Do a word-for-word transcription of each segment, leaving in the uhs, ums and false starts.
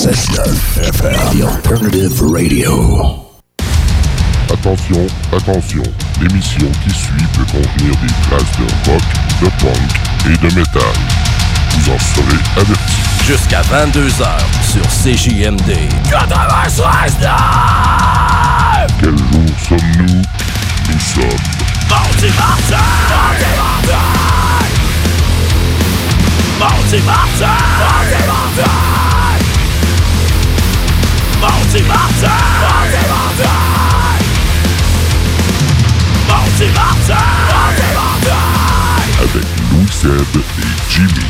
soixante-neuf F M, The Alternative Radio. Attention, attention, l'émission qui suit peut contenir des traces de rock, de punk et de métal. Vous en serez avertis. Jusqu'à vingt-deux heures sur C J M D quatre-vingt-seize neuf. Quel jour sommes-nous? Nous sommes... Mardi Martin! Mardi Martin! Mardi Martin! Mardi Martin! Mardi Martin! Mardi Martin! Mardi Martin! Avec Louis Seb et Jimmy.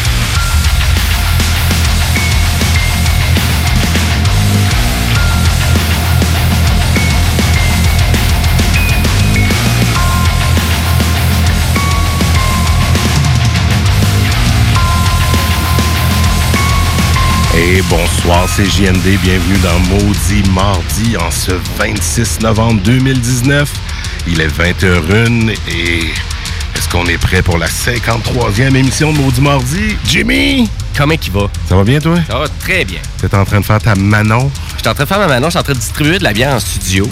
Et bonsoir, c'est J M D. Bienvenue dans Maudit Mardi en ce vingt-six novembre deux mille dix-neuf. Il est vingt heures une et est-ce qu'on est prêt pour la cinquante-troisième émission de Maudit Mardi? Jimmy! Comment il va? Ça va bien, toi? Ça va très bien. T'es en train de faire ta Manon? Je suis en train de faire ma Manon, je suis en train de distribuer de la bière en studio.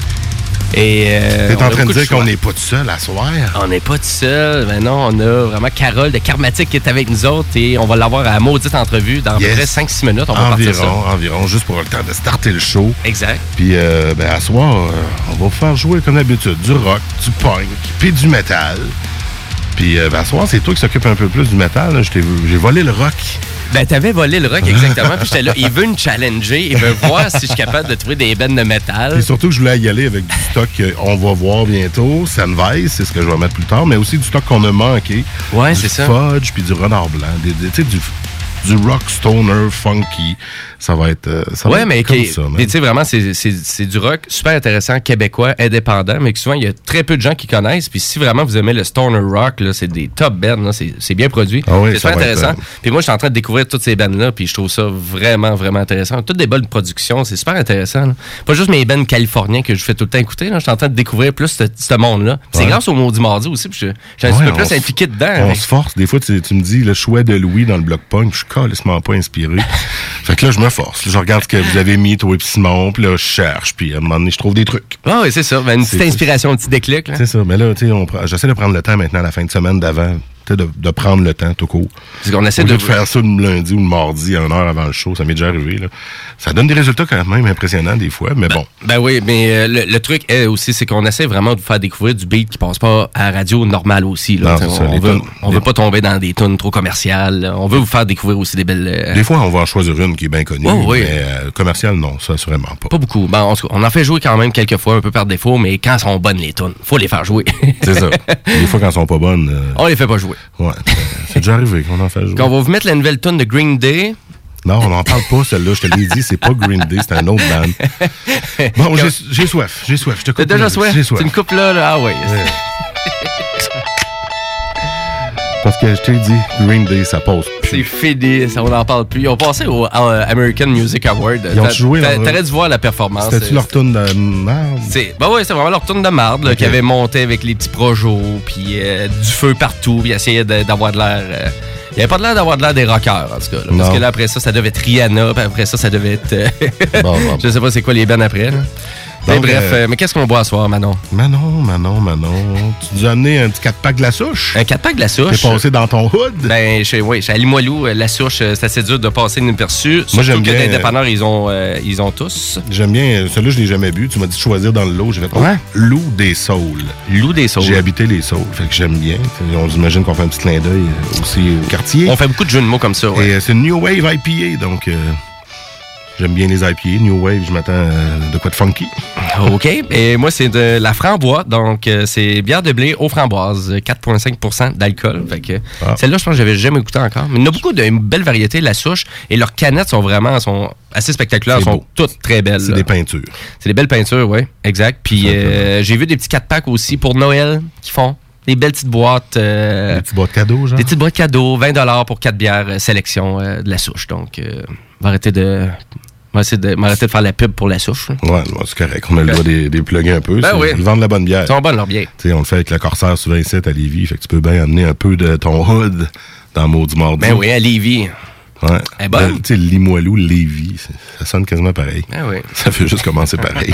Et euh, T'es en train de dire qu'on n'est pas tout seul à soir? On n'est pas tout seul. Mais non, on a vraiment Carole de Karmatique qui est avec nous autres et on va l'avoir à la maudite entrevue dans yes. à peu près cinq six minutes. On va environ, partir ça. Environ, juste pour le temps de starter le show. Exact. Puis, euh, ben, à soir, euh, on va vous faire jouer comme d'habitude du rock, du punk, puis du métal. Puis, euh, ben, à soir, c'est toi qui s'occupe un peu plus du métal. Là. J'ai volé le rock. Ben, t'avais volé le rock, exactement. Puis j'étais là, il veut me challenger, il veut voir si je suis capable de trouver des bandes de métal. Puis surtout que je voulais y aller avec du stock qu'on va voir bientôt. Sennweiss, c'est ce que je vais mettre plus tard, mais aussi du stock qu'on a manqué. Ouais, c'est ça. Du fudge, puis du renard blanc. Tu sais, du, du rock stoner funky. Ça va être, euh, ça ouais, va mais être comme okay. ça. Mais tu sais, vraiment, c'est, c'est, c'est du rock super intéressant, québécois, indépendant, mais que souvent, il y a très peu de gens qui connaissent. Puis si vraiment vous aimez le stoner rock, là, c'est des top bands, là, c'est, c'est bien produit. Ah oui, c'est super intéressant. Être... Puis moi, je suis en train de découvrir toutes ces bands-là, puis je trouve ça vraiment, vraiment intéressant. Toutes des bonnes productions, c'est super intéressant. Là. Pas juste mes bands californiens que je fais tout le temps écouter. Là. Je suis en train de découvrir plus ce, ce monde-là. Puis ouais. C'est grâce au Maudit Mardi aussi, puis je, je suis un ouais, petit peu plus impliqué dedans. On avec... se force. Des fois, tu, tu me dis le choix de Louis dans le bloc punk, je suis calissement pas inspiré. Fait que là, je me force. Je regarde que vous avez mis, toi et Simon, puis là, je cherche, puis à un moment donné, je trouve des trucs. Ah oui, c'est ça. Ben, une petite inspiration, un petit déclic. Là. C'est ça. Mais là, tu sais, j'essaie de prendre le temps maintenant, à la fin de semaine d'avant, de, de prendre le temps tout court. Parce qu'on essaie de... de faire ça le lundi ou le mardi, à une heure avant le show, ça m'est déjà arrivé. Là. Ça donne des résultats quand même impressionnants des fois, mais ben, bon. Ben oui, mais euh, le, le truc est aussi, c'est qu'on essaie vraiment de vous faire découvrir du beat qui passe pas à la radio normale aussi. Là. Non, on ça, on, veut, tonnes, on les... veut pas tomber dans des tunes trop commerciales. Là. On veut vous faire découvrir aussi des belles... Euh... Des fois, on va en choisir une qui est bien connue, oh, oui. mais euh, commerciale, non, ça, assurément pas. Pas beaucoup. Ben, on, on en fait jouer quand même quelques fois, un peu par défaut, mais quand elles sont bonnes, les tunes, faut les faire jouer. C'est ça. Des fois, quand elles sont pas bonnes... Euh... On les fait pas jouer. Ouais. C'est déjà arrivé qu'on en fait jouer. Quand on va vous mettre la nouvelle tune de Green Day... Non, on n'en parle pas, celle-là. Je te l'ai dit, c'est pas Green Day, c'est un autre band. Bon, j'ai, j'ai soif, j'ai soif. Je te coupe. T'as déjà soif? J'ai soif. Tu me coupes là, là? Ah oui. Ouais. Parce que je t'ai dit, Green Day, ça passe plus. C'est fini, ça, on n'en parle plus. Ils ont passé au uh, American Music Award. Ils ont T'a, joué. t'a, t'aurais dû voir la performance. C'était-tu leur tourne de marde? C'est, ben ouais, c'est vraiment leur tourne de marde, là, okay. Qui avait monté avec les petits projos, puis euh, du feu partout, puis essayait de, d'avoir de l'air... Euh, il n'y avait pas de l'air d'avoir de l'air des rockers, en tout cas. Là, parce que là, après ça, ça devait être Rihanna, puis après ça, ça devait être... Euh, bon, bon. Je sais pas c'est quoi les bands après, là. Mais donc, bref, euh, mais qu'est-ce qu'on boit à soir, Manon? Manon, Manon, Manon. Tu nous as amené un petit quatre pack de la souche? Un quatre pack de la souche? T'es passé dans ton hood? Ben, je, oui, chez Limoilou, la souche, c'est assez dur de passer inaperçu. Moi, j'aime que bien. Les dépanneurs, ils ont, euh, ils ont tous. J'aime bien. Celui-là, je l'ai jamais bu. Tu m'as dit de choisir dans le lot. J'ai fait, ouais. Loup des Saules. Loup des Saules. J'ai habité les Saules. Fait que j'aime bien. On imagine qu'on fait un petit clin d'œil aussi au quartier. On fait beaucoup de jeux de mots comme ça, ouais. Et euh, c'est une New Wave I P A, donc... Euh, j'aime bien les I P A. New Wave, je m'attends euh, de quoi de funky. OK. Et moi, c'est de la framboise. Donc, euh, c'est bière de blé aux framboises. quatre virgule cinq pour cent d'alcool. Fait que, ah. Celle-là, je pense que j'avais jamais goûté encore. Mais il y en a beaucoup de belles variétés, la souche. Et leurs canettes sont vraiment sont assez spectaculaires. Elles sont beau. Toutes très belles. C'est là. Des peintures. C'est des belles peintures, oui. Exact. Puis, euh, j'ai vu des petits quatre packs aussi pour Noël qui font. Des belles petites boîtes. Euh, des petites boîtes cadeaux, genre? Des petites boîtes cadeaux. vingt dollars pour quatre bières euh, sélection euh, de la souche. Donc, euh, on va arrêter de... On va essayer de m'arrêter de faire la pub pour la souche. Là. Ouais, c'est correct. On a le droit de les plugger un peu. Ben oui. Ils vendent la bonne bière. Ils sont bonnes, leurs bières. T'sais, on le fait avec le Corsair souvent ici à Lévis. Fait que tu peux bien amener un peu de ton hood dans Maudit Mardi. Ben oui, à Lévis. Ouais. Elle est bonne. Tu sais, Limoilou, Lévis, ça sonne quasiment pareil. Ah oui. Ça fait juste commencer pareil.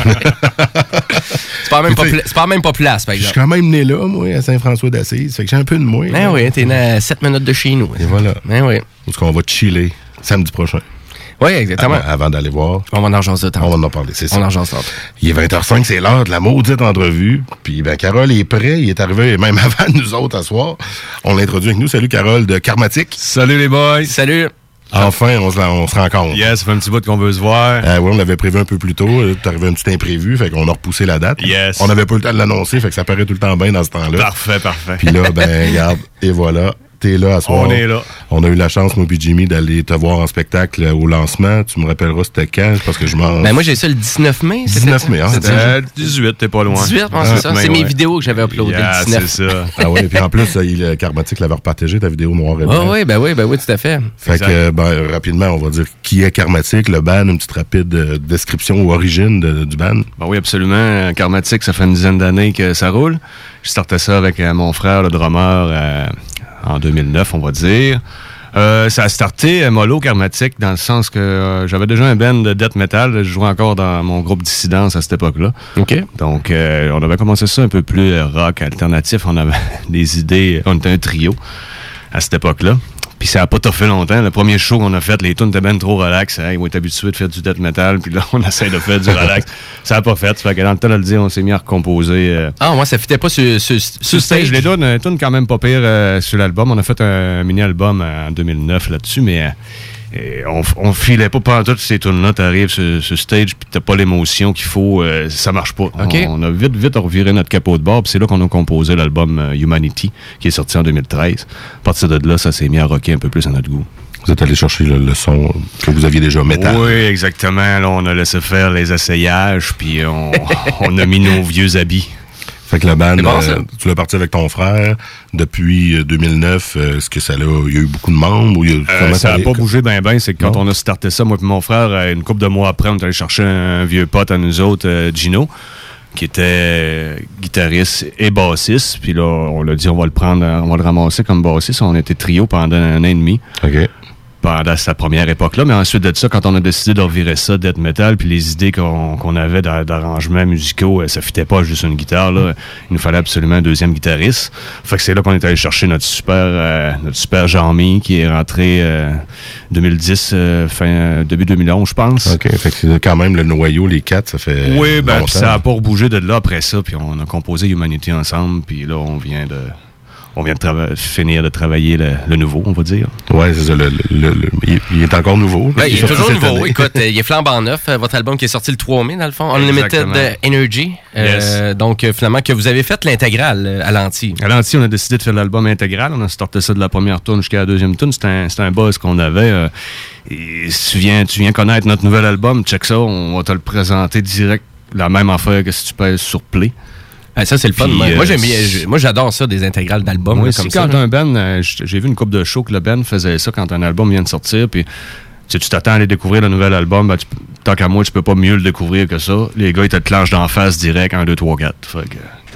c'est pas même pas, pla- c'est pas même pas place, par exemple. Je suis quand même né là, moi, à Saint-François-d'Assise. Fait que j'ai un peu de moi. Ah oui, t'es né à sept minutes de chez nous. Et voilà. Ah oui. Où est-ce qu'on va chiller samedi prochain? Oui, exactement. Avant, avant d'aller voir. On va en argent ça. On va en parler, c'est ça. On en argent ça. Il est vingt heures cinq, c'est l'heure de la maudite entrevue. Puis, ben, Carole est prêt. Il est arrivé même avant nous autres à soir. On l'introduit avec nous. Salut, Carole de Karmatic. Salut, les boys. Salut. Enfin, on se, on se rencontre. Yes, ça fait un petit bout qu'on veut se voir. Euh, oui, on l'avait prévu un peu plus tôt. T'es arrivé un petit imprévu, fait qu'on a repoussé la date. Yes. On n'avait pas eu le temps de l'annoncer, fait que ça paraît tout le temps bien dans ce temps-là. Parfait, parfait. Puis là, ben, regarde, et voilà. T'es là à soir. On est là. On a eu la chance, moi et Jimmy, d'aller te voir en spectacle au lancement. Tu me rappelleras c'était quand? Parce que je m'en... Ben moi, j'ai ça le dix-neuf mai. dix-neuf mai, hein? C'était euh, dix-huit, t'es pas loin. dix-huit, moi, c'est ça. C'est mes vidéos que j'avais uploadées yeah, le dix-neuf. C'est ça. Ah oui, puis en plus, il, Karmatic l'avait repartagé, ta vidéo noire et blanc. Ah oui, ben oui, ben oui, tout à fait. Fait exact. que, ben, rapidement, on va dire qui est Karmatic, le band, une petite rapide euh, description ou origine de, du band. Ben oui, absolument. Karmatic, ça fait une dizaine d'années que ça roule. Je startais ça avec euh, mon frère, le drummer, euh, en deux mille neuf, on va dire. Euh, ça a starté euh, mollo Karmatic dans le sens que euh, j'avais déjà un band de death metal. Je jouais encore dans mon groupe Dissidence à cette époque-là. OK. Donc, euh, on avait commencé ça un peu plus euh, rock, alternatif. On avait des idées. On était un trio à cette époque-là. Puis ça a pas toffé longtemps. Le premier show qu'on a fait, les tunes étaient ben trop relax. Hey, ils vont être habitués de faire du death metal. Puis là, on essaie de faire du relax. Ça a pas fait. Fait que dans le temps de le dire, on s'est mis à recomposer. Euh, ah, moi, ça fitait pas sur, sur, sur, sur stage. Les tunes, une tune quand même pas pire euh, sur l'album. On a fait un mini-album en deux mille neuf là-dessus, mais... Euh, Et on, on filait pas pendant toutes ces tunes-là. T'arrives sur, sur stage puis t'as pas l'émotion qu'il faut. Euh, ça marche pas. Okay. On, on a vite, vite reviré notre capot de bord. Puis c'est là qu'on a composé l'album euh, Humanity, qui est sorti en deux mille treize. À partir de là, ça s'est mis à rocker un peu plus à notre goût. Vous êtes allé chercher le, le son que vous aviez déjà métal. Oui, exactement. Là, on a laissé faire les essayages, puis on, on a mis nos vieux habits. Fait que la band, bon, euh, tu l'as parti avec ton frère depuis euh, deux mille neuf. Euh, est-ce que ça l'a, il y a eu beaucoup de membres? Ou il y a, euh, ça n'a pas bougé ben ben. C'est que quand non. on a starté ça, moi et mon frère, une couple de mois après, on est allé chercher un vieux pote à nous autres, euh, Gino, qui était euh, guitariste et bassiste. Puis là, on l'a dit, on va le prendre, on va le ramasser comme bassiste. On était trio pendant un an et demi. OK. Pendant sa première époque-là, mais ensuite de ça, quand on a décidé de revirer ça, death metal, puis les idées qu'on, qu'on avait d'arrangements musicaux, ça fitait pas juste une guitare, là. Il nous fallait absolument un deuxième guitariste. Fait que c'est là qu'on est allé chercher notre super euh, notre super Jean-Mi, qui est rentré euh, deux mille dix, euh, fin, euh, début deux mille onze, je pense. OK, fait que c'est quand même le noyau, les quatre, ça fait Oui, ben, longtemps. ça a pas rebougé de là après ça, puis on a composé Humanity ensemble, puis là, on vient de... On vient de trava- finir de travailler le, le nouveau, on va dire. Oui, c'est ça. Le, le, le, il, il est encore nouveau. Ben, il est sorti toujours cette nouveau. année. Écoute, euh, il est flambant neuf. Euh, votre album qui est sorti le trois mai, dans le fond. Unlimited Exactement. Energy. Euh, Yes. Donc, euh, finalement, que vous avez fait l'intégrale euh, à l'anti. À l'anti, on a décidé de faire l'album intégral. On a starté ça de la première tune jusqu'à la deuxième tune. C'était un, c'était un buzz qu'on avait. Euh, et si tu viens, tu viens connaître notre nouvel album, check ça, on va te le présenter direct. La même affaire que si tu pèses sur Play. Ah, ça, c'est le fun. Puis, moi, euh, moi, j'aime bien, je- moi, j'adore ça, des intégrales d'albums. Oui, là, c'est comme quand ça, là. un band, euh, j'ai vu une couple de shows que le band faisait ça quand un album vient de sortir, puis tu sais, tu t'attends à aller découvrir le nouvel album, ben, tu, tant qu'à moi, tu peux pas mieux le découvrir que ça. Les gars, ils te clenchent d'en face direct, un, deux, trois, quatre. Fait que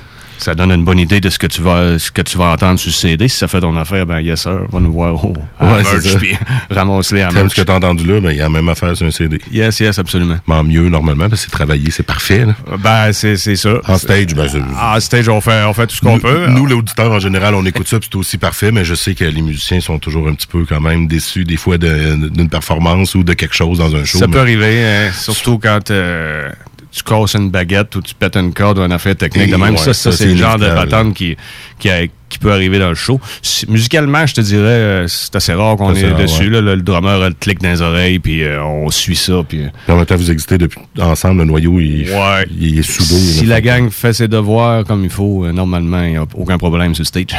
ça donne une bonne idée de ce que tu vas, ce que tu vas entendre sur le C D. Si ça fait ton affaire, ben yes sir, va nous voir au à Ouais, c'est merch, ça. puis ramasse-les à Comme ce merch. que tu as entendu là, ben, il y a la même affaire sur un C D. Yes, yes, absolument. Mais en mieux, normalement, parce que c'est travaillé, c'est parfait. Là. Ben, c'est, c'est ça. En stage, ben, c'est- En stage, on fait, on fait tout ce qu'on nous, peut. nous, l'auditeur, en général, on écoute ça, puis c'est aussi parfait, mais je sais que les musiciens sont toujours un petit peu quand même déçus des fois de- d'une performance ou de quelque chose dans un show. Ça mais- peut arriver, hein, surtout quand euh, tu casses une baguette ou tu pètes une corde ou une affaire technique. De même, Ouais, ça, ça, ça, c'est c'est le genre de inévitable. patente qui, qui, a- qui peut arriver dans le show. Si- musicalement, je te dirais, euh, c'est assez rare qu'on C'est est rare, dessus. ouais. Là, le, le drummer a le clic dans les oreilles, puis euh, on suit ça. Puis, euh, Puis en même temps, vous existez depuis ensemble, le noyau, il, Ouais. il est soudé. si là. la gang fait ses devoirs comme il faut, euh, normalement, il n'y a aucun problème sur le stage.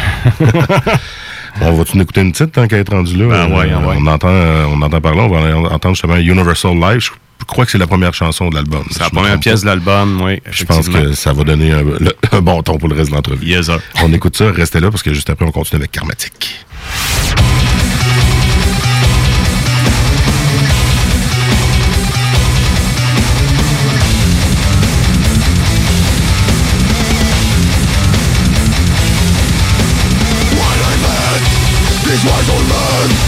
On va-tu nous écouter une petite tant qu'à être rendu là? Ben ouais, Euh, ouais. On entend, euh, on entend parler, on va entendre justement Universal Live. Je crois que c'est la première chanson de l'album. C'est la première pièce de l'album, oui. Je pense que ça va donner un, le- un bon ton pour le reste de l'entrevue. Yes, sir. On écoute ça, restez là parce que juste après, on continue avec Karmatic. These words will learn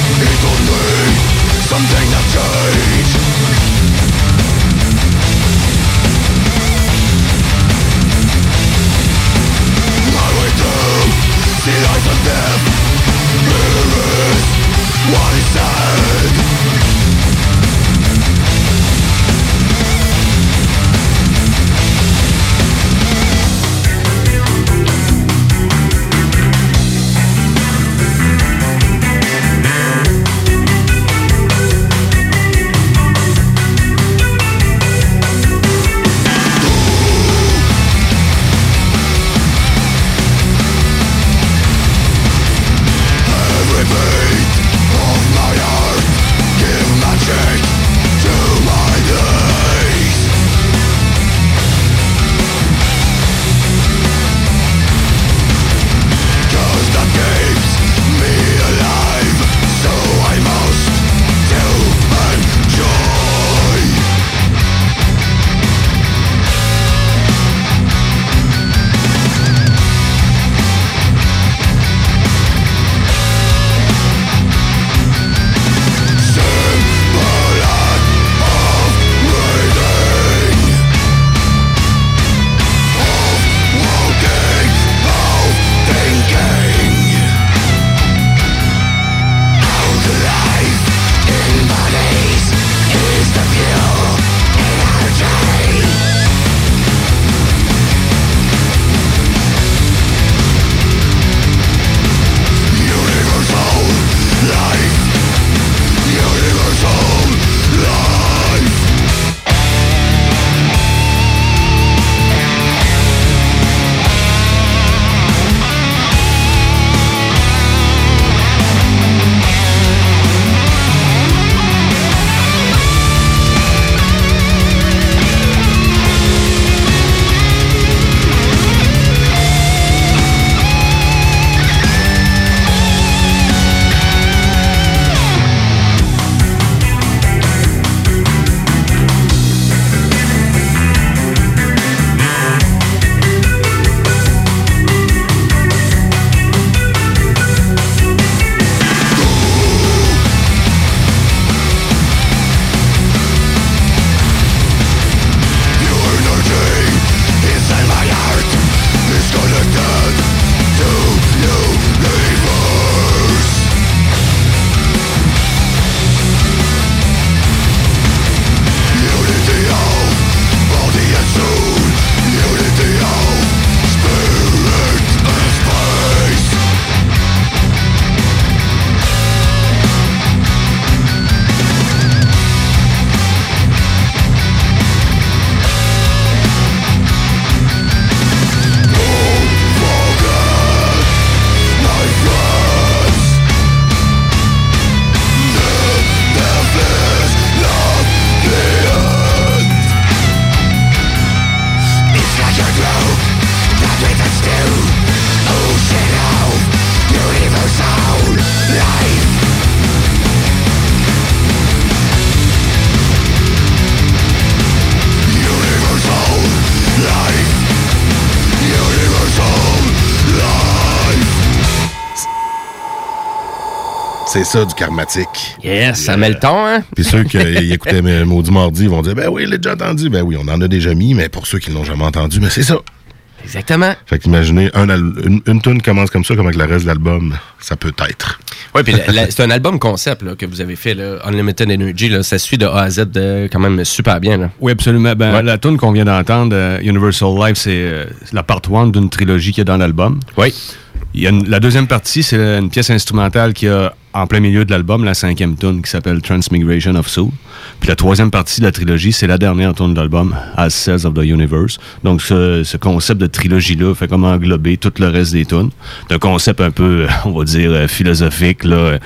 C'est ça, du karmatique. Yes, ça met le ton, hein? Puis ceux qui écoutaient Maudit Mardi vont dire, ben oui, il l'a déjà entendu. Ben oui, on en a déjà mis, mais pour ceux qui ne l'ont jamais entendu, mais c'est ça. Exactement. Fait qu'imaginez, un al- une, une tune commence comme ça, comme avec le reste de l'album, ça peut être. Oui, puis c'est un album concept là, que vous avez fait, là, Unlimited Energy, là, ça suit de A à Z de, quand même super bien. Là. Oui, absolument. Ben, ouais. La tune qu'on vient d'entendre, uh, Universal Life, c'est euh, la part un d'une trilogie qu'il y a dans l'album. Oui. Il y a une, la deuxième partie, c'est une pièce instrumentale qui a en plein milieu de l'album, la cinquième tune qui s'appelle Transmigration of Soul. Puis la troisième partie de la trilogie, c'est la dernière tune de l'album, As Says of the Universe. Donc ce, ce concept de trilogie-là fait comme englober tout le reste des tunes. C'est un concept un peu, on va dire, philosophique, là,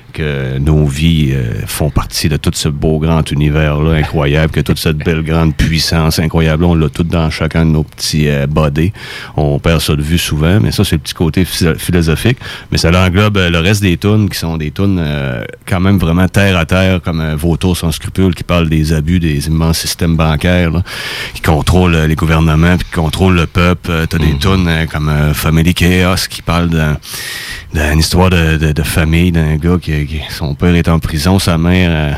que nos vies euh, font partie de tout ce beau grand univers-là incroyable, que toute cette belle grande puissance incroyable, on l'a tout dans chacun de nos petits euh, bodies. On perd ça de vue souvent, mais ça, c'est le petit côté philosophique. Mais ça englobe euh, le reste des tunes, qui sont des tunes euh, quand même vraiment terre à terre, comme euh, Vautour sans scrupules, qui parle des abus des immenses systèmes bancaires, là, qui contrôlent euh, les gouvernements, puis qui contrôlent le peuple. Euh, t'as mm-hmm. des tunes euh, comme euh, Family Chaos, qui parle d'un, d'une histoire de, de, de famille, d'un gars qui que, que son père est en prison, sa mère euh,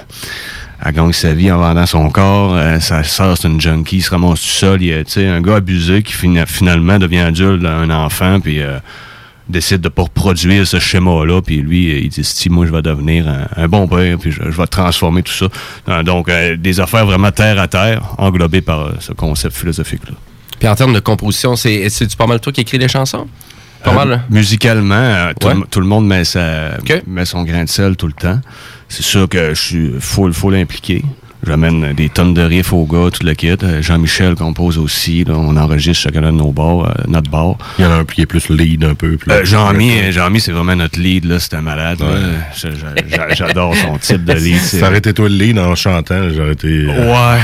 a gagné sa vie en vendant son corps, euh, sa sœur c'est une junkie, il se ramasse tout seul, il est un gars abusé qui fin- finalement devient adulte, un enfant, puis euh, décide de pas reproduire ce schéma-là, puis lui, il dit, si moi je vais devenir un, un bon père, puis je, je vais transformer tout ça. Euh, donc, euh, des affaires vraiment terre à terre, englobées par euh, ce concept philosophique-là. Puis en termes de composition, c'est, c'est-tu pas mal toi qui écris les chansons? Pas Euh, mal, là. musicalement, euh, tout, Ouais. le- tout le monde met, sa, Ok. met son grain de sel tout le temps. C'est sûr que je suis full, full impliqué. J'amène des tonnes de riffs au gars, tout le kit. Euh, Jean-Michel compose aussi. Là, on enregistre chacun de nos bars, euh, notre bar. Il y en a un qui est plus lead un peu. Plus Euh, Jean-Mi, euh, Jean-Mi, c'est vraiment notre lead. Là, c'est un malade. là. Ouais. Je- je- j'a- j'adore son type de lead. Si ça aurait été toi le lead en chantant, j'aurais été... euh,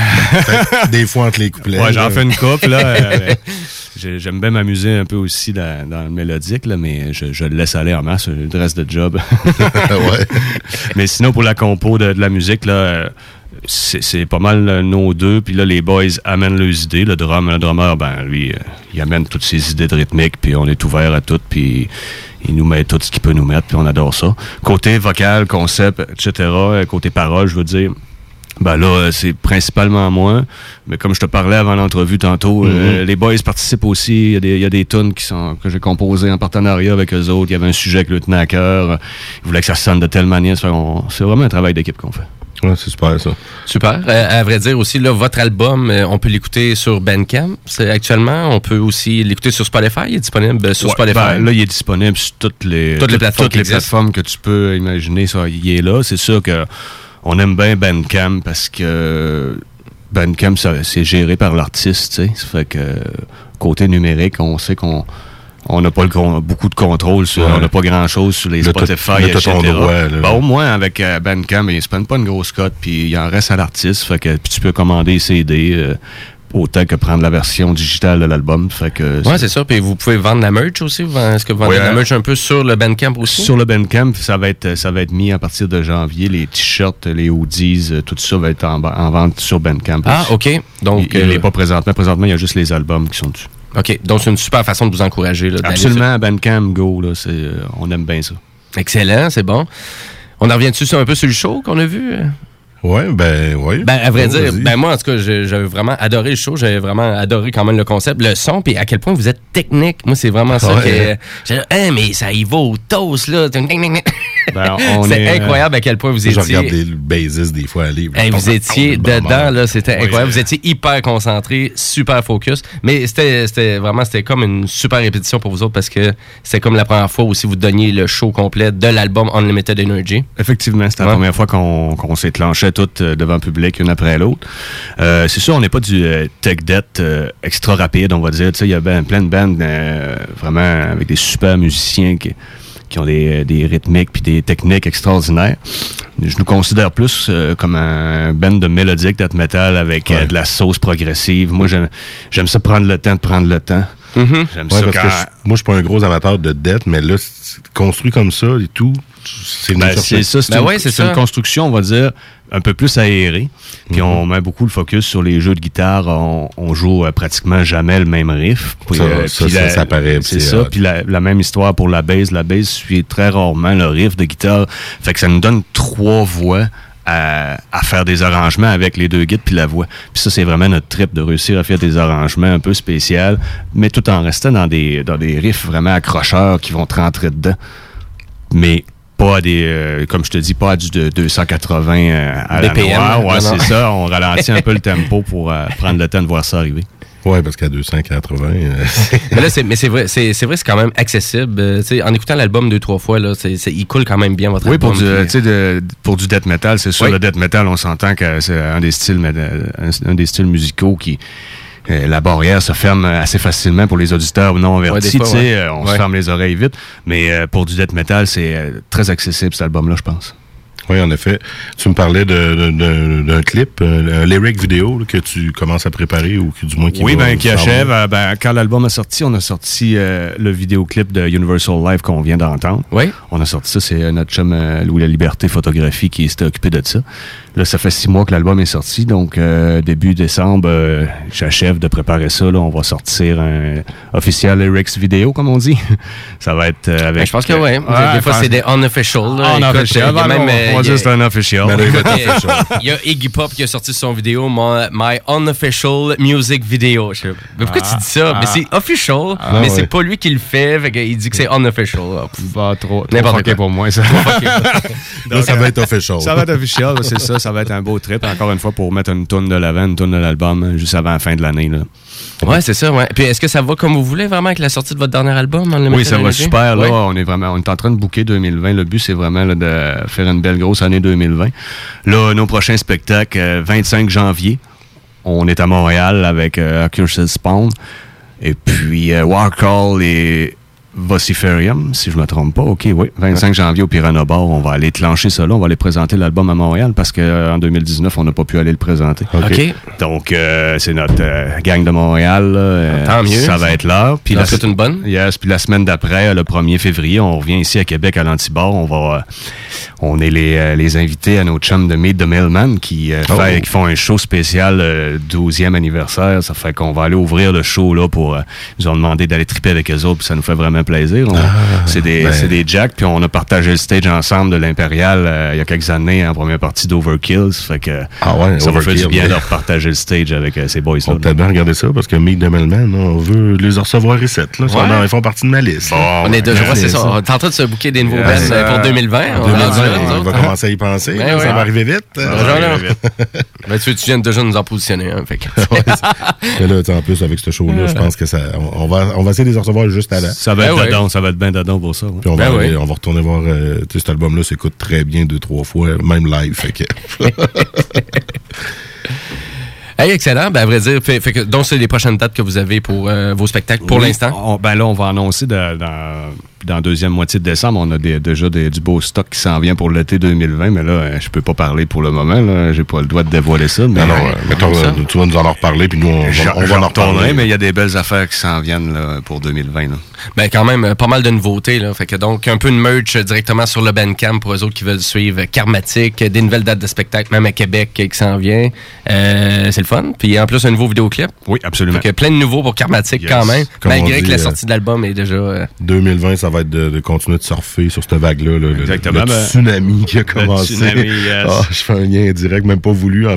Ouais. des fois entre les couplets. Ouais, j'en là. fais une couple, là. euh, j'ai- j'aime bien m'amuser un peu aussi dans, dans le mélodique, là, mais je, je le laisse aller en masse, le reste de job. Ouais. Mais sinon, pour la compo de, de la musique, là, euh, c'est, c'est pas mal euh, nos deux. Puis là, les boys amènent leurs idées. Le drum, le drummer, ben, lui, euh, il amène toutes ses idées de rythmique, puis on est ouvert à tout, puis il nous met tout ce qu'il peut nous mettre, puis on adore ça. Côté vocal, concept, et cetera, euh, côté parole, je veux dire... Ben là, euh, c'est principalement moi. Mais comme je te parlais avant l'entrevue tantôt, Mm-hmm. euh, les boys participent aussi. Il y a des, il y a des tunes qui sont, que j'ai composées en partenariat avec eux autres. Il y avait un sujet qui le tenait à cœur. Ils voulaient que ça sonne de telle manière. Ça fait qu'on- c'est vraiment un travail d'équipe qu'on fait. Ouais, c'est super, ça. Super. Euh, à vrai dire aussi, là, votre album, euh, on peut l'écouter sur Bandcamp. C'est actuellement, on peut aussi l'écouter sur Spotify. Il est disponible sur Ouais, Spotify. ben, là, il est disponible sur toutes les, Toutes les plateformes toutes les qui existent. plateformes que tu peux imaginer. Ça, il est là. C'est sûr que on aime bien Bandcamp parce que Bandcamp, ça, c'est géré par l'artiste. Tu sais. Ça fait que côté numérique, on sait qu'on on n'a pas le con- beaucoup de contrôle sur, Ouais. on n'a pas grand chose sur les Là, t'as- Spotify, là, t'as et cetera. ton droit, là. Ben, au moins avec euh, Bandcamp, ils se prennent pas une grosse cote, puis il en reste à l'artiste. Fait que puis tu peux commander C D euh, autant que prendre la version digitale de l'album. Fait que Ouais, c'est ça. Puis vous pouvez vendre la merch aussi. Vous vendez- Est-ce que vous vendez Ouais. de la merch un peu sur le Bandcamp aussi? Sur le Bandcamp, ça va être ça va être mis à partir de janvier. Les t-shirts, les hoodies, euh, tout ça va être en, en vente sur Bandcamp. Ah, aussi. OK. Donc, il n'est euh, pas présentement. Présentement, il y a juste les albums qui sont dessus. OK. Donc, c'est une super façon de vous encourager. Là, d'aller Absolument, Bandcamp, go. Là, c'est, euh, on aime bien ça. sur- Excellent, c'est bon. On en revient-tu sur un peu sur le show qu'on a vu? Ouais, ben, ouais. Ben, à vrai Oh, dire, vas-y. ben moi, en tout cas, j'ai- j'avais vraiment adoré le show. J'avais vraiment adoré quand même le concept, le son, puis à quel point vous êtes technique. Moi, c'est vraiment ça Ouais. que... J'ai dit, hein, mais ça y va au toast, là. Ben, on C'est est, euh, incroyable à quel point vous Je étiez... regarde des bases des fois aller. Hey, vous étiez dedans, là, c'était Oui, incroyable. euh, Vous étiez hyper concentré, super focus. Mais c'était, c'était vraiment, c'était comme une super répétition pour vous autres parce que c'était comme la première fois aussi vous donniez le show complet de l'album Unlimited Energy. Effectivement, c'était Ouais. la première fois qu'on, qu'on s'éclenchait tout euh, devant le public, une après l'autre. Euh, c'est sûr, on n'est pas du euh, tech debt euh, extra rapide, on va dire. Tu sais, il y a ben, plein de bandes euh, vraiment avec des super musiciens qui, qui ont des, des rythmiques puis des techniques extraordinaires. Je nous considère plus euh, comme un band de mélodique death metal avec euh, Ouais. de la sauce progressive. Moi, j'aime, j'aime ça prendre le temps de prendre le temps. Mm-hmm. J'aime Ouais, ça parce quand... que je- moi, je suis pas un gros amateur de dette, mais là, c'est construit comme ça et tout, c'est une Ben, chercher. c'est ça, c'est, Ben une, ouais, c'est c'est ça. une construction, on va dire, un peu plus aérée. Puis Mhm. on met beaucoup le focus sur les jeux de guitare. On, on joue euh, pratiquement jamais le même riff. Puis, Ça, euh, ça, puis ça, la- ça paraît, C'est c'est ça. hot. Puis la, la même histoire pour la bass. La bass suit très rarement le riff de guitare. Fait que ça nous donne trois voix à, à faire des arrangements avec les deux guides puis la voix. Puis ça, c'est vraiment notre trip de réussir à faire des arrangements un peu spéciaux, mais tout en restant dans des, dans des riffs vraiment accrocheurs qui vont te rentrer dedans. Mais pas à des, euh, comme je te dis, pas à du de deux cent quatre-vingts euh, à B P M, la noire. Ouais, non, non. c'est ça. On ralentit un peu le tempo pour euh, prendre le temps de voir ça arriver. Ouais, parce qu'à deux cent quatre-vingts, euh, Mais là, c'est, mais c'est vrai, c'est, c'est vrai, c'est quand même accessible. Euh, tu sais, en écoutant l'album deux, trois fois, là, c'est, c'est- il coule quand même bien votre Oui, album. pour du, puis- euh, tu sais, de- pour du death metal, c'est sûr. Oui. Le death metal, on s'entend que c'est un des styles, mais, euh, un, un des styles musicaux qui, euh, la barrière se ferme assez facilement pour les auditeurs non Ouais, avertis. des fois, tu sais, ouais. euh, on Ouais. se ferme les oreilles vite. Mais euh, pour du death metal, c'est euh, très accessible cet album-là, je pense. Oui, en effet. Tu me parlais de, de, de, d'un clip, un lyric vidéo là, que tu commences à préparer ou que du moins qui Oui, va, ben, qui achève. Euh, ben, quand l'album a sorti, on a sorti euh, le vidéoclip de Universal Live qu'on vient d'entendre. Oui. On a sorti ça, c'est notre chum euh, Louis La Liberté Photographie qui s'était occupé de ça. Là, ça fait six mois que l'album est sorti, donc euh, début décembre, euh, j'achève de préparer ça. Là, on va sortir un official lyrics vidéo, comme on dit. Ça va être euh, avec... Ben, je pense que oui. Ouais, des fois, c'est des unofficial. Là. Unofficial. Écoute, même, même, on va dire c'est un official. Ben, là, il va être official. Il y a Iggy Pop qui a sorti son vidéo, My, my Unofficial Music Video. Je sais, mais pourquoi ah, tu dis ça? Ah, mais c'est official, ah, mais ouais. c'est pas lui qui le fait. fait il dit que c'est unofficial. Oh, Pas trop, trop N'importe fucké quoi. pour moi, ça. Là, ça va être official. Ça va être official, c'est ça. Ça va être un beau trip. Encore une fois, pour mettre une tourne de l'avant, une tourne de l'album, juste avant la fin de l'année. Là. Ouais, c'est ça. Ouais. Puis est-ce que ça va comme vous voulez vraiment avec la sortie de votre dernier album? On le Oui, met ça dans va les super. Là, ouais. on est vraiment, on est en train de booker deux mille vingt. Le but, c'est vraiment là, de faire une belle grosse année deux mille vingt. Là, nos prochains spectacles, euh, vingt-cinq janvier, on est à Montréal avec euh, Accursed Spawn. Et puis, euh, Warcall et Vociferium, si je me trompe pas. OK, oui. vingt-cinq janvier au Piranha Bar, on va aller clencher ça là. On va aller présenter l'album à Montréal parce qu'en euh, deux mille dix-neuf, on n'a pas pu aller le présenter. OK. OK. Donc, euh, c'est notre euh, gang de Montréal. Là, euh, Tant mieux. Ça va être là. Puis la, c'est une bonne. Yes, puis la semaine d'après, le premier février, on revient ici à Québec, à l'Antibar. On va, euh, on est les, euh, les invités à nos chums de Meet the Mailman qui, euh, oh. fait, qui font un show spécial euh, douzième anniversaire. Ça fait qu'on va aller ouvrir le show là pour... Euh, ils nous ont demandé d'aller triper avec eux autres, puis ça nous fait vraiment plaisir. On, ah, c'est des, ben. c'est des jacks, puis on a partagé le stage ensemble de l'Impérial euh, il y a quelques années en première partie d'Overkill. Ça fait que ah ouais, ça va faire du bien ouais. de repartager le stage avec euh, ces boys-là. On peut bien regarder ça parce que Meet the Mailman, on veut les recevoir ici. Là. Ouais. Dans, ils font partie de ma liste. Bon, on est déjà, ouais, c'est ça. On est en train de se booker des nouveaux bands euh, pour deux mille vingt. deux mille vingt, on, on va commencer à y penser. Ben, ça ouais. va arriver vite. Ça va arriver vite. Ben, tu, tu viens déjà de nous en positionner. Hein, fait que... Mais là, en plus, avec ce show-là, je pense que ça, on va, on va essayer de les recevoir juste avant. Ça va être ben dedans, ouais. ça va être bien dedans pour ça. Ouais. Puis on, ben va ouais. aller, on va retourner voir, euh, tu sais, cet album-là s'écoute très bien deux, trois fois, même live. Fait que... Hey, excellent. Ben, à vrai dire, fait, fait que, donc, c'est les prochaines dates que vous avez pour euh, vos spectacles pour oui, l'instant? On, ben là, on va annoncer de, dans, dans la deuxième moitié de décembre. On a des, déjà des, du beau stock qui s'en vient pour l'été deux mille vingt, mais là, je peux pas parler pour le moment. Là. J'ai pas le droit de dévoiler ça. Mais non, non, euh, mettons, euh, tu vas nous en reparler, puis nous, on, je, on va en reparler. Mais il y a des belles affaires qui s'en viennent là, pour deux mille vingt. Là. Ben, quand même, pas mal de nouveautés. Là. Fait que donc, un peu de merch directement sur le Bandcamp pour eux autres qui veulent suivre Karmatique, des nouvelles dates de spectacle, même à Québec qui s'en vient. Euh, c'est le fun. Puis en plus, un nouveau vidéoclip. Oui, absolument. Fait que plein de nouveaux pour Karmatique yes. quand même. Comme malgré dit, que la sortie de l'album est déjà... Euh... deux mille vingt, ça va être de, de continuer de surfer sur cette vague-là. Là, exactement. Le, le ben, tsunami qui a commencé. Le tsunami, yes. oh, je fais un lien indirect, même pas voulu. En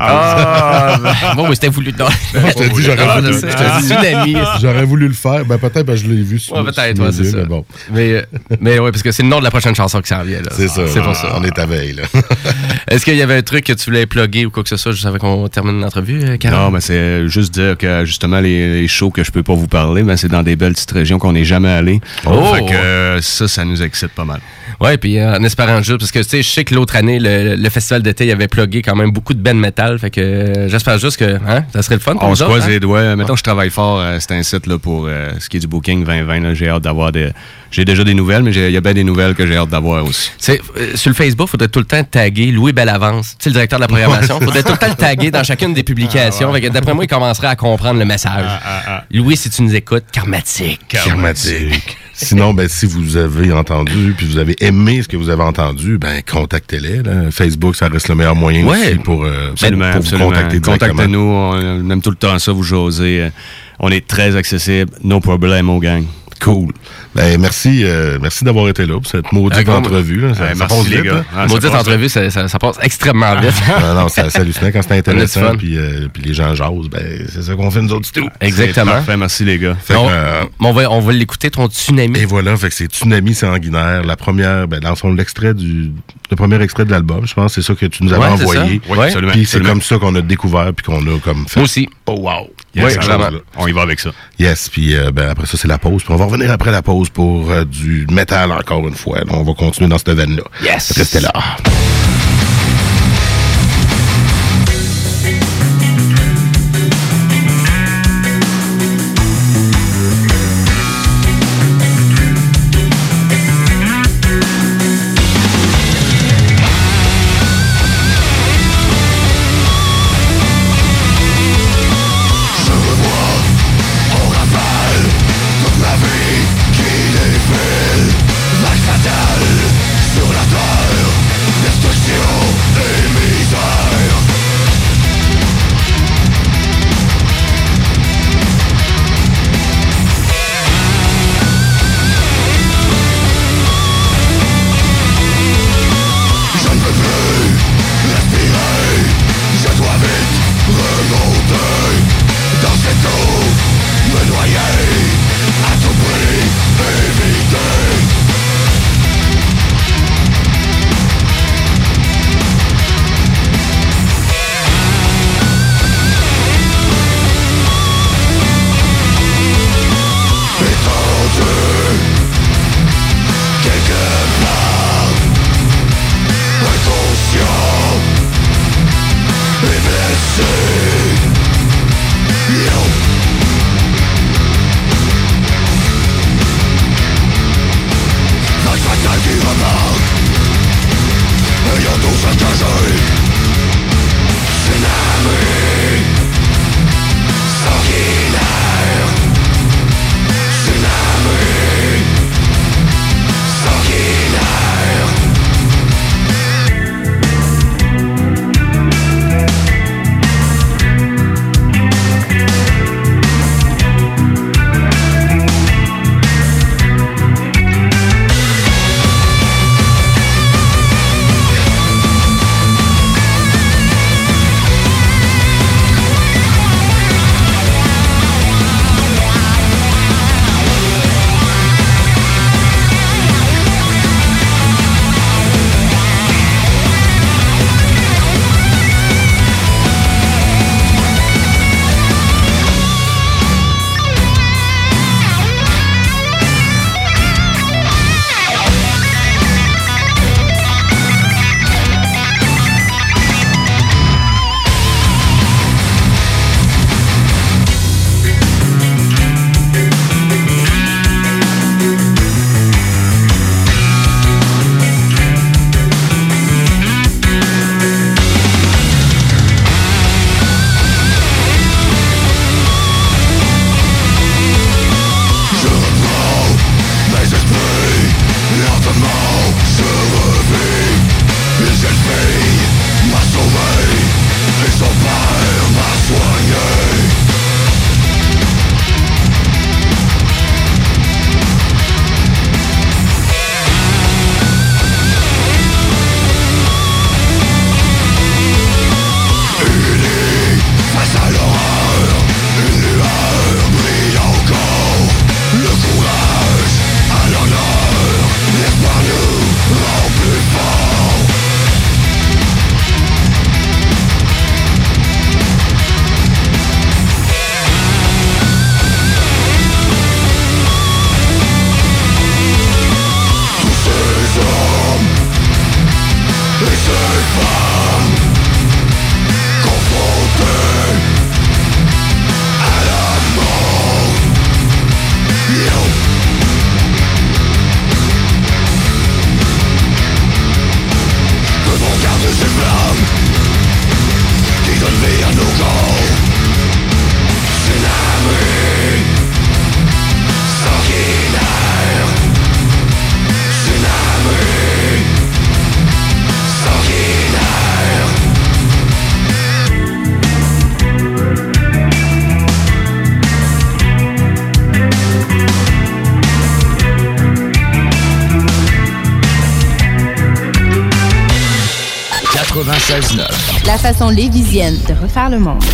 ah, ben, bon, c'était voulu. Non, je te dis, j'aurais voulu. Tsunami. J'aurais voulu le faire. Ben, peut-être parce que je l'ai vu sur, ouais, peut-être, sur ouais, c'est yeux, ça. Mais bon. Mais, mais oui, parce que c'est le nom de la prochaine chanson qui s'en vient. Là. C'est ça. C'est pour ça. On est à veille. Là. Est-ce qu'il y avait un truc que tu voulais plugger ou quoi que ce soit juste avant qu'on termine l'entrevue, Karl? Non, mais c'est juste dire que justement, les, les shows que je peux pas vous parler, ben, c'est dans des belles petites régions qu'on n'est jamais allé. Oh! Fait que euh, ça, ça nous excite pas mal. Ouais, puis euh, en espérant juste, parce que tu sais, je sais que l'autre année, le, le festival d'été, il avait plugué quand même beaucoup de band metal, fait que euh, j'espère juste que hein, ça serait le fun pour on nous se autres. croise hein? les doigts. Mettons, je travaille fort, euh, c'est un site là, pour euh, ce qui est du booking vingt vingt. Là, j'ai hâte d'avoir des... J'ai déjà des nouvelles, mais il y a bien des nouvelles que j'ai hâte d'avoir aussi. C'est, euh, sur le Facebook, il faudrait tout le temps taguer Louis Bellavance, tu sais, le directeur de la programmation. Il faudrait tout le temps le taguer dans chacune des publications. Ah, ouais. Fait que d'après moi, il commencerait à comprendre le message. Ah, ah, ah. Louis, si tu nous écoutes, Karmatique. Karmatique. Sinon, ben, si vous avez entendu, puis vous avez aimé ce que vous avez entendu, ben, contactez-les. Là. Facebook, ça reste le meilleur moyen ouais. aussi pour, euh, absolument, pour absolument. vous contacter directement. Contactez-nous, on aime tout le temps ça, vous jaser. On est très accessible, no problem, au gang. Cool. Ben, merci, euh, merci d'avoir été là pour cette maudite D'accord, entrevue. Là. Ça, ouais, ça merci passe les vite, gars. Hein? Ah, maudite entrevue, ça, ça, ça passe extrêmement vite. non, non, c'est hallucinant quand c'est intéressant. Puis, euh, puis les gens jasent. Ben, c'est ça qu'on fait nous autres du tout. Exactement. Parfait, merci les gars. Fait on, que, euh, on va, on va l'écouter, ton Tsunami. Et voilà, fait que c'est Tsunami sanguinaire. La première, ben, dans le fond, l'extrait du, le premier extrait de l'album, je pense, c'est ça que tu nous avais ouais, envoyé. Oui, absolument. Puis c'est comme ça qu'on a découvert puis qu'on a comme fait. Moi aussi. Oh wow. Yes, oui, vraiment. On y va avec ça. Yes, puis euh, ben, après ça, c'est la pause. Puis on va revenir après la pause pour euh, du métal encore une fois. Là, on va continuer dans cette veine-là. Yes. Restez là. quatre-vingt-seize neuf. La façon lévisienne de refaire le monde.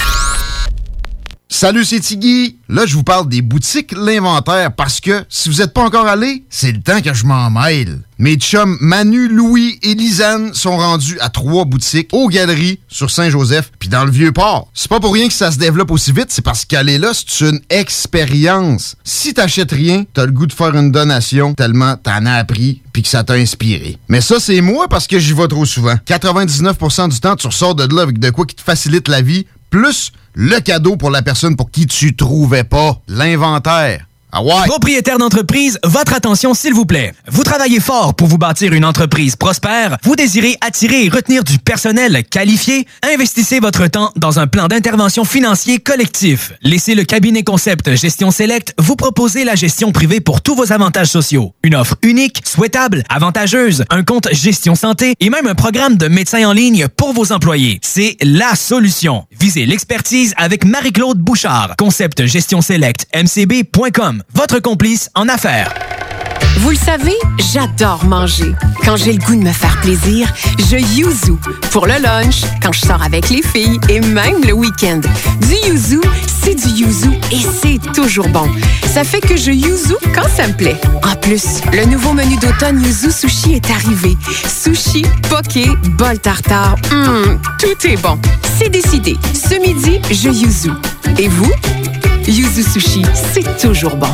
Salut, c'est Tiggy. Là, je vous parle des boutiques L'Inventaire parce que si vous n'êtes pas encore allé, c'est le temps que je m'en mêle. Mes chums Manu, Louis et Lisanne sont rendus à trois boutiques aux Galeries sur Saint-Joseph puis dans le Vieux-Port. C'est pas pour rien que ça se développe aussi vite, c'est parce qu'aller là, c'est une expérience. Si t'achètes rien, t'as le goût de faire une donation tellement t'en as appris puis que ça t'a inspiré. Mais ça, c'est moi parce que j'y vais trop souvent. quatre-vingt-dix-neuf pour cent du temps, tu ressors de là avec de quoi qui te facilite la vie, plus le cadeau pour la personne pour qui tu trouvais pas. L'Inventaire. Ah ouais. Propriétaire d'entreprise, votre attention s'il vous plaît. Vous travaillez fort pour vous bâtir une entreprise prospère. Vous désirez attirer et retenir du personnel qualifié. Investissez votre temps dans un plan d'intervention financier collectif. Laissez le cabinet Concept Gestion Select vous proposer la gestion privée pour tous vos avantages sociaux. Une offre unique, souhaitable, avantageuse, un compte gestion santé et même un programme de médecin en ligne pour vos employés. C'est la solution. Visez l'expertise avec Marie-Claude Bouchard. Concept Gestion Select M C B point com. Votre complice en affaires. Vous le savez, j'adore manger. Quand j'ai le goût de me faire plaisir, je yuzu. Pour le lunch, quand je sors avec les filles et même le week-end. Du yuzu, c'est du yuzu et c'est toujours bon. Ça fait que je yuzu quand ça me plaît. En plus, le nouveau menu d'automne Yuzu Sushi est arrivé. Sushi, poké, bol tartare, hum, tout est bon. C'est décidé. Ce midi, je yuzu. Et vous? Yuzu Sushi, c'est toujours bon.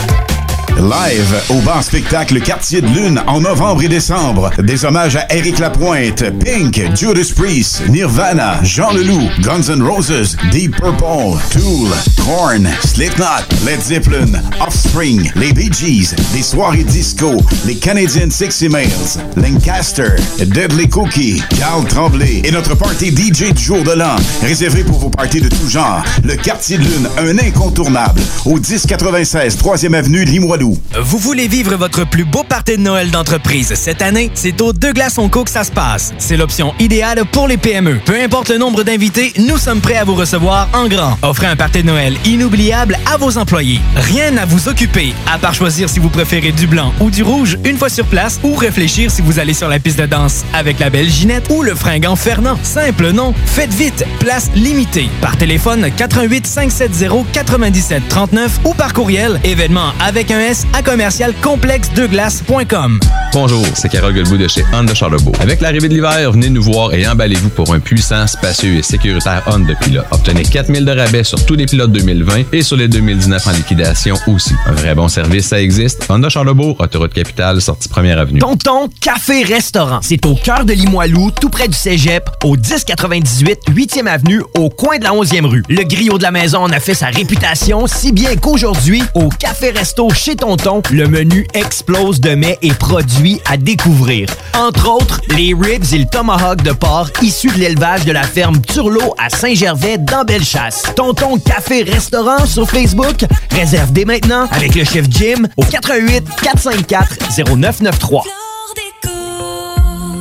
Live au bar spectacle Quartier de Lune en novembre et décembre. Des hommages à Éric Lapointe, Pink, Judas Priest, Nirvana, Jean Leloup, Guns N' Roses, Deep Purple, Tool, Korn, Slipknot, Led Zeppelin, Offspring, les Bee Gees, des soirées disco, les Canadian Sexy Males, Lancaster, Deadly Cookie, Carl Tremblay et notre party D J du jour de l'an. Réservé pour vos parties de tout genre. Le Quartier de Lune, un incontournable. Au dix quatre-vingt-seize troisième avenue Limoilou. Vous voulez vivre votre plus beau party de Noël d'entreprise cette année? C'est au Deux Glaces Onco que ça se passe. C'est l'option idéale pour les P M E. Peu importe le nombre d'invités, nous sommes prêts à vous recevoir en grand. Offrez un party de Noël inoubliable à vos employés. Rien à vous occuper, à part choisir si vous préférez du blanc ou du rouge une fois sur place ou réfléchir si vous allez sur la piste de danse avec la belle Ginette ou le fringant Fernand. Simple, non? Faites vite, place limitée. Par téléphone quatre un huit cinq sept zéro neuf sept trois neuf ou par courriel événement avec un S à commercial complexe deux glaces point com. Bonjour, c'est Carole Guilbeault de chez Honda Charlebourg. Avec l'arrivée de l'hiver, venez nous voir et emballez-vous pour un puissant, spacieux et sécuritaire Honda Pilot. Obtenez quatre mille de rabais sur tous les pilotes deux mille vingt et sur les deux mille dix-neuf en liquidation aussi. Un vrai bon service, ça existe. Honda Charlebourg, autoroute capitale, sortie première avenue. Tonton Café Restaurant. C'est au cœur de Limoilou, tout près du cégep, au dix quatre-vingt-dix-huit huitième avenue, au coin de la onzième rue. Le griot de la maison en a fait sa réputation, si bien qu'aujourd'hui, au Café Resto chez Tonton, le menu explose de mets et produits à découvrir. Entre autres, les ribs et le tomahawk de porc issus de l'élevage de la ferme Turlot à Saint-Gervais dans Bellechasse. Tonton Café Restaurant sur Facebook. Réserve dès maintenant avec le chef Jim au quatre un huit quatre cinq quatre zéro neuf neuf trois.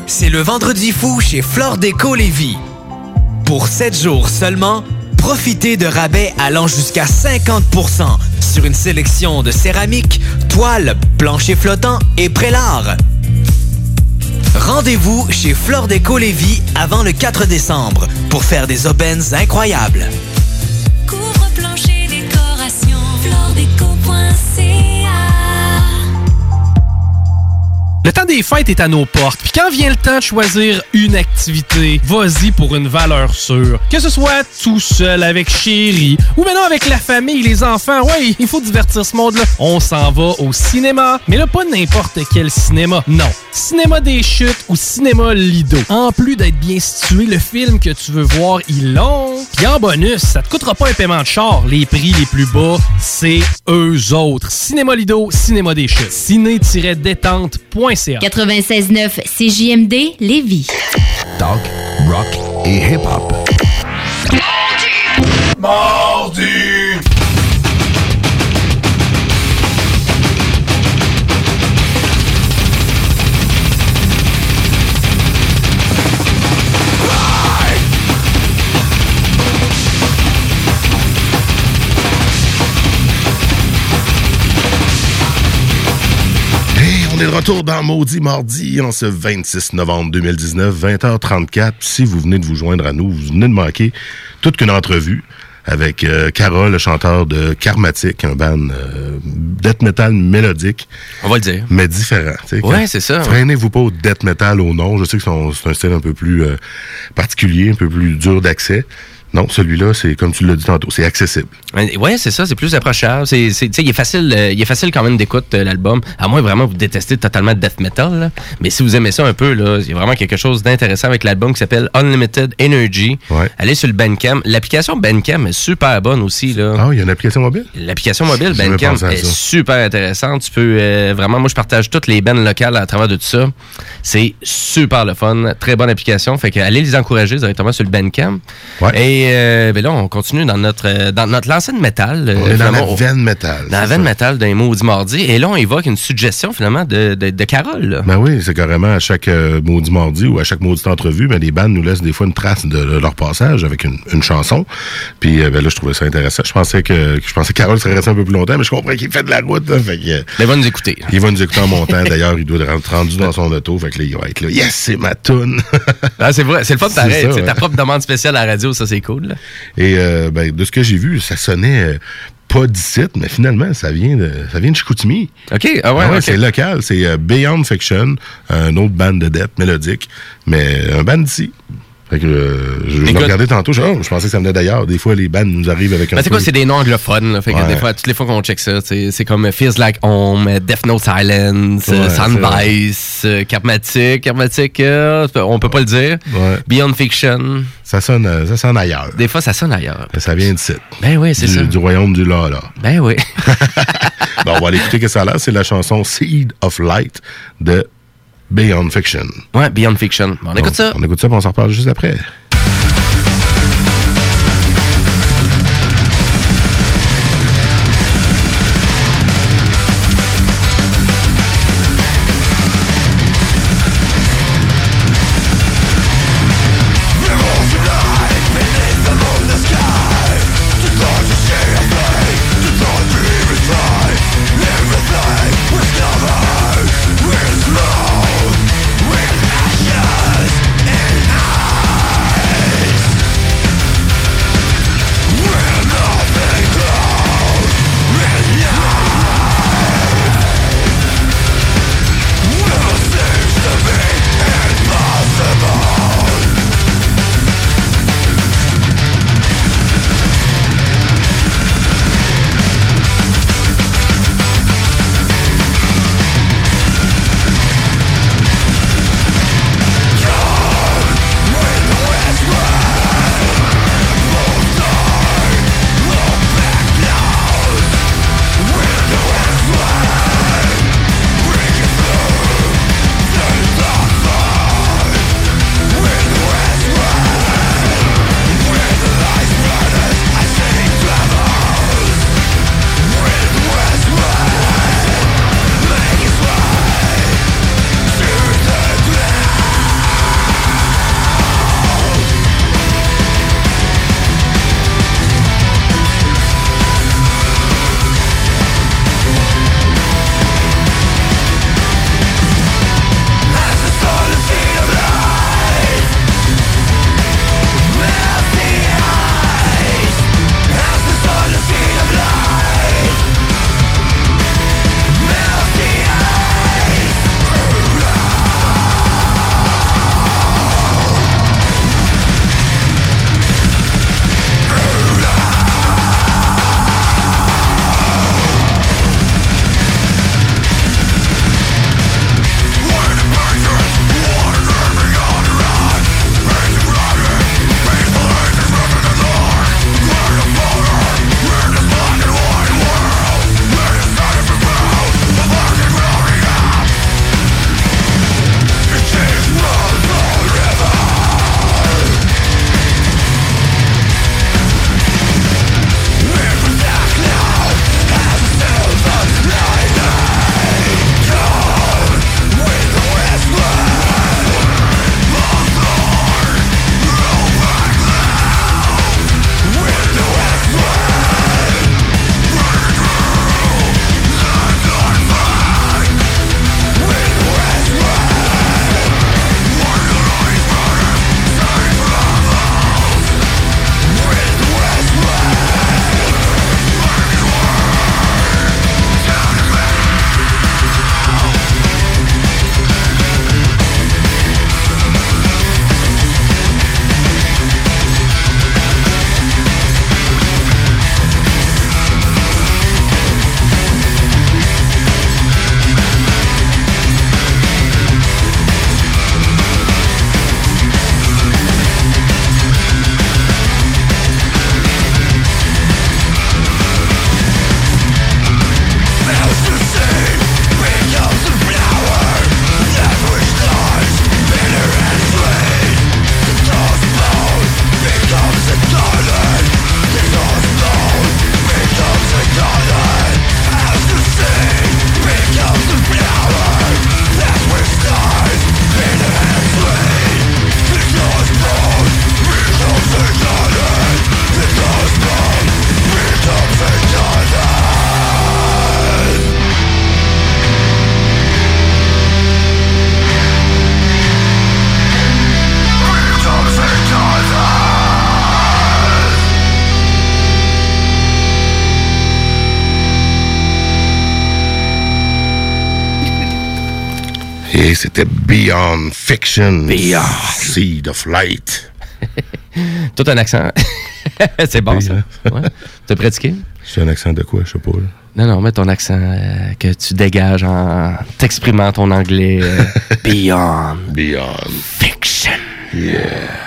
c'est le Vendredi fou chez Flore Déco Lévis. Pour sept jours seulement, profitez de rabais allant jusqu'à cinquante pour cent sur une sélection de céramique, toiles, planchers flottants et prélards. Rendez-vous chez Flore Déco Lévis avant le quatre décembre pour faire des aubaines incroyables. Couvre-plancher décoration, floredeco point c a. Le temps des fêtes est à nos portes. Puis quand vient le temps de choisir une activité, vas-y pour une valeur sûre. Que ce soit tout seul, avec chérie, ou maintenant avec la famille, les enfants. Ouais, il faut divertir ce monde-là. On s'en va au cinéma. Mais là, pas n'importe quel cinéma. Non. Cinéma des Chutes ou Cinéma Lido. En plus d'être bien situé, le film que tu veux voir, ils l'ont. Puis en bonus, ça te coûtera pas un paiement de char. Les prix les plus bas, c'est eux autres. Cinéma Lido, Cinéma des Chutes. ciné tiret détente point c a. quatre-vingt-seize neuf C J M D Lévis. Talk, rock et hip-hop. Mardi! On est de retour dans Maudit Mardi en ce vingt-six novembre deux mille dix-neuf, vingt heures trente-quatre. Si vous venez de vous joindre à nous, vous venez de manquer toute qu'une entrevue avec euh, Carole, le chanteur de Karmatic, un band euh, death metal mélodique. On va le dire. Mais différent. Ouais, c'est ça. Freinez-vous ouais. pas au death metal au nom. Je sais que c'est un style un peu plus euh, particulier, un peu plus dur d'accès. Non, celui-là, c'est comme tu l'as dit tantôt, c'est accessible. Ouais, c'est ça, c'est plus approchable. C'est, c'est, il est facile, euh, il est facile quand même d'écoute euh, l'album. À moins vraiment vous détestez totalement le death metal, là. Mais si vous aimez ça un peu, là, il y a vraiment quelque chose d'intéressant avec l'album qui s'appelle Unlimited Energy. Ouais. Allez sur le Bandcamp. L'application Bandcamp est super bonne aussi, là. Ah, il y a une application mobile? L'application mobile Bandcamp est super intéressante. Tu peux euh, vraiment, moi je partage toutes les bands locales à travers de tout ça. C'est super le fun, très bonne application. Fait que allez les encourager directement sur le Bandcamp. Ouais. Et euh, ben là, on continue dans notre dans notre lancée de métal. On est dans la veine métal. Dans la veine métal d'un Maudit Mardi. Et là, on évoque une suggestion finalement de, de, de Carole. Là. Ben oui, c'est carrément à chaque euh, Maudit Mardi ou à chaque maudite entrevue, ben, les bandes nous laissent des fois une trace de, de leur passage avec une, une chanson. Puis euh, ben là, je trouvais ça intéressant. Je pensais que je pensais que Carole serait restée un peu plus longtemps, mais je comprends qu'il fait de la route. Hein, fait que, euh, il va nous écouter. Il va nous écouter en montant. D'ailleurs, il doit être rendu dans son auto. Fait que là, il va être là. Yes, c'est ma toune. Ah, c'est vrai. C'est le fun de C'est t'arrêter. ça, C'est ouais. ta propre demande spéciale à la radio, ça, c'est cool. Là. Et euh, ben, de ce que j'ai vu, ça sonnait euh, pas d'ici, mais finalement, ça vient de ça vient de Chicoutimi. OK. Ah ouais, ah ouais okay. C'est local. C'est euh, Beyond Fiction, un autre band de death mélodique, mais un band d'ici. Fait que euh, je, je l'ai regardé tantôt, je, oh, je pensais que ça venait d'ailleurs. Des fois, les bands nous arrivent avec un ben, c'est peu... quoi, c'est des noms anglophones. Là, fait que ouais. des fois, toutes les fois qu'on check ça, c'est comme Feels Like Home, Death Note Silence, ouais, Soundvice, Karmatic. Karmatic, euh, on peut pas le dire. Ouais. Beyond Fiction. Ça sonne, ça sonne ailleurs. Des fois, ça sonne ailleurs. Mais ça vient d'ici. Ben oui, c'est du, ça. Du royaume du Lala. Ben oui. Bon, on va aller écouter que ça a l'air. C'est la chanson Seed of Light de Beyond Fiction. Ouais, Beyond Fiction. Bon, on écoute ça. On écoute ça, puis on s'en reparle juste après. We're Et c'était Beyond Fiction. Beyond. Seed of Light. Tout un accent. C'est bon, oui, ça. Hein? Ouais. T'as pratiqué? C'est un accent de quoi, je sais pas. Là. Non, non, mais ton accent euh, que tu dégages en t'exprimant ton anglais. Euh, Beyond. Beyond. Fiction. Yeah.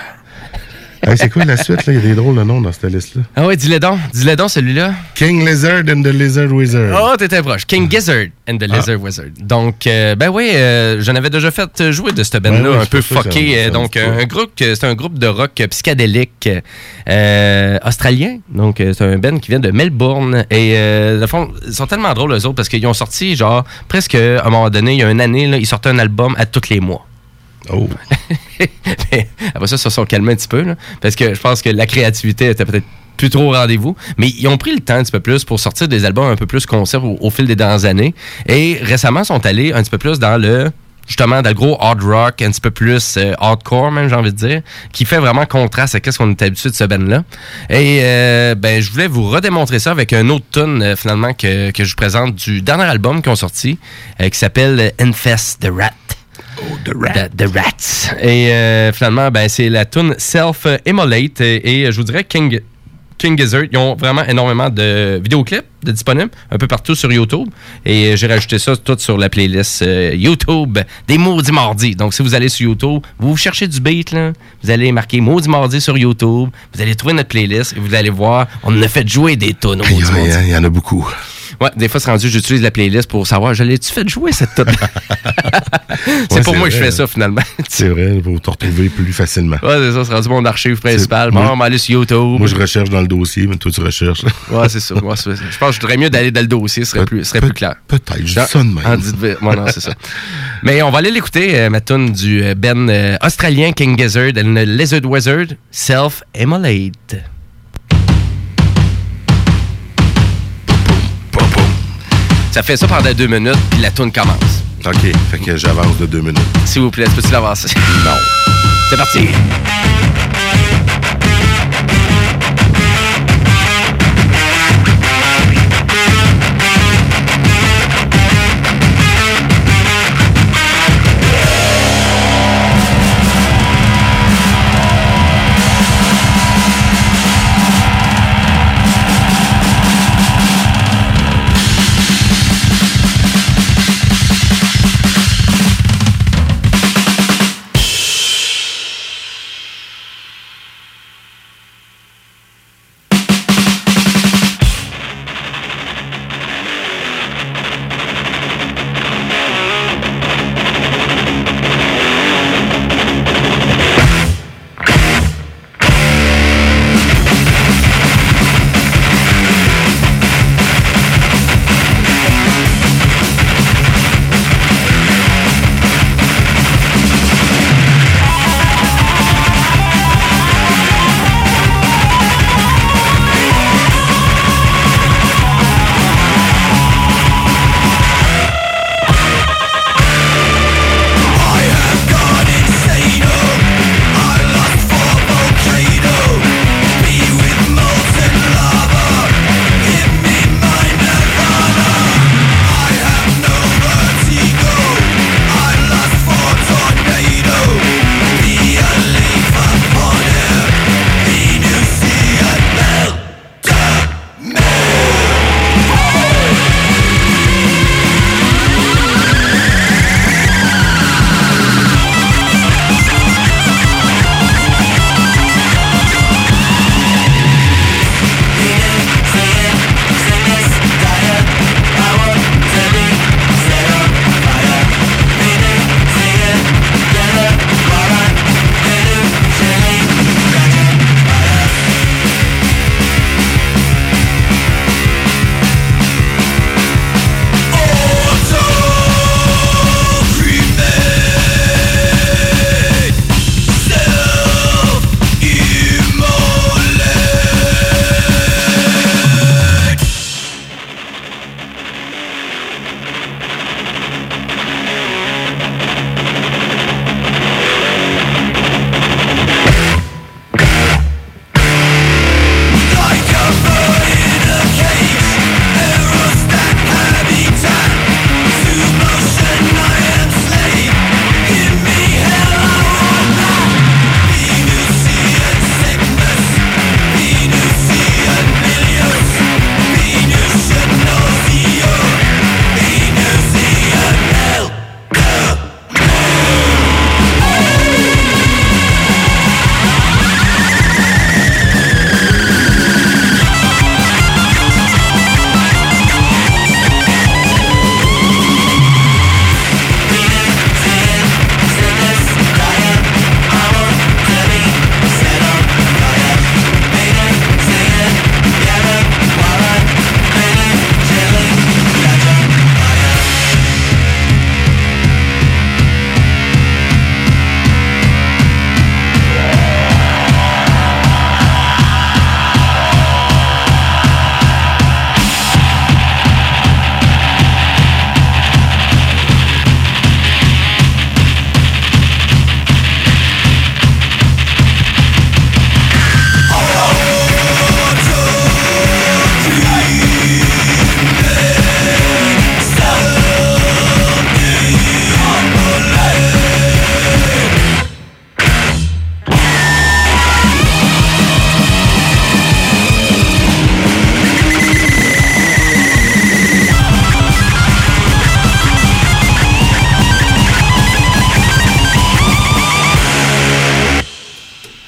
Hey, c'est quoi la suite, là? Il y a des drôles de noms dans cette liste-là. Ah ouais, dis-le donc. Dis-le donc, celui-là. King Lizard and the Lizard Wizard. Oh, t'étais proche. King Gizzard and the Lizard ah. Wizard. Donc, euh, ben oui, euh, j'en avais déjà fait jouer de cette band-là, ben oui, un peu fucké. Donc, un, un groupe, c'est un groupe de rock psychédélique euh, australien. Donc, c'est un band qui vient de Melbourne. Et, euh, de fond, ils sont tellement drôles, eux autres, parce qu'ils ont sorti, genre, presque, à un moment donné, il y a une année, là, ils sortaient un album à tous les mois. Oh! Mais après ça, ils se sont calmés un petit peu, là, parce que je pense que la créativité était peut-être plus trop au rendez-vous. Mais ils ont pris le temps un petit peu plus pour sortir des albums un peu plus concept au, au fil des dernières années. Et récemment, ils sont allés un petit peu plus dans le... justement, dans le gros hard rock, un petit peu plus euh, hardcore, même, j'ai envie de dire, qui fait vraiment contraste à ce qu'on est habitué de ce band-là. Et euh, ben, je voulais vous redémontrer ça avec un autre tune, euh, finalement, que, que je vous présente du dernier album qu'ils ont sorti, euh, qui s'appelle Infest the Rat. Oh, The Rat. The, the Rats. Et euh, finalement, ben, c'est la tune Self-Immolate. Et, et je vous dirais King, King Gizzard, ils ont vraiment énormément de vidéoclips de disponibles un peu partout sur YouTube. Et j'ai rajouté ça tout sur la playlist euh, YouTube des Maudits Mardis. Donc, si vous allez sur YouTube, vous cherchez du beat, là, vous allez marquer Maudits Mardis sur YouTube, vous allez trouver notre playlist et vous allez voir, on a fait jouer des tonnes aux Maudits Mardis. Il y en a beaucoup. Ouais, des fois, c'est rendu, j'utilise la playlist pour savoir, je l'ai-tu fait jouer cette tune? C'est ouais, pour c'est moi vrai, que je fais ça, finalement. C'est vrai, pour te retrouver plus facilement. Ouais, c'est ça, c'est rendu mon archive principal. Bon, on va aller sur YouTube. Moi, je recherche dans le dossier, mais toi, tu recherches. Ouais, c'est ça. Ouais, c'est, je pense que je voudrais mieux d'aller dans le dossier, ce serait, plus, serait plus clair. Peut-être, je dis ça de même. Ouais, non, c'est ça. Mais on va aller l'écouter, euh, ma tune du Ben euh, australien King Gizzard and the Lizard Wizard, Self-Immolate. Ça fait ça pendant deux minutes, puis la tourne commence. OK, fait que j'avance de deux minutes. S'il vous plaît, peux-tu l'avancer? Non. C'est parti!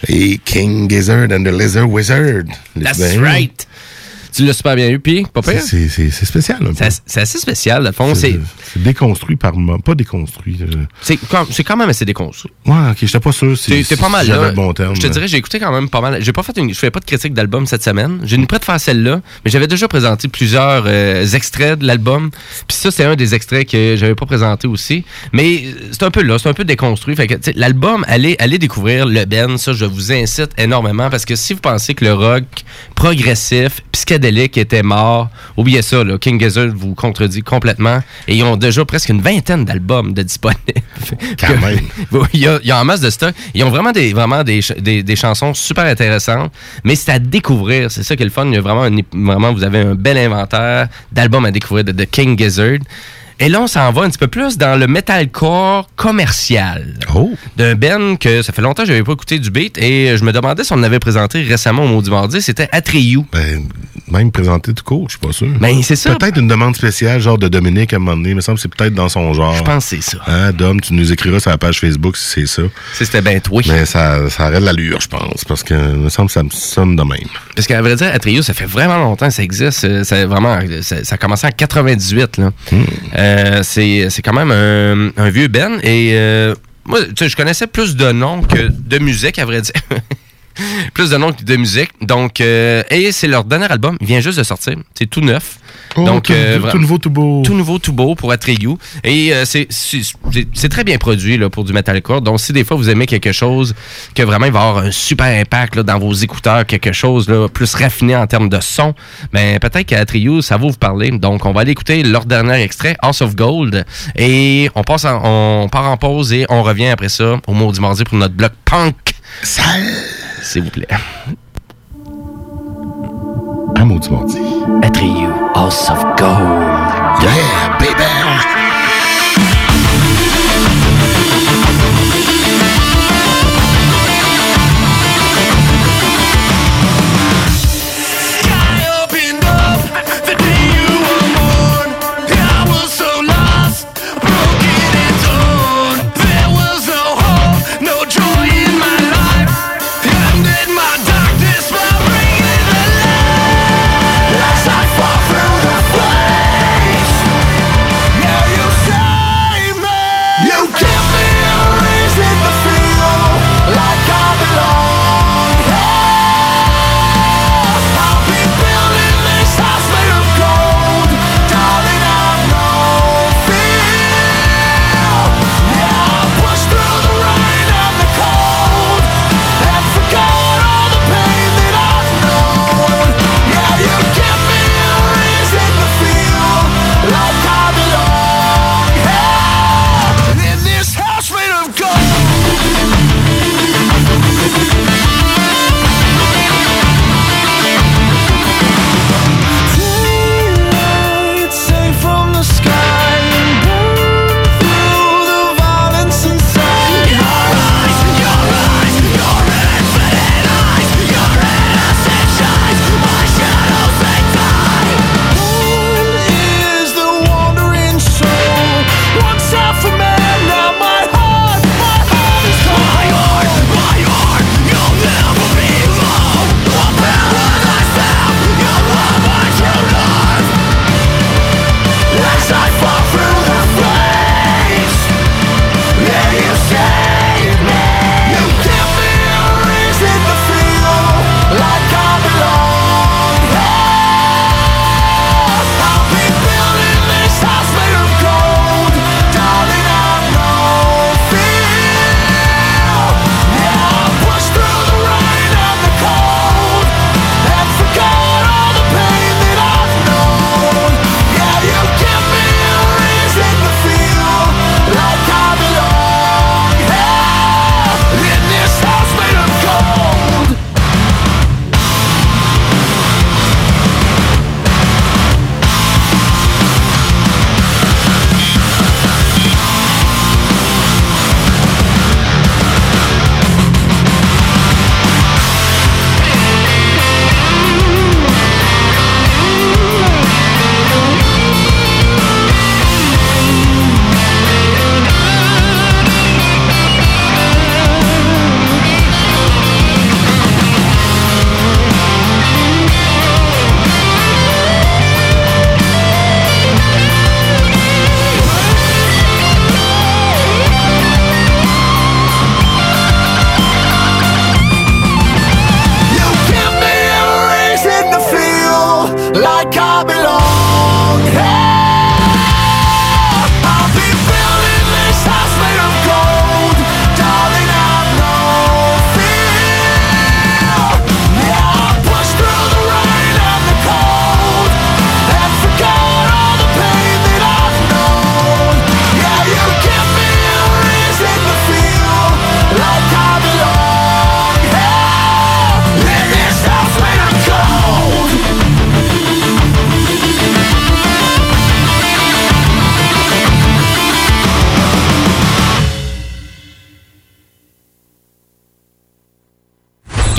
Et King Gizzard and the Lizard Wizard. That's right. Tu l'as super bien eu, puis pas pire? C'est, c'est, c'est spécial, un peu. C'est, c'est assez spécial, dans le fond. C'est, c'est... c'est déconstruit par moi. Pas déconstruit. Euh... C'est, comme, c'est quand même assez déconstruit. Ouais, ok, j'étais pas sûr si, t'es, t'es pas mal si là. j'avais le bon terme. Je te dirais, j'ai écouté quand même pas mal. J'ai pas fait une, je fais pas de critique d'album cette semaine. J'ai une prête de faire celle-là, mais j'avais déjà présenté plusieurs euh, extraits de l'album. Puis ça, c'est un des extraits que j'avais pas présenté aussi. Mais c'est un peu là, c'est un peu déconstruit. Fait que, t'sais, l'album, allez, allez découvrir le Ben. Ça, je vous incite énormément parce que si vous pensez que le rock progressif, psychédélique était mort, oubliez ça, là, King Gizzard vous contredit complètement. Et ils ont déjà presque une vingtaine d'albums de disponibles. Quand même. il, y a, il y a en masse de stock. Ils ont vraiment des, vraiment des, des, des chansons super intéressantes, mais c'est à découvrir. C'est ça qui est le fun. Il y a vraiment, une, vraiment vous avez un bel inventaire d'albums à découvrir de, de King Gizzard. Et là, on s'en va un petit peu plus dans le metalcore commercial. Oh! D'un band que ça fait longtemps que je n'avais pas écouté du beat et je me demandais si on en avait présenté récemment au Maudit Mardi. C'était Atreyu. Ben, même présenté tout court, je suis pas sûr. Ben, c'est ça. Peut-être une demande spéciale, genre de Dominique à un moment donné. Il me semble que c'est peut-être dans son genre. Je pense que c'est ça. Hein, Dom, tu nous écriras sur la page Facebook si c'est ça. Si c'était bien toi. Mais ça, ça aurait de l'allure, je pense, parce que il me semble que ça me sonne de même. Parce qu'à vrai dire, Atreyu, ça fait vraiment longtemps que ça existe. Ça, vraiment, ça, ça a commencé en quatre-vingt-dix-huit. Là. Hmm. Euh, c'est C'est quand même un, un vieux Ben. Et euh, moi, tu sais, je connaissais plus de noms que de musique, à vrai dire. Plus de noms que de musique. Donc, euh, et c'est leur dernier album. Il vient juste de sortir. C'est tout neuf. Oh, Donc, tout, euh, tout nouveau, tout beau. Tout nouveau, tout beau pour Atreyu. Et euh, c'est, c'est, c'est très bien produit là, pour du metalcore. Donc, si des fois vous aimez quelque chose que vraiment il va avoir un super impact là, dans vos écouteurs, quelque chose là, plus raffiné en termes de son, ben, peut-être qu'Atreyu, ça va vous parler. Donc, on va aller écouter leur dernier extrait, House of Gold. Et on, passe en, on part en pause et on revient après ça au Maudit Mardi pour notre bloc punk. Sale! S'il vous plaît. Un Maudit Mardi. Atreyu, House of Gold. Yeah, baby! Now you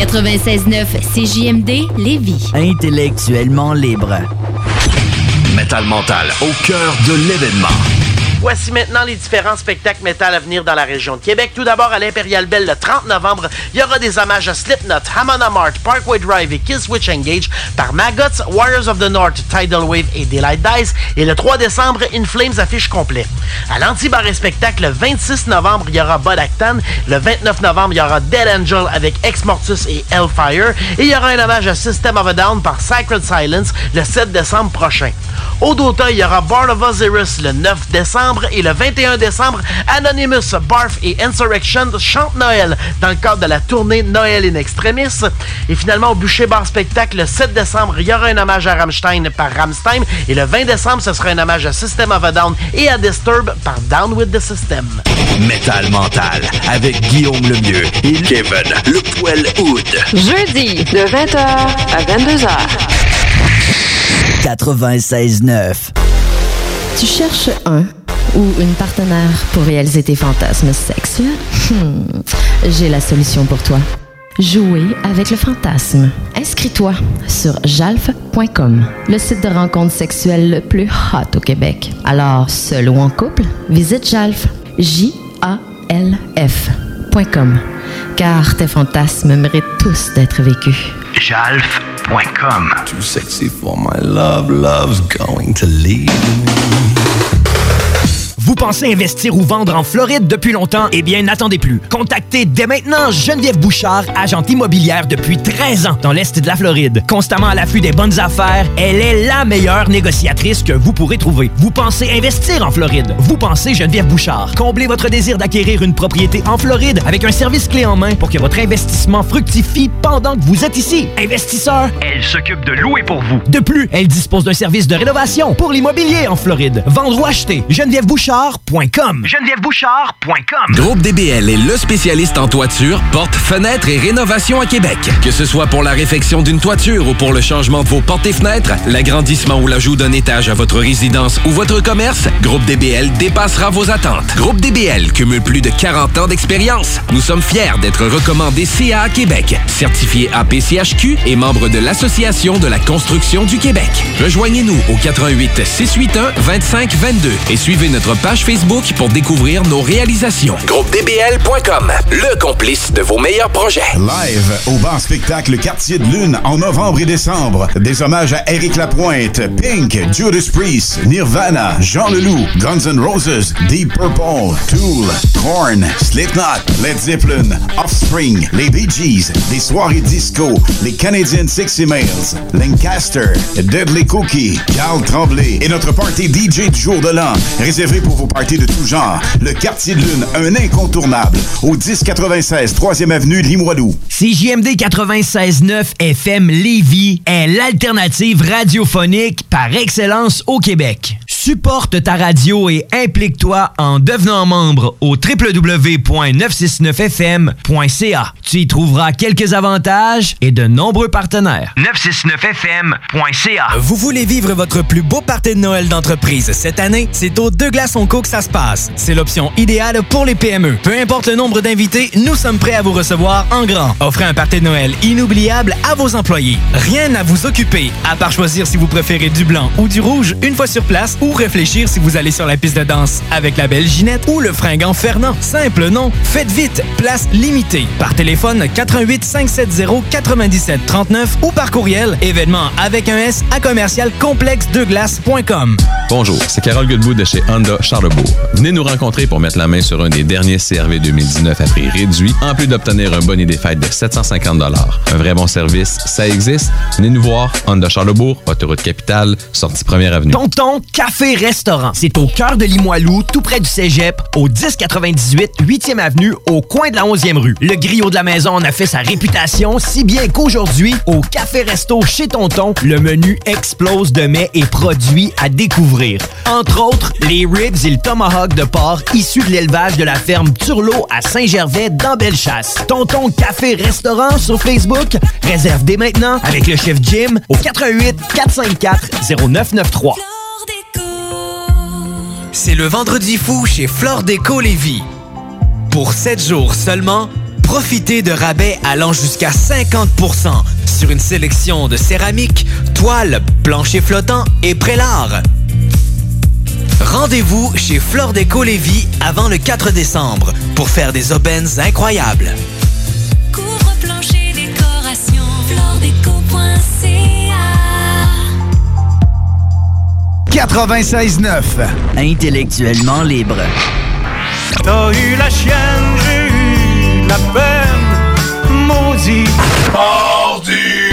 quatre-vingt-seize neuf C J M D Lévis. Intellectuellement libre. Metal Mental, au cœur de l'événement. Voici maintenant les différents spectacles métal à venir dans la région de Québec. Tout d'abord, à l'Impérial Belle, le trente novembre, il y aura des hommages à Slipknot, Amon Amarth, Parkway Drive et Killswitch Engage par Maggots, Warriors of the North, Tidal Wave et Daylight Dice. Et le trois décembre, In Flames affiche complet. À l'Antibar et Spectacle, le vingt-six novembre, il y aura Bud Actan. Le vingt-neuf novembre, il y aura Dead Angel avec Ex Mortus et Hellfire. Et il y aura un hommage à System of a Down par Sacred Silence le sept décembre prochain. Au Dota, il y aura Born of Osiris le neuf décembre et le vingt et un décembre, Anonymous, Barf et Insurrection chantent Noël dans le cadre de la tournée Noël in Extremis. Et finalement, au Bûcher Bar Spectacle, le sept décembre, il y aura un hommage à Rammstein par Rammstein et le vingt décembre, ce sera un hommage à System of a Down et à Disturbed par Down with the System. Metal Mental avec Guillaume Lemieux et Kevin Le Poil Hood. Jeudi de vingt heures à vingt-deux heures. quatre-vingt-seize neuf. Tu cherches un ou une partenaire pour réaliser tes fantasmes sexuels? Hmm. J'ai la solution pour toi. Jouer avec le fantasme. Inscris-toi sur jalf point com, le site de rencontre sexuelle le plus hot au Québec. Alors, seul ou en couple, visite Jalf, J A L F point com, car tes fantasmes méritent tous d'être vécus. jalf point com. Too sexy for my love, love's going to leave me. Vous pensez investir ou vendre en Floride depuis longtemps? Eh bien, n'attendez plus. Contactez dès maintenant Geneviève Bouchard, agente immobilière depuis treize ans dans l'Est de la Floride. Constamment à l'affût des bonnes affaires, elle est la meilleure négociatrice que vous pourrez trouver. Vous pensez investir en Floride? Vous pensez Geneviève Bouchard. Comblez votre désir d'acquérir une propriété en Floride avec un service clé en main pour que votre investissement fructifie pendant que vous êtes ici. Investisseur, elle s'occupe de louer pour vous. De plus, elle dispose d'un service de rénovation pour l'immobilier en Floride. Vendre ou acheter, Geneviève Bouchard. Geneviève Bouchard point com. Groupe D B L est le spécialiste en toiture, portes, fenêtres et rénovation à Québec. Que ce soit pour la réfection d'une toiture ou pour le changement de vos portes et fenêtres, l'agrandissement ou l'ajout d'un étage à votre résidence ou votre commerce, Groupe D B L dépassera vos attentes. Groupe D B L cumule plus de quarante ans d'expérience. Nous sommes fiers d'être recommandés C A A Québec, certifié A P C H Q et membre de l'Association de la construction du Québec. Rejoignez-nous au quatre un huit, six huit un, deux cinq deux deux et suivez notre page Facebook pour découvrir nos réalisations. Groupe D B L point com, le complice de vos meilleurs projets. Live au bar spectacle Quartier de Lune en novembre et décembre. Des hommages à Éric Lapointe, Pink, Judas Priest, Nirvana, Jean Leloup, Guns N' Roses, Deep Purple, Tool, Korn, Slipknot, Led Zeppelin, Offspring, les Bee Gees, des soirées disco, les Canadian Sexy Males, Lancaster, Deadly Cookie, Carl Tremblay et notre party D J du jour de l'an. Réservé pour vos parties de tout genre. Le Quartier de Lune, un incontournable. Au dix quatre-vingt-seize troisième avenue Limoilou. C J M D quatre-vingt-seize neuf F M Lévis est l'alternative radiophonique par excellence au Québec. Supporte ta radio et implique-toi en devenant membre au w w w point neuf cent soixante-neuf f m point c a. Tu y trouveras quelques avantages et de nombreux partenaires. neuf cent soixante-neuf f m point c a. Vous voulez vivre votre plus beau party de Noël d'entreprise cette année? C'est au Deux Glaces On Co que ça se passe. C'est l'option idéale pour les P M E. Peu importe le nombre d'invités, nous sommes prêts à vous recevoir en grand. Offrez un party de Noël inoubliable à vos employés. Rien à vous occuper, à part choisir si vous préférez du blanc ou du rouge une fois sur place ou réfléchir si vous allez sur la piste de danse avec la belle Ginette ou le fringant Fernand. Simple, non? Faites vite, place limitée. Par téléphone quatre un huit, cinq sept zéro, neuf sept trois neuf ou par courriel événement avec un S à commercial complexe deux glaces point com. Bonjour, c'est Carole Goodwood de chez Honda Charlebourg. Venez nous rencontrer pour mettre la main sur un des derniers C R V deux mille dix-neuf à prix réduit, en plus d'obtenir un bonus des fêtes de sept cent cinquante dollars. Un vrai bon service, ça existe. Venez nous voir, Honda Charlebourg, autoroute Capitale, sortie première avenue. Tonton Café Restaurant. C'est au cœur de Limoilou, tout près du Cégep, au dix quatre-vingt-dix-huit huitième avenue, au coin de la onzième rue. Le griot de la maison en a fait sa réputation, si bien qu'aujourd'hui, au Café Resto chez Tonton, le menu explose de mets et produits à découvrir. Entre autres, les ribs et le tomahawk de porc issus de l'élevage de la ferme Turlot à Saint-Gervais dans Bellechasse. Tonton Café Restaurant sur Facebook. Réserve dès maintenant avec le chef Jim au quatre un huit, quatre cinq quatre, zéro neuf neuf trois. C'est le vendredi fou chez Flore Déco Lévis. Pour sept jours seulement, Profitez de rabais allant jusqu'à cinquante pour cent sur une sélection de céramique, toiles, planchers flottants et prélards. Rendez-vous chez Flore Déco Lévis avant le quatre décembre pour faire des aubaines incroyables. Couvre-plancher décoration, floredeco point c a. quatre-vingt-seize neuf. Intellectuellement libre. T'as eu la chienne, j'ai eu de la peine, maudit. Mardi.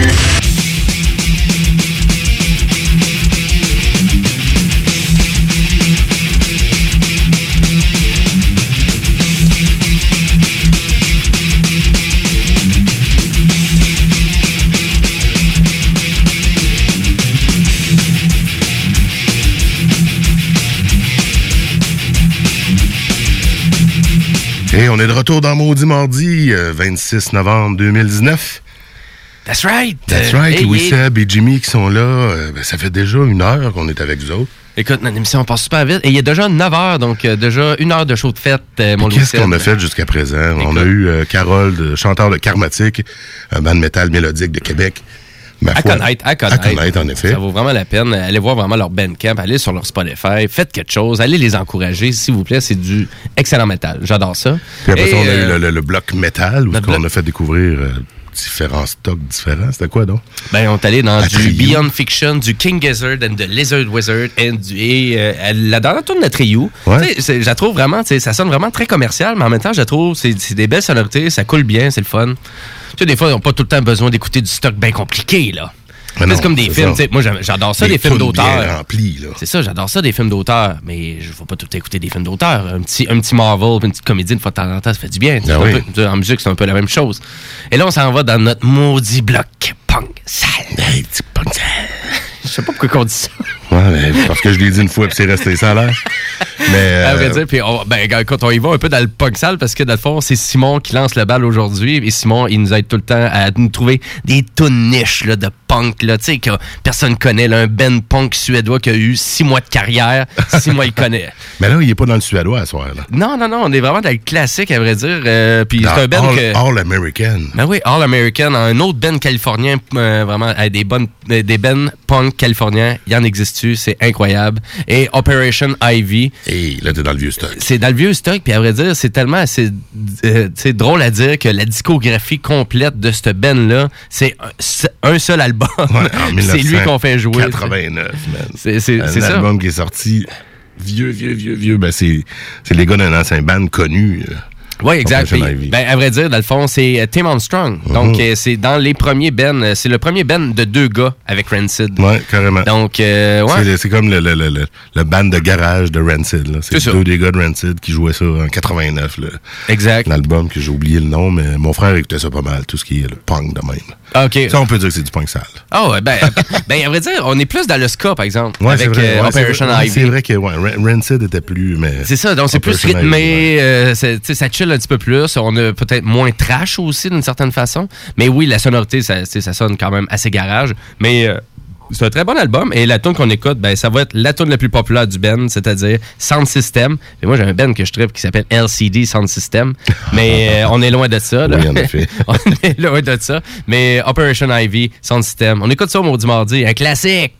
Et on est de retour dans Maudit Mardi, euh, vingt-six novembre deux mille dix-neuf. That's right. That's Euh, right. hey, Louis hey. Seb et Jimmy qui sont là. Euh, ben, ça fait déjà une heure qu'on est avec vous autres. Écoute, notre émission passe super vite. Et il y a déjà neuf heures, donc euh, déjà une heure de show de fête, euh, mon Louis Qu'est-ce Seb. qu'on a fait jusqu'à présent? On a eu euh, Carole, de, chanteur de Karmatique, un band de métal mélodique de Québec. Ma À foi, connaître, à connaître. À connaître, en effet. Ça vaut vraiment la peine. Allez voir vraiment leur Bandcamp, allez sur leur Spotify, faites quelque chose, allez les encourager, s'il vous plaît. C'est du excellent métal. J'adore ça. Puis après Et, ça, on a euh, eu le, le- le bloc métal, où notre on bloc- a fait découvrir euh, différents stocks différents. C'était quoi, donc? Ben, on est allé dans À du Trio. Beyond Fiction, du King Gizzard and the Lizard Wizard, et, du, et euh, la dernière tourne de Trio. Ouais. Tu sais, c'est- je la trouve vraiment, tu sais, ça sonne vraiment très commercial, mais en même temps, je la trouve, c'est c'est des belles sonorités, ça coule bien, c'est le fun. Tu sais, des fois, ils n'ont pas tout le temps besoin d'écouter du stock bien compliqué, là. Mais non, C'est comme des c'est films, ça. tu sais, moi j'aime- j'adore ça, Des les films tunes bien d'auteur. remplies, là. C'est ça, j'adore ça, des films d'auteur, mais je ne vais pas tout écouter des films d'auteur. Un petit, un petit Marvel, puis une petite comédie, une fois de temps en temps, ça fait du bien. Ah C'est un oui. peu- tu sais, en musique, c'est un peu la même chose. Et là, on s'en va dans notre maudit bloc punk sale. Hey, petit punk sale. Je sais pas pourquoi on dit ça. Ouais, mais parce que je l'ai dit une fois, puis c'est resté ça, là. Mais. euh, À vrai dire, puis on, ben, écoute, on y va un peu dans le punk sale parce que dans le fond, c'est Simon qui lance le bal aujourd'hui. Et Simon, il nous aide tout le temps à nous trouver des tunes niches là, de punk, là, tu sais, que personne connaît. Là, un band punk suédois qui a eu six mois de carrière. Six mois, il connaît. Mais là, il est pas dans le suédois à soir, là. Non, non, non, on est vraiment dans le classique, à vrai dire. Euh, puis Dans c'est un band All, que... All American. Ben oui, All American, un autre band californien, euh, vraiment, avec des bonnes, euh, des bands punk californiens, il y en existe-tu, c'est incroyable. Et Operation Ivy. Et là, t'es dans le vieux stock. C'est dans le vieux stock, puis à vrai dire, c'est tellement assez euh, tu sais, drôle à dire que la discographie complète de cette band-là, c'est un, c'est un seul album. Ouais, en c'est lui qu'on fait jouer. quatre-vingt-neuf, man. C'est c'est- Un c'est ça. album qui est sorti vieux, vieux, vieux, vieux. Ben, c'est c'est les gars d'un ancien band connu. euh, Oui, exact. Operation Puis, Ivy. ben, à vrai dire, dans le fond, c'est euh, Tim Armstrong. Donc, euh, c'est dans les premiers bands. euh, C'est le premier band de deux gars avec Rancid. Ouais, carrément. Donc, euh, ouais. C'est- C'est comme le, le, le, le, le band de garage de Rancid. là. C'est C'est ça. deux des gars de Rancid qui jouaient ça en quatre-vingt-neuf. Là. Exact. L'album que j'ai oublié le nom, mais mon frère écoutait ça pas mal, tout ce qui est le punk de même. Ah, OK. Ça, on peut dire que c'est du punk sale. Ah, ouais, ben, ben, à vrai dire, on est plus dans le ska, par exemple, Ouais, avec c'est vrai. euh, Ouais, c'est Operation vrai. Ouais, Ivy. C'est vrai que ouais, Ra- Rancid était plus. mais C'est ça, donc c'est plus Operation Ivy, rythmé, euh, c'est- tu sais, ça chill un petit peu plus. On a peut-être moins trash aussi, d'une certaine façon. Mais oui, la sonorité, ça, tu sais, ça sonne quand même assez garage. Mais euh, c'est un très bon album. Et la tune qu'on écoute, ben, ça va être la tune la plus populaire du band, c'est-à-dire Sound System. Et moi, j'ai un band que je tripe qui s'appelle L C D Sound System. Mais euh, on est loin de ça. Là. Oui, en effet. on est loin de ça. Mais Operation Ivy, Sound System. On écoute ça au Maudit Mardi, un classique.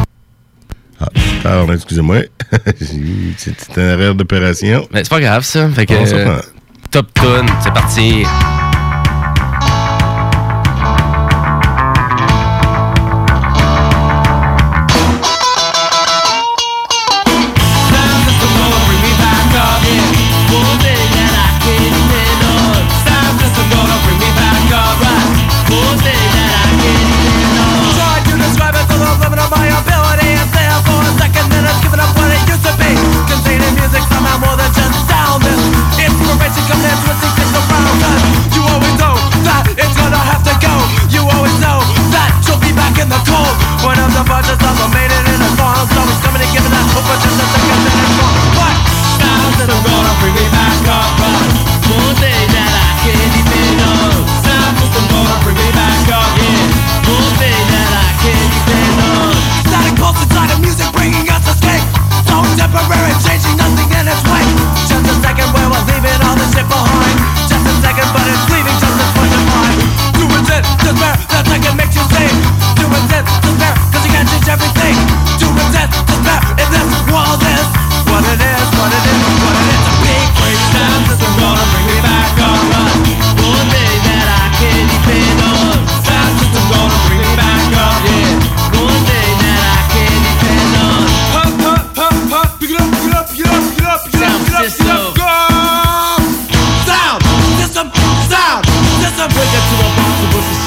Ah, pardon, excusez-moi. C'est c'est un erreur d'opération. Mais c'est pas grave, ça. Fait que, On s'en euh, prend. top tune, c'est parti. Try to describe it to the limit of my ability. And there for a second, then I've given up what it used to be. Containing music somehow more than just sound. Inspiration coming in twisting things around us. You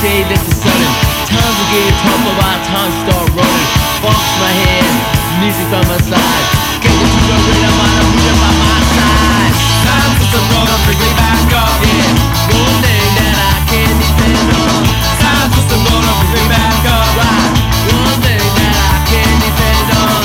shade that's the sudden. Times are getting tough, about time to start running. Box my head, music by my side. Get the to the rhythm, I'm moving by my side. Time for some roll up, bring me back up, yeah. One thing that I can't depend on. Time for some roll up, bring me back up, right. One thing that I can't depend on.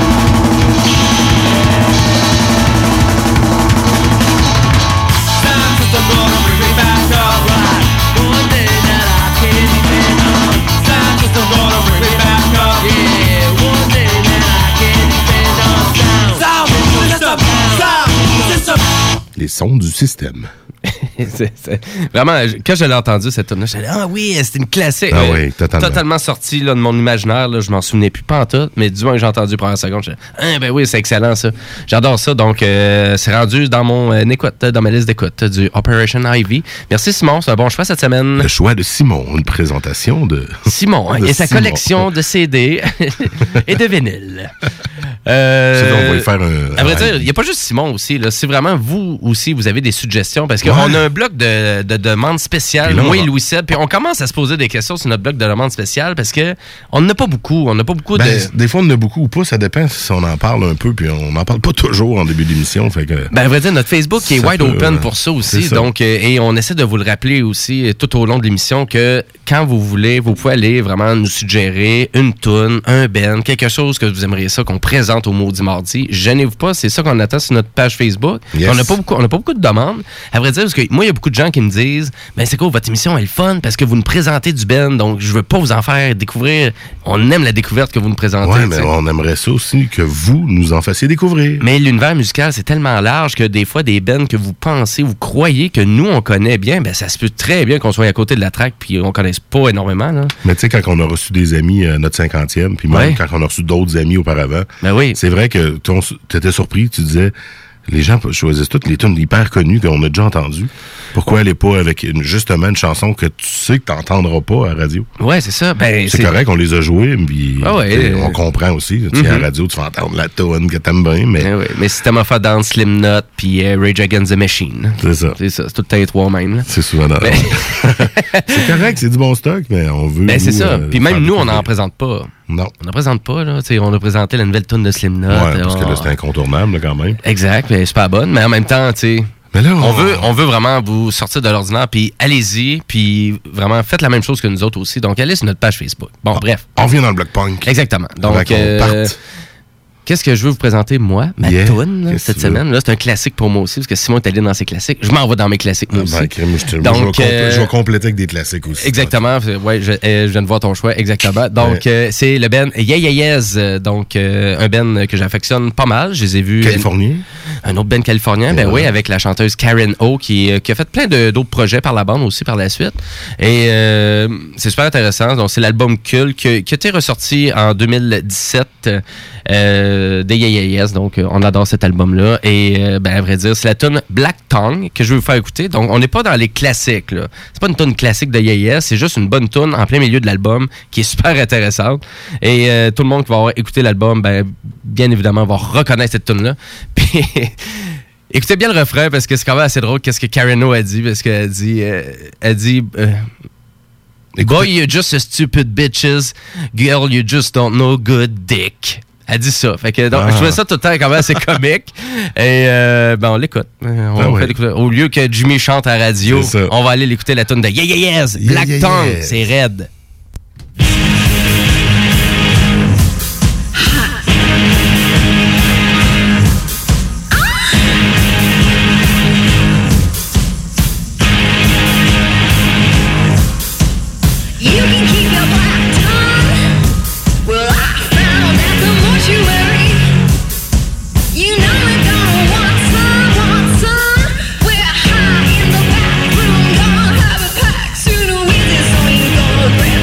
Time for some roll up, bring me back up, right. One thing that I can't depend on. Time for some roll up, bring me back up, yeah. One thing that I can't depend on. Sound, sound, sound, system. Les sons du système. c'est, c'est... Vraiment, quand je l'ai entendu cette tune-là, j'ai dit ah oui, c'était une classique. Ah oui, totalement. Totalement sorti là, de mon imaginaire. Là, je m'en souvenais plus pas en tout, mais du moins que j'ai entendu pendant la seconde, j'ai dit ah ben oui, c'est excellent ça. J'adore ça. Donc, euh, c'est rendu dans mon euh, écoute, dans ma liste d'écoute du Operation Ivy. Merci Simon, c'est un bon choix cette semaine. Le choix de Simon, une présentation de Simon de et sa Simon. collection de C D et de vinyles. Euh, C'est on va y faire un. À vrai dire, il n'y a pas juste Simon aussi. Là. C'est vraiment vous aussi, vous avez des suggestions parce qu'on Ouais. a un bloc de, de demandes spéciales, Puis là, moi on et va- Louis Seb, puis on commence à se poser des questions sur notre bloc de demandes spéciales parce que on n'a pas beaucoup. On n'a pas beaucoup Ben, de. Des fois, on en a beaucoup ou pas, ça dépend si on en parle un peu, puis on n'en parle pas toujours en début d'émission. Fait que. Ben, à vrai dire, notre Facebook est Ça wide peut, open euh, pour ça c'est aussi. ça. Donc, euh, et on essaie de vous le rappeler aussi euh, tout au long de l'émission que quand vous voulez, vous pouvez aller vraiment nous suggérer une toune, un band, quelque chose que vous aimeriez ça qu'on présente au Maudit Mardi. Gênez-vous pas, c'est ça qu'on attend sur notre page Facebook. Yes. On n'a pas beaucoup, on n'a pas beaucoup de demandes. À vrai dire, parce que moi, il y a beaucoup de gens qui me disent, ben c'est cool, votre émission est le fun parce que vous nous présentez du band, donc je veux pas vous en faire découvrir. On aime la découverte que vous nous présentez. Ouais, tu mais sais. on aimerait ça aussi que vous nous en fassiez découvrir. Mais l'univers musical, c'est tellement large que des fois, des bands que vous pensez, vous croyez que nous, on connaît bien, ben ça se peut très bien qu'on soit à côté de la track puis on connaisse pas énormément. Là. Mais tu sais, quand on a reçu des amis à notre cinquantième, puis même Ouais. quand on a reçu d'autres amis auparavant, ben oui. c'est vrai que tu étais surpris, tu disais, les gens choisissent toutes les tunes hyper connues qu'on a déjà entendues. Pourquoi aller pas avec une, justement une chanson que tu sais que tu n'entendras pas à la radio? Ouais, c'est ça. Ben, c'est, c'est correct, on les a jouées, puis Ah ouais, t'sais, euh, on comprend aussi. Tu sais, à la mhm. radio, tu vas entendre la tune que t'aimes bien, mais... Ben oui. Mais System of a Down, Slim Knot puis euh, Rage Against the Machine. C'est ça. C'est ça. C'est tout le temps les trois mêmes. Là. C'est souvent dans Ben- C'est correct, c'est du bon stock, mais on veut... Ben, c'est nous, ça. euh, Puis même faire nous, on découvrir. n'en présente pas. Non. On n'en présente pas. Là. T'sais, on a présenté la nouvelle tune de Slim Knot. Ouais, parce que on- là, c'est incontournable, là, quand même. Exact, mais c'est pas bonne, mais en même temps, tu sais. Mais là, on... on- veut, on veut vraiment vous sortir de l'ordinaire, puis allez-y, puis vraiment faites la même chose que nous autres aussi. Donc, allez sur notre page Facebook. Bon, bref. On vient dans le bloc punk. Exactement. Avant Donc, qu'on euh, parte. qu'est-ce que je veux vous présenter, moi, ma Yeah. toune, là, Qu'est-ce cette que tu veux? semaine? Là, c'est un classique pour moi aussi, parce que Simon est allé dans ses classiques. Je m'en vais dans mes classiques, moi Ah, aussi. ben, crème, je, te- Donc, je, vais compl- euh, je vais compléter avec des classiques aussi. Exactement. Ouais, je, euh, je viens de voir ton choix. Exactement. Donc, Ouais. euh, c'est le band Yeah Yeah Yes. euh, Donc, euh, un band que j'affectionne pas mal. Je les ai vus. Californien? Un autre band californien, ben Ouais. oui, avec la chanteuse Karen O, qui, euh, qui a fait plein de- d'autres projets par la bande aussi par la suite. Et euh, c'est super intéressant. Donc, c'est l'album Cul qui, qui a été ressorti en deux mille dix-sept euh, des Yeah Yeah Yes. Donc, euh, on adore cet album-là. Et, euh, ben, à vrai dire, c'est la tune Black Tongue que je vais vous faire écouter. Donc, on n'est pas dans les classiques, là. C'est pas une tune classique de Yeah Yes, c'est juste une bonne tune en plein milieu de l'album qui est super intéressante. Et euh, tout le monde qui va avoir écouté l'album, ben, bien évidemment, va reconnaître cette tune-là. Puis, écoutez bien le refrain parce que c'est quand même assez drôle qu'est-ce que Karen O a dit, parce qu'elle dit, euh, elle dit, euh, Boy, you're just a stupid bitches. Girl, you just don't know good dick. Elle dit ça. Fait que, donc, Ah. je trouvais ça tout le temps quand même assez comique. Et euh, ben, on l'écoute. Euh, On Ah fait ouais. l'écouter. Au lieu que Jimmy chante à la radio, C'est ça. on va aller l'écouter la tune de Yeah Yeah Yes, Yeah, Black yeah, Tongue. yes. C'est raide. You can keep your black tongue. Well, I found at the mortuary. You know we're gonna want some, want some. We're high in the back room, gonna have a pack sooner with this, so you gonna grab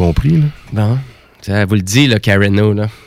compris. Là. Bon. Elle vous le dit, là, Karen O, là.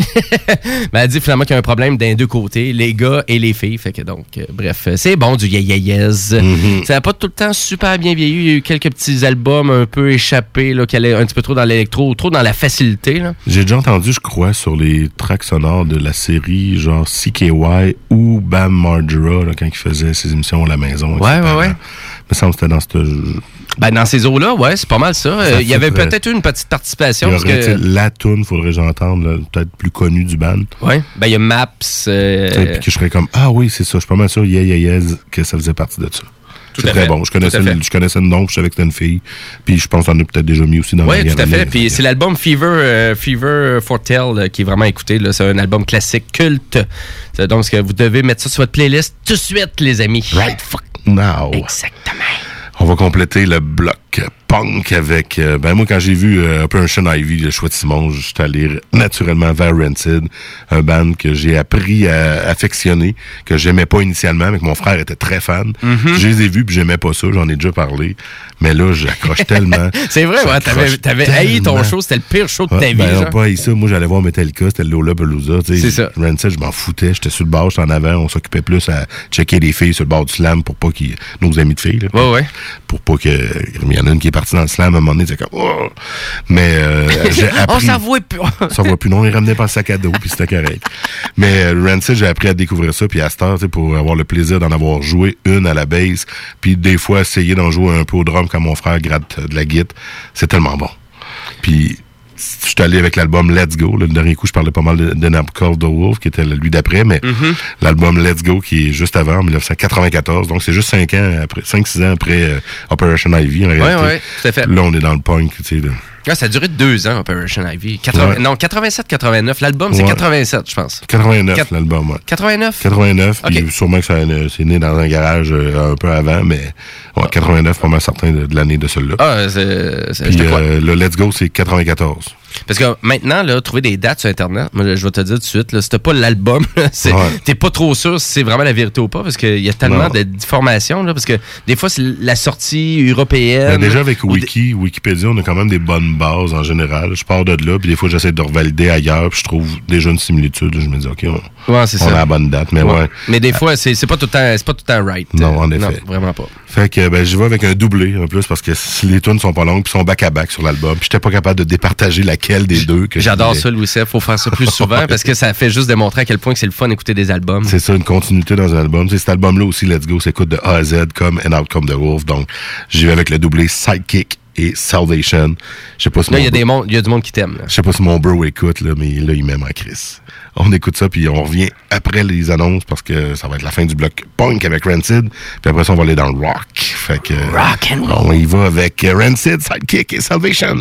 Mais elle dit finalement qu'il y a un problème d'un deux côtés, les gars et les filles. Fait que donc, euh, bref, c'est bon du yeah-yeah-yes. Mm-hmm. Ça n'a pas tout le temps super bien vieilli. Il y a eu quelques petits albums un peu échappés, là, qui allaient un petit peu trop dans l'électro, trop dans la facilité. Là. J'ai déjà entendu, je crois, sur les tracks sonores de la série, genre C K Y ou Bam Margera, là, quand il faisait ses émissions à la maison. Ouais, ouais, ouais. Il me semble que c'était dans cette... Ben, dans ces eaux-là, ouais, c'est pas mal ça. ça euh, il y avait très... peut-être une petite participation. Il y parce aurait, que... la toune, faudrait que j'entende, là, peut-être plus connue du band. Ouais. Ben, il y a Maps. Euh... Puis que je serais comme, ah oui, c'est ça. Je suis pas mal sûr, yeah, yeah, yes, que ça faisait partie de ça. Tout c'est à très fait. bon. Je connaissais, une, je connaissais une nom, je savais que c'était une fille. Puis je pense qu'on a peut-être déjà mis aussi dans ouais, la Oui, tout à fait. Puis que... c'est l'album Fever, euh, Fever for Tell euh, qui est vraiment écouté. Là. C'est un album classique, culte. C'est donc que vous devez mettre ça sur votre playlist tout de suite, les amis. Right fuck now. Exactement. On va compléter le bloc punk avec... Euh, ben moi, quand j'ai vu euh, Operation Ivy, le choix de Simon, je suis allé naturellement vers Rancid, un band que j'ai appris à affectionner, que j'aimais pas initialement, mais que mon frère était très fan. Mm-hmm. Je les ai vus, puis j'aimais pas ça, j'en ai déjà parlé. Mais là, j'accroche tellement. C'est vrai, ouais, t'avais, t'avais haï ton show, c'était le pire show de ta ouais, vie. Ben genre. non, pas haï ça. Moi, j'allais voir Metallica, c'était le Lollapalooza. C'est ça. Rancid, je m'en foutais, j'étais sur le bord, j'étais en avant, on s'occupait plus à checker les filles sur le bord du slam pour pas qu'ils... Nos amis de filles, là. Ouais, ouais. Pour pas que... Il y en a une qui est partie dans le slam, à un moment donné, c'est comme... Oh! Mais euh, j'ai appris... On s'en voit plus. On s'en voit plus, non, il ramenait pas le sac à dos, puis c'était correct. Mais euh, Rancid, j'ai appris à découvrir ça, puis à cette heure, pour avoir le plaisir d'en avoir joué une à la bass, puis des fois essayer d'en jouer un peu au drum quand mon frère gratte de la guitare, c'est tellement bon. Puis... je suis allé avec l'album Let's Go. Là, le dernier coup, je parlais pas mal de, de Nabokov the Wolf, qui était lui d'après, mais mm-hmm. l'album Let's Go, qui est juste avant, en dix-neuf cent quatre-vingt-quatorze. Donc, c'est juste cinq ans après, cinq six ans après euh, Operation Ivy, en réalité. Oui, oui, tout à fait. Là, on est dans le punk, tu sais. Là. Ah, ça a duré deux ans, Operation Ivy. quatre-vingts, ouais. Non, quatre-vingt-sept quatre-vingt-neuf. L'album, c'est ouais. quatre-vingt-sept, je pense. quatre-vingt-neuf, Quatre... l'album, ouais. quatre-vingt-neuf? quatre-vingt-neuf, okay. Puis sûrement que ça c'est né dans un garage euh, un peu avant, mais ouais, quatre-vingt-neuf, vraiment certain de, de l'année de celui-là. Ah, c'est... c'est puis euh, le Let's Go, c'est quatre-vingt-quatorze. Parce que maintenant, là, trouver des dates sur Internet, moi, je vais te dire tout de suite, là, si t'as pas l'album, c'est, ouais. t'es pas trop sûr si c'est vraiment la vérité ou pas, parce qu'il y a tellement non. de d'informations, là, parce que des fois, c'est la sortie européenne. Ben déjà, avec Wiki, Wikipédia, on a quand même des bonnes bases en général. Je pars de là, puis des fois, j'essaie de revalider ailleurs, puis je trouve déjà une similitude. Je me dis, OK, on, ouais, c'est on ça. a la bonne date, mais ouais. ouais. Mais des fois, c'est, c'est pas tout le temps, c'est pas tout le temps right. Non, en effet. Non, vraiment pas. Fait que, ben, je vais avec un doublé, en plus, parce que les tunes sont pas longues, puis sont back-à-back sur l'album, puis j'étais pas capable de départager laquelle des deux que j'adore ça, Louis-Seb. Faut faire ça plus souvent parce que ça fait juste démontrer à quel point que c'est le fun d'écouter des albums. C'est ça, une continuité dans un album. T'sais, cet album-là aussi, Let's Go, s'écoute de A à Z comme And Out Come the Wolf. Donc, j'y vais avec le doublé Sidekick et Salvation. Je sais pas si là, il y a des mon... y a du monde qui t'aime. Je sais pas si mon bro écoute, là, mais là, il m'aime en Chris. On écoute ça, puis on revient après les annonces parce que ça va être la fin du bloc punk avec Rancid. Puis après ça, on va aller dans le rock. Fait que, rock and roll. On y va avec Rancid, Sidekick et Salvation.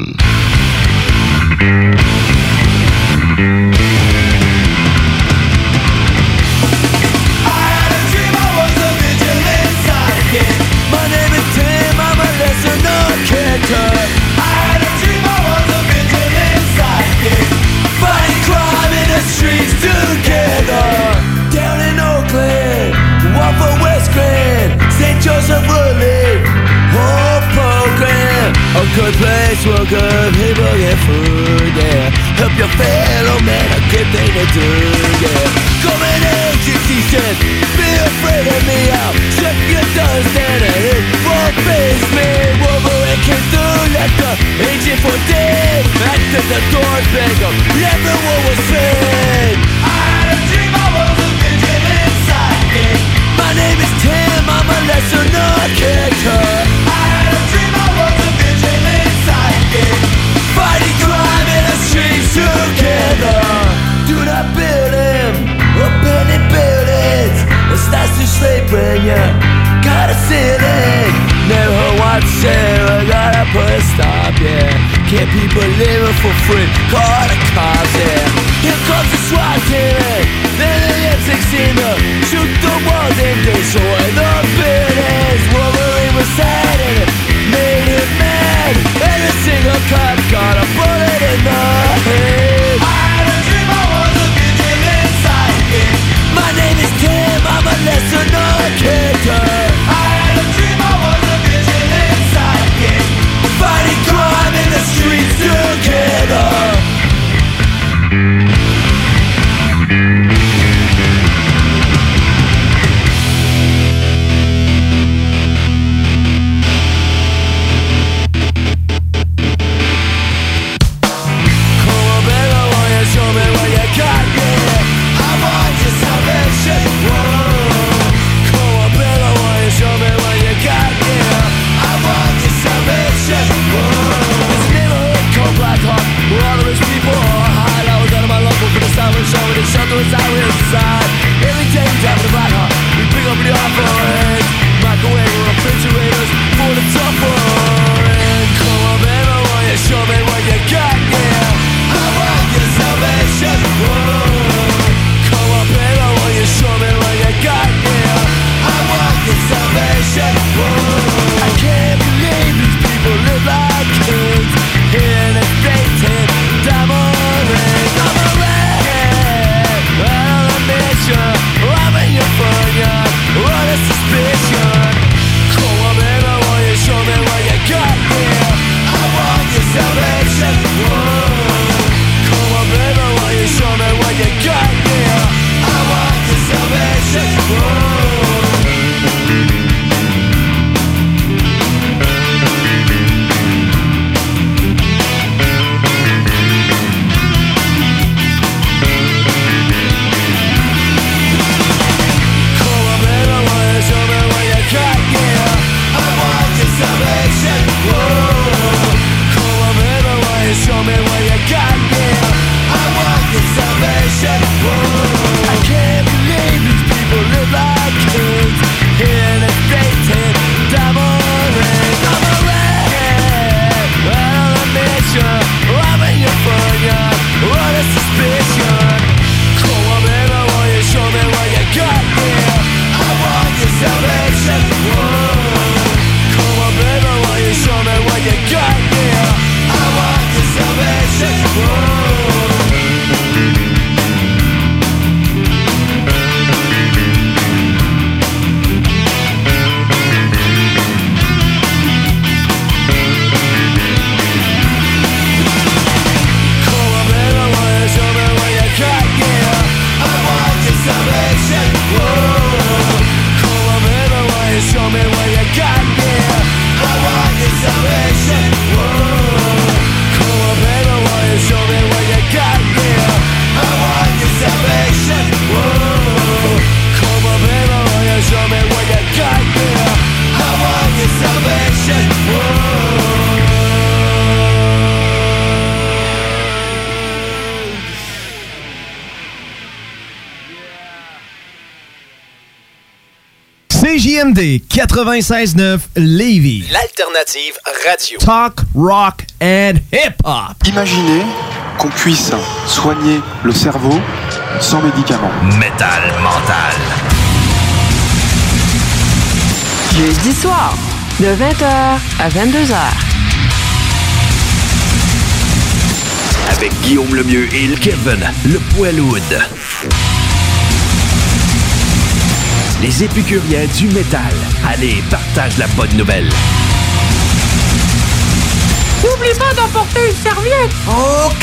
Joseph Woodley, whole program. A good place for good people get food, yeah. Help your fellow man, a good thing to do, yeah. Come and agency said, be afraid of me, I'll check your done stand and it won't face me. Wolverine can do like the agent for days. After the doors bang up, everyone was saying, I had a dream I was a vigilant sidekick. My name is Tim, I'm a lesser known character. I had a dream I was a vigilant sidekick, fighting crime in the streets together. Do not build him, abandoned buildings. It's nice to sleep when you got a ceiling. Never want to say, I gotta put a stop, yeah. Can't people living for free, call the cops, yeah. Here comes the SWAT team, then the M sixteen to shoot the walls and destroy the buildings. Wolverine was sad and it made him mad. Every single cop got a bullet in the head. I had a dream I was a vigilant sidekick. My name is Tim, I'm a lesser known character. I had a dream I was a vigilant sidekick, fighting crime in the streets together. what you got, yeah. I want your salvation. Whoa. I can't believe these people live like kings in a dated diamond ring. I'm a red, right on a mission. Loving your fun, yeah. What a suspicion. Come on, baby, will you show me what you got, yeah. I want your salvation. Whoa. Come on, baby, will you show me what you got, yeah. I want your salvation. Whoa. Salvation, whoa. Come on, baby, why you show me what you got, yeah. I want your salvation, whoa. Come on, baby, why you show me what you got, yeah. I want your salvation, whoa. Come on, baby, why you show me what you got, yeah. I want your salvation, whoa. C J M D quatre-vingt-seize neuf Lévis. L'alternative radio. Talk, rock and hip-hop. Imaginez qu'on puisse soigner le cerveau sans médicaments. Metal mental. Jeudi soir, de vingt heures à vingt-deux heures. Avec Guillaume Lemieux et le Kevin, le Poilhoud. Les épicuriens du métal. Allez, partage la bonne nouvelle. N'oublie pas d'emporter une serviette. OK.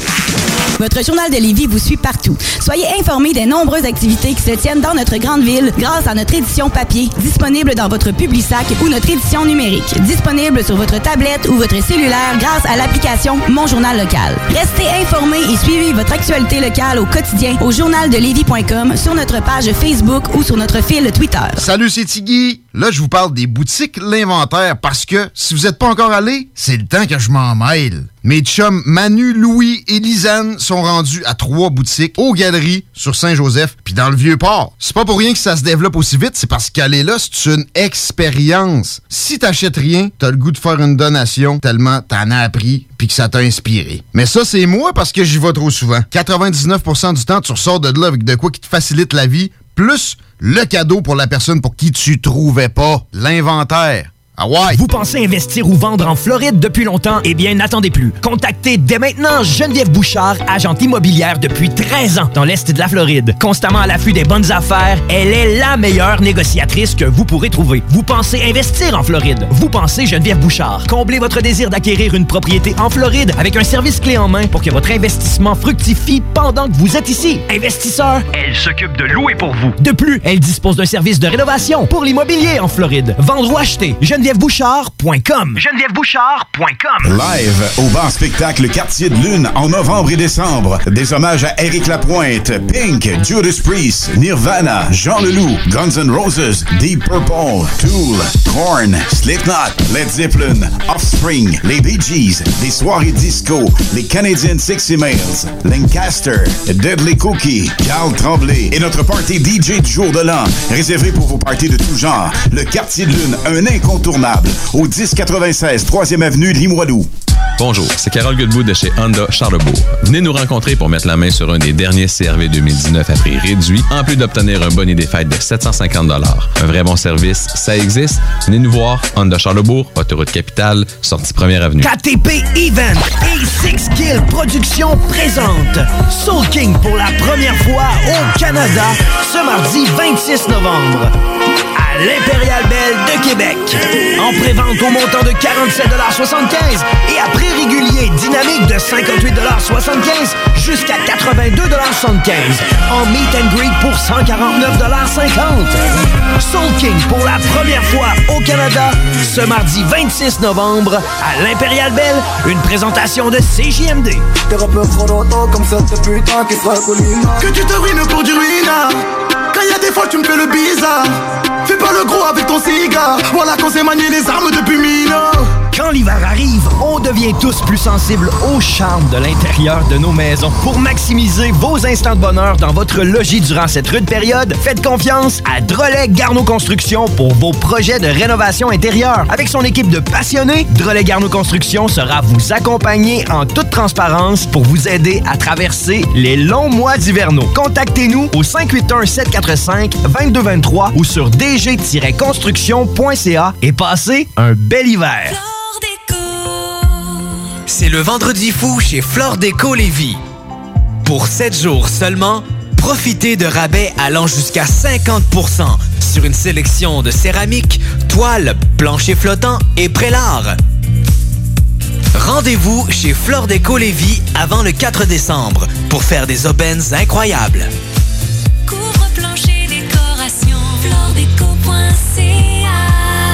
Votre journal de Lévis vous suit partout. Soyez informés des nombreuses activités qui se tiennent dans notre grande ville grâce à notre édition papier, disponible dans votre Publisac ou notre édition numérique, disponible sur votre tablette ou votre cellulaire grâce à l'application Mon Journal Local. Restez informés et suivez votre actualité locale au quotidien au journal de lévis point com, sur notre page Facebook ou sur notre fil Twitter. Salut, c'est Tiggy. Là, je vous parle des boutiques L'Inventaire parce que si vous n'êtes pas encore allé, c'est le temps que je m'en mêle. Mes chums Manu, Louis et Lisanne sont rendus à trois boutiques aux Galeries sur Saint-Joseph puis dans le Vieux-Port. C'est pas pour rien que ça se développe aussi vite, c'est parce qu'aller là, c'est une expérience. Si t'achètes rien, t'as le goût de faire une donation tellement t'en as appris puis que ça t'a inspiré. Mais ça, c'est moi parce que j'y vais trop souvent. quatre-vingt-dix-neuf pour cent du temps, tu ressors de là avec de quoi qui te facilite la vie, plus le cadeau pour la personne pour qui tu trouvais pas. L'Inventaire. Ah ouais. Vous pensez investir ou vendre en Floride depuis longtemps? Eh bien, n'attendez plus. Contactez dès maintenant Geneviève Bouchard, agente immobilière depuis treize ans dans l'Est de la Floride. Constamment à l'affût des bonnes affaires, elle est la meilleure négociatrice que vous pourrez trouver. Vous pensez investir en Floride? Vous pensez Geneviève Bouchard. Comblez votre désir d'acquérir une propriété en Floride avec un service clé en main pour que votre investissement fructifie pendant que vous êtes ici. Investisseur, elle s'occupe de louer pour vous. De plus, elle dispose d'un service de rénovation pour l'immobilier en Floride. Vendre ou acheter, Geneviève Bouchard point com. Geneviève Bouchard point com. Live au bar spectacle Quartier de Lune en novembre et décembre. Des hommages à Éric Lapointe, Pink, Judas Priest, Nirvana, Jean Leloup, Guns N' Roses, Deep Purple, Tool, Korn, Slipknot, Led Zeppelin, Offspring, les Bee Gees, des soirées disco, les Canadian Sexy Males, Lancaster, Deadly Cookie, Carl Tremblay et notre party D J du jour de l'an. Réservé pour vos parties de tout genre. Le Quartier de Lune, un incontournable. Au dix quatre-vingt-seize troisième avenue Limoilou. Bonjour, c'est Carole Goodwood de chez Honda Charlebourg. Venez nous rencontrer pour mettre la main sur un des derniers C R V deux mille dix-neuf à prix réduit, en plus d'obtenir un bonnet des fêtes de sept cent cinquante dollars. Un vrai bon service, ça existe. Venez nous voir, Honda Charlebourg, autoroute Capitale, sortie première avenue. K T P Event et Six Kill Productions présente Soul King pour la première fois au Canada ce mardi vingt-six novembre à l'Impérial Belle de Québec. En prévente au montant de quarante-sept soixante-quinze et à prix régulier dynamique de cinquante-huit soixante-quinze jusqu'à quatre-vingt-deux soixante-quinze. En meet and greet pour cent quarante-neuf cinquante. Soul King pour la première fois au Canada ce mardi vingt-six novembre à l'Impérial Belle, une présentation de C J M D. T'es rappeur trop longtemps comme ça, t'es putain qui sera colina. Que tu te ruines pour du ruinard. Quand y'a des fois tu me fais le bizarre. Fais pas le gros avec ton cigare. Voilà qu'on s'est manié les armes depuis mille ans. Quand l'hiver arrive, on devient tous plus sensibles au charme de l'intérieur de nos maisons. Pour maximiser vos instants de bonheur dans votre logis durant cette rude période, faites confiance à Drolet Garneau Construction pour vos projets de rénovation intérieure. Avec son équipe de passionnés, Drolet Garneau Construction sera vous accompagner en toute transparence pour vous aider à traverser les longs mois d'hivernaux. Contactez-nous au cinq huit un, sept quatre cinq, deux deux deux trois ou sur d g tiret construction point c a et passez un bel hiver. C'est le vendredi fou chez Flore Déco Lévis. Pour sept jours seulement, profitez de rabais allant jusqu'à cinquante pour cent sur une sélection de céramique, toiles, planchers flottants et prélards. Rendez-vous chez Flore Déco Lévis avant le quatre décembre pour faire des aubaines incroyables. Couvre-plancher décoration, floredeco point c a.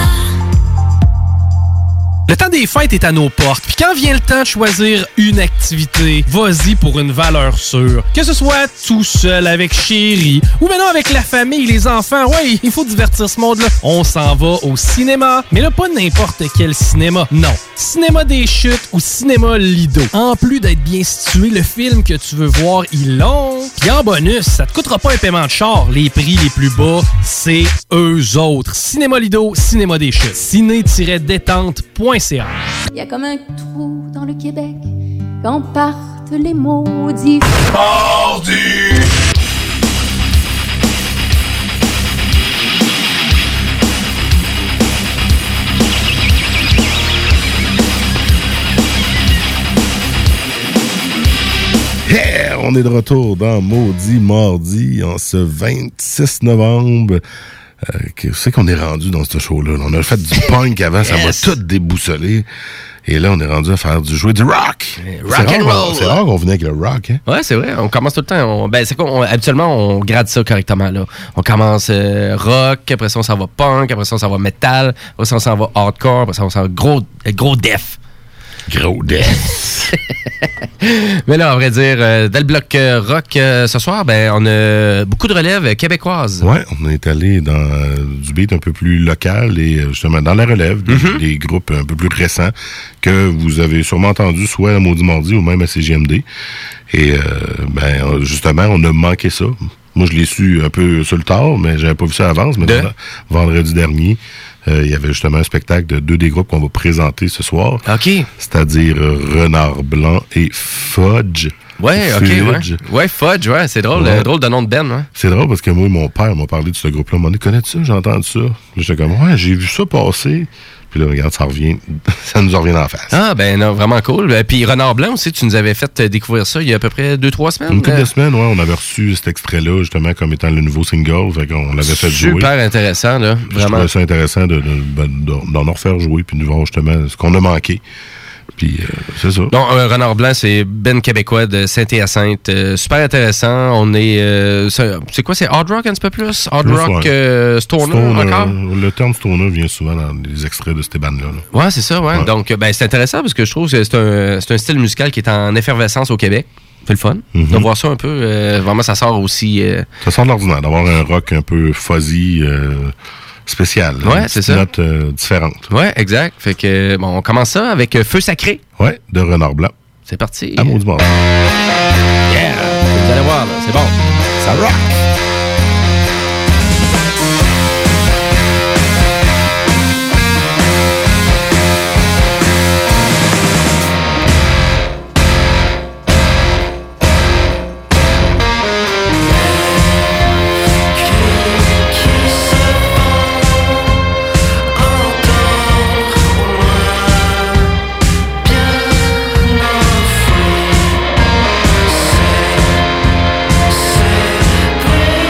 Le temps des fêtes est à nos portes. Puis quand vient le temps de choisir une activité, vas-y pour une valeur sûre. Que ce soit tout seul, avec chérie, ou maintenant avec la famille, les enfants. Ouais, il faut divertir ce monde-là. On s'en va au cinéma. Mais là, pas n'importe quel cinéma. Non. Cinéma des Chutes ou Cinéma Lido. En plus d'être bien situé, le film que tu veux voir, il long. Puis en bonus, ça te coûtera pas un paiement de char. Les prix les plus bas, c'est eux autres. Cinéma Lido, Cinéma des Chutes. ciné tiret détente point c a. Il y a comme un trou dans le Québec quand partent les maudits. Mardi! Yeah! On est de retour dans Maudit Mardi en ce vingt-six novembre. Euh, c'est qu'on est rendu dans ce show-là. On a fait du punk avant, ça m'a tout déboussolé. Et là, on est rendu à faire du jouer du rock. Rock and roll. C'est rare qu'on venait avec le rock, hein? Ouais, c'est vrai. On commence tout le temps. On, ben, c'est quoi? On, habituellement, on grade ça correctement, là. On commence euh, rock, après ça, on s'en va punk, après ça, on s'en va metal, après ça, on s'en va hardcore, après ça, on s'en va gros, gros def. Gros def. Mais là, on vrai dire, euh, dans le bloc euh, rock euh, ce soir, ben, on a beaucoup de relèves québécoises. Ouais, on est allé dans euh, du beat un peu plus local et euh, justement dans la relève, des, mm-hmm. des groupes un peu plus récents que vous avez sûrement entendu soit à Maudit Mardi ou même à C J M D. Et euh, ben justement, on a manqué ça. Moi, je l'ai su un peu sur le tard, mais j'avais pas vu ça à l'avance. Mais de... vendredi dernier, il euh, y avait justement un spectacle de deux des groupes qu'on va présenter ce soir. OK. C'est-à-dire euh, Renard Blanc et Fudge. Ouais, Fudge. OK. Ouais, ouais Fudge, ouais. C'est drôle, ouais. euh, drôle de nom de Ben. Ouais. C'est drôle parce que moi, mon père m'a parlé de ce groupe-là. Il m'a dit, connais-tu ça? J'ai entendu ça. J'étais comme, ouais, j'ai vu ça passer. Puis là, regarde, ça revient, ça nous en revient en face. Ah, ben non, vraiment cool. Puis Renard Blanc aussi, tu nous avais fait découvrir ça il y a à peu près deux, trois semaines. Une couple de semaines, ouais. On avait reçu cet extrait-là, justement, comme étant le nouveau single. Fait qu'on l'avait fait jouer. Super intéressant, là. Vraiment. Je trouvais ça intéressant de, de, de, d'en refaire jouer puis de voir justement ce qu'on a manqué. Puis, euh, c'est ça. Donc, euh, Renard Blanc, c'est Ben québécois de Saint-Hyacinthe. Euh, super intéressant. On est... Euh, c'est, c'est quoi? C'est hard rock un petit peu plus? Hard plus, rock ouais. euh, stoner, stoner encore? Le terme stoner vient souvent dans les extraits de ces bandes-là. Là. Ouais, c'est ça, ouais. ouais. Donc, ben, c'est intéressant parce que je trouve que c'est un, c'est un style musical qui est en effervescence au Québec. C'est le fun. Mm-hmm. De voir ça un peu. Euh, vraiment, ça sort aussi... Euh... Ça sort de l'ordinaire. D'avoir un rock un peu fuzzy... Euh... spécial. Ouais, c'est ça. Une note euh, différente. Ouais, exact. Fait que, bon, on commence ça avec Feu Sacré. Ouais, de Renard Blanc. C'est parti. À Maudit Mardi. Yeah! Vous allez voir, là, c'est bon. Ça rock! C'est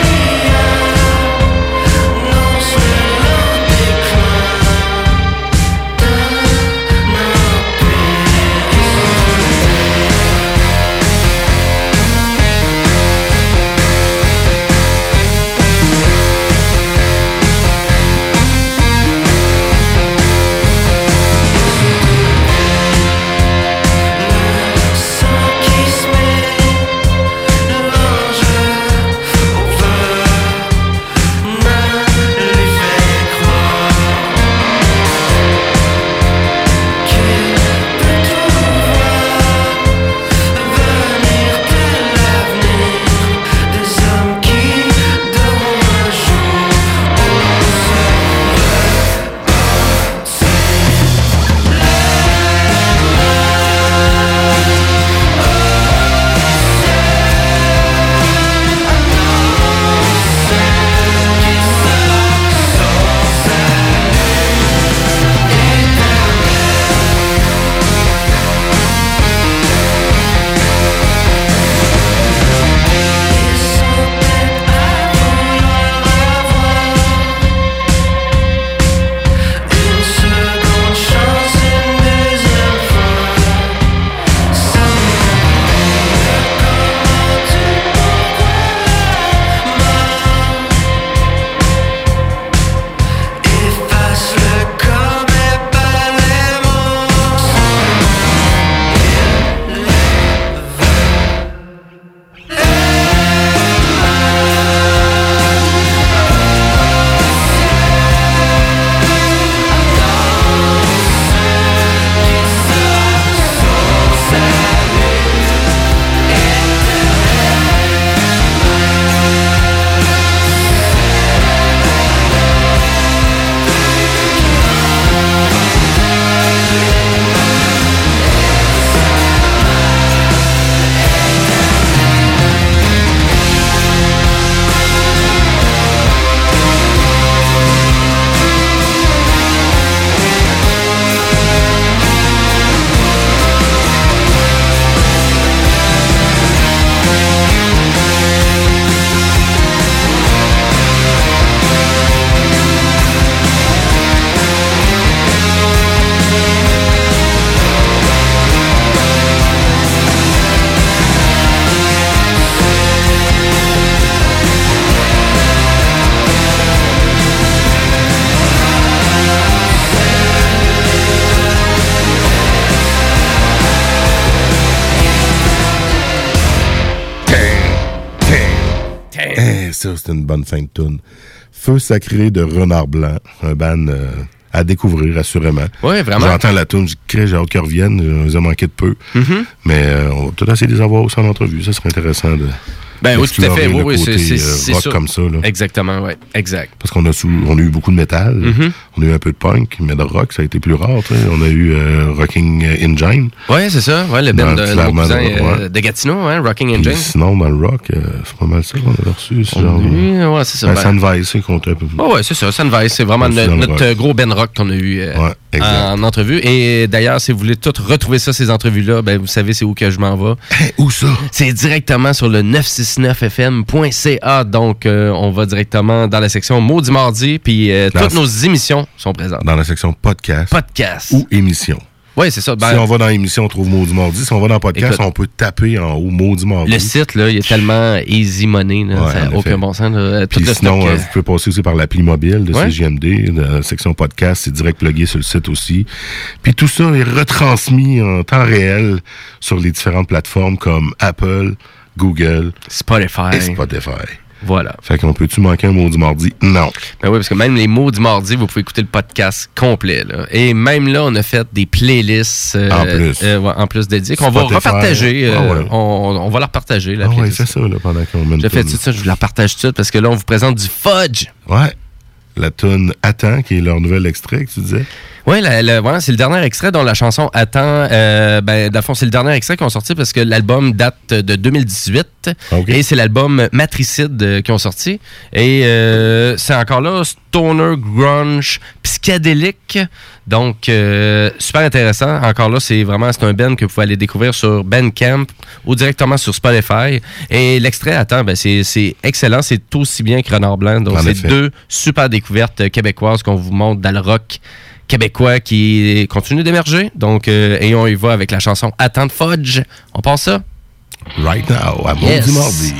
Eh, ça, c'est une bonne fin de tune. Feu sacré de Renard Blanc, un band euh, à découvrir, assurément. Oui, vraiment. J'entends la tune, je crée, j'ai hâte qu'ils reviennent, je les ai manqué de peu. Mm-hmm. Mais euh, on va peut-être essayer de les avoir aussi en entrevue, ça serait intéressant de... Ben oui, tout à fait. Oui, oui, côté, c'est, c'est, euh, rock c'est comme ça. Là. Exactement, oui. Exact. Parce qu'on a, sous, on a eu beaucoup de métal, Mm-hmm. on a eu un peu de punk, mais de rock, ça a été plus rare. T'sais. On a eu euh, Rocking Engine. Oui, c'est ça. Ouais, le band de mon cousin euh, de Gatineau, hein, Rocking Engine. Puis sinon, dans le rock, euh, c'est pas mal ça qu'on a reçu. C'est genre, oui, ouais, c'est ça. Ben, Ben, Sunvice, c'est compté un peu plus. Oh, ouais, c'est ça. Sunvice, c'est vraiment C'est notre, notre notre rock. gros band rock qu'on a eu euh, Ouais, exact. en entrevue. Et d'ailleurs, si vous voulez tout retrouver ça, ces entrevues-là, ben, vous savez c'est où que je m'en vais. Où ça? C'est directement sur le neuf cent soixante-neuf F M point C A. Donc, euh, on va directement dans la section Maudit Mardi. Puis, euh, Dans toutes nos émissions sont présentes. Dans la section podcast. Podcast. Ou émission. Oui, c'est ça. Ben, si on va dans l'émission, on trouve Maudit Mardi. Si on va dans le podcast, écoute, on peut taper en haut Maudit Mardi. le site, là, il est tellement easy money. Là, Ouais, ça en n'a aucun effet. bon sens. Là. Tout Puis le sinon, stock, euh, euh, vous pouvez passer aussi par l'appli mobile de Ouais. C J M D, de la section podcast, c'est direct plugué sur le site aussi. Puis tout ça est retransmis en temps réel sur les différentes plateformes comme Apple, Google, Spotify. et Spotify. Voilà. Fait qu'on peut-tu manquer un Maudit Mardi? Non. Ben oui, parce que même les mots du mardi, vous pouvez écouter le podcast complet. Là. Et même là, on a fait des playlists euh, En plus. euh, ouais, en plus dédiées qu'on va Spotify. repartager. euh, Ah ouais. on, on va la repartager. La Ah ouais, playlist. c'est ça, là, pendant qu'on met une Je fais toune. tout ça, je vous la partage tout de suite parce que là, on vous présente du fudge. Ouais. La tune Attends, qui est leur nouvel extrait que tu disais. Oui, voilà, c'est le dernier extrait dont la chanson Attends. Euh, ben, dans le fond, c'est le dernier extrait qu'ils ont sorti parce que l'album date de deux mille dix-huit. Okay. Et c'est l'album Matricide euh, qu'ils ont sorti. Et euh, c'est encore là, stoner, grunge, psychédélique. Donc, euh, super intéressant. Encore là, c'est vraiment c'est un band que vous pouvez aller découvrir sur Bandcamp ou directement sur Spotify. Et l'extrait Attends, ben, c'est, c'est excellent. C'est aussi bien que Renard Blanc. Donc, En c'est effet. deux super découvertes québécoises qu'on vous montre dans le rock québécois qui continue d'émerger. Donc, euh, et on y va avec la chanson Attends de Fudge. On passe ça? Right now, à Yes. Maudit Mardi.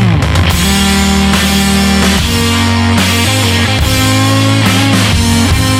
Thank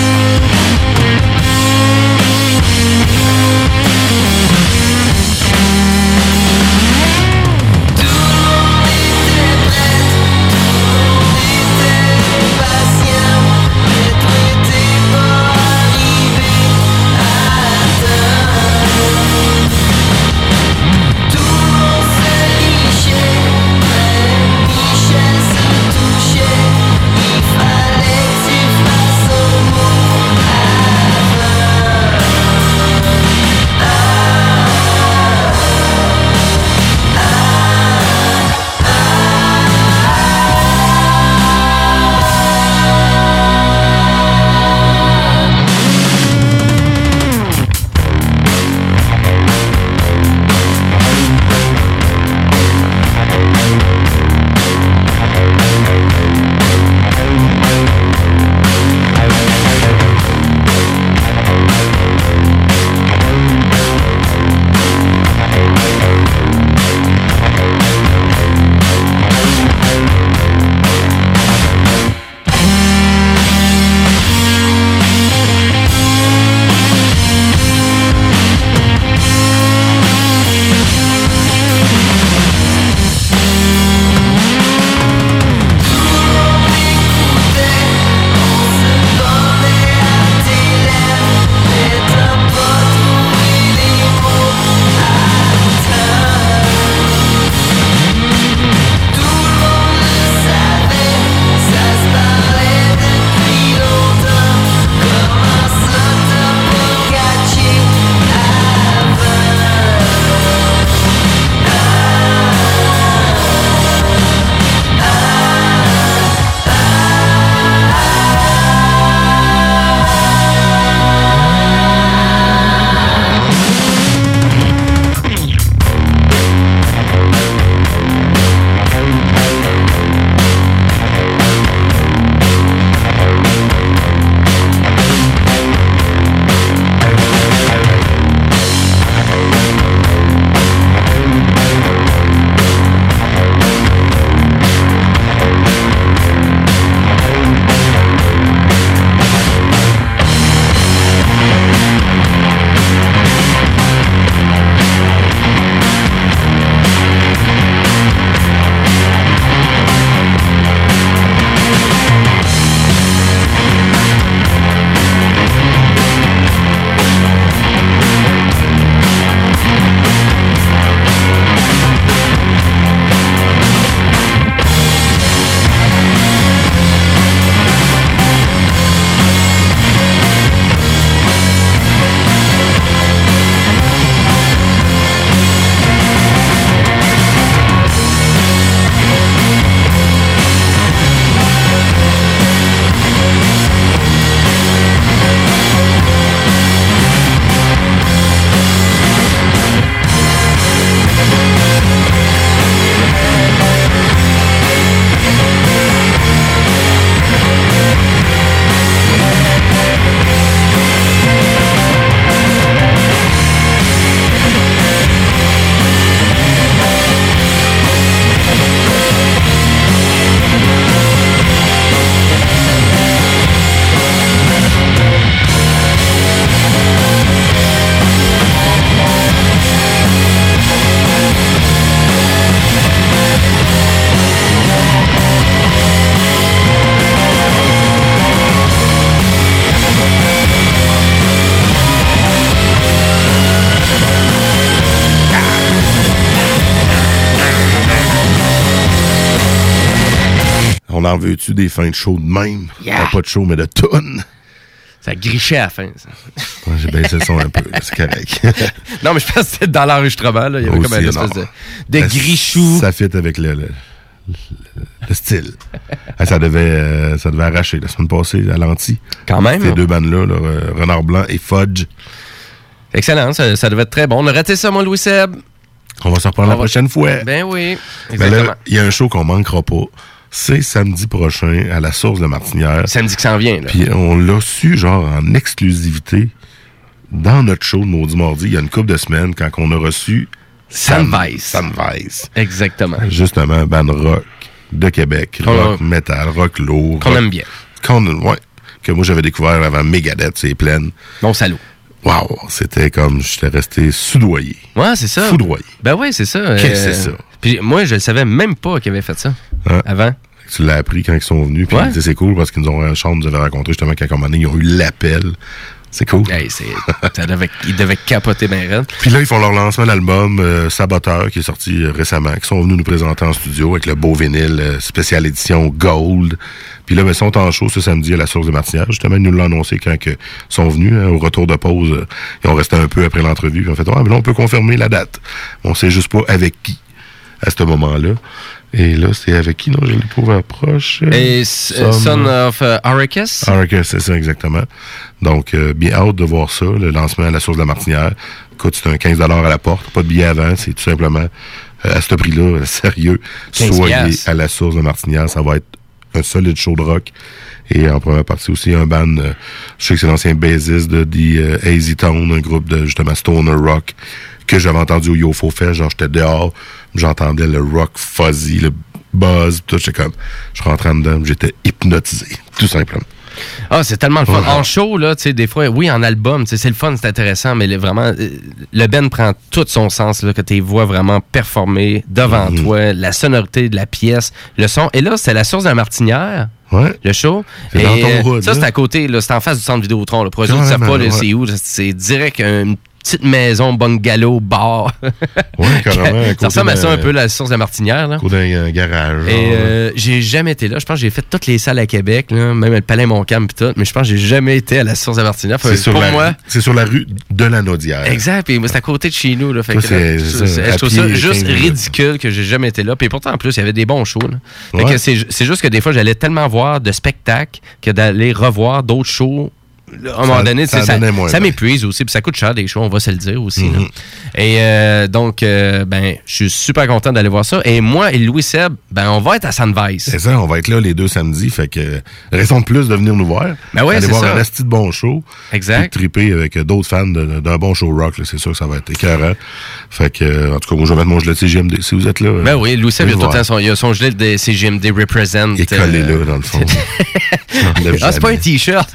en veux-tu des fins de show de même? Yeah. Pas de show, mais de tonnes. Ça grichait à la fin, ça. Ouais, j'ai baissé le son un peu, c'est correct. Non, mais je pense que c'était dans l'enregistrement, là. Il y avait Aussi, comme une espèce non. de, de Ça- grichou. Ça fit avec le, le, le, le style. Ah, ça, devait, euh, ça devait arracher la semaine passée à l'anti. Quand même. Ces deux bandes-là, là, euh, Renard Blanc et Fudge. Excellent, ça, ça devait être très bon. On a raté ça, mon Louis Seb. On va se reprendre On la va- prochaine fois. Ben oui, Ben exactement. là, il y a un show qu'on manquera pas. C'est samedi prochain à la Source de Martinière. Samedi qui s'en vient, là. Puis on l'a su, genre, en exclusivité dans notre show de Maudit Mardi, il y a une couple de semaines, quand on a reçu Sam- Samwise. Samwise. Exactement. Justement, band rock de Québec, Qu'on rock a- metal, rock lourd. Qu'on rock- aime bien. Qu'on, ouais, que moi j'avais découvert avant Megadeth, c'est plein. Bon salaud. Wow, c'était comme, j'étais resté soudoyé. Ouais, c'est ça. Foudroyé. Ben ouais, c'est ça. Qu'est-ce que c'est ça? Puis moi, je ne savais même pas qu'ils avaient fait ça Hein? avant. Tu l'as appris quand ils sont venus. Puis Ouais. tu sais, c'est cool parce qu'ils nous ont Charles nous avait raconté justement qu'à un moment donné, ils ont eu l'appel. C'est cool. Hey, c'est, ça devait, ils devaient capoter ben raide. Puis là, ils font leur lancement d'album euh, Saboteur qui est sorti euh, récemment, qui sont venus nous présenter en studio avec le beau vinyle euh, spécial édition Gold. Puis là, ben, ils sont en show ce samedi à la Source de Martinière. Justement, ils nous l'ont annoncé quand que ils sont venus. Hein, au retour de pause, euh, ils ont resté un peu après l'entrevue. Puis on fait, ah, mais là, on peut confirmer la date. On sait juste pas avec qui à ce moment-là. Et là, c'est avec qui? Non, je l'ai pas ouvert proche. Et S- euh, Son of uh, Arrakis? Arrakis, c'est ça, exactement. Donc, euh, bien hâte de voir ça, le lancement à la Source de la Martinière. Écoute, c'est un quinze dollars à la porte, pas de billet avant, c'est tout simplement euh, à ce prix-là, sérieux. quinze Soyez piastres. à la Source de Martinière, ça va être un solide show de rock. Et en première partie aussi, un band, euh, je sais que c'est l'ancien bassiste de The euh, Hazy Tone, un groupe de, justement, stoner rock, que j'avais entendu au Yofo Fest, genre j'étais dehors, j'entendais le rock fuzzy, le buzz, tout, j'étais comme, je rentrais dedans, j'étais hypnotisé, tout simplement. Ah, c'est tellement le fun. Ouais. En show, là, tu sais, des fois, oui, en album, tu sais, c'est le fun, c'est intéressant, mais le, vraiment, euh, le Ben prend tout son sens, là, que tu les vois vraiment performer devant Mhm. toi, la sonorité de la pièce, le son. Et là, c'est la Source de la Martinière. Ouais. Le show. C'est Et, dans ton euh, hood, ça, là. c'est à côté, là, c'est en face du centre Vidéotron. Là. Pour eux autres, ils savent Carrément, pas, là, ouais. c'est où. là, C'est direct une petite maison, bungalow, bar. Ouais, carrément. à Ça côté ressemble à ça d'un- un peu, la Source de la Martinière. Là. Au d'un euh, garage. Et genre, euh, j'ai jamais été là. Je pense que j'ai fait toutes les salles à Québec, là, même le Palais Montcalm pis tout, mais je pense que j'ai jamais été à la Source de la Martinière. Fait c'est que sur, pour la, moi, c'est sur la rue de la Naudière. exact. Puis moi, c'est à côté de chez nous. Là, fait Toi, que, là, c'est- je, c'est je- ça, je à trouve pied, ça juste quinze minutes. ridicule que j'ai jamais été là. Puis pourtant, en plus, il y avait des bons shows. Là. Fait Ouais. que c'est, c'est juste que des fois, j'allais tellement voir de spectacles que d'aller revoir d'autres shows. Là, à un moment donné, ça tu sais, ça, donnait moins ça bien. m'épuise aussi, puis ça coûte cher des shows, on va se le dire aussi. là. Mhm. Et euh, donc, euh, ben, je suis super content d'aller voir ça. Et moi et Louis Seb, ben, on va être à Sandvice. C'est ça, on va être là les deux samedis. Fait que euh, raison de plus de venir nous voir. Ben ouais, Aller c'est voir ça. un asti de bon show. Exact. Puis de triper avec euh, d'autres fans de- d'un bon show rock. là. C'est sûr que ça va être écœurant. Fait que, euh, en tout cas, moi, je vais mettre mon gilet de C G M D. Si vous êtes là. euh, Ben oui, Louis Seb, il a venez tout le voir. temps son, il a son gilet de C G M D Represent. Il est collé euh, là, dans le fond. J'enlève Ah, c'est pas un jamais. t-shirt.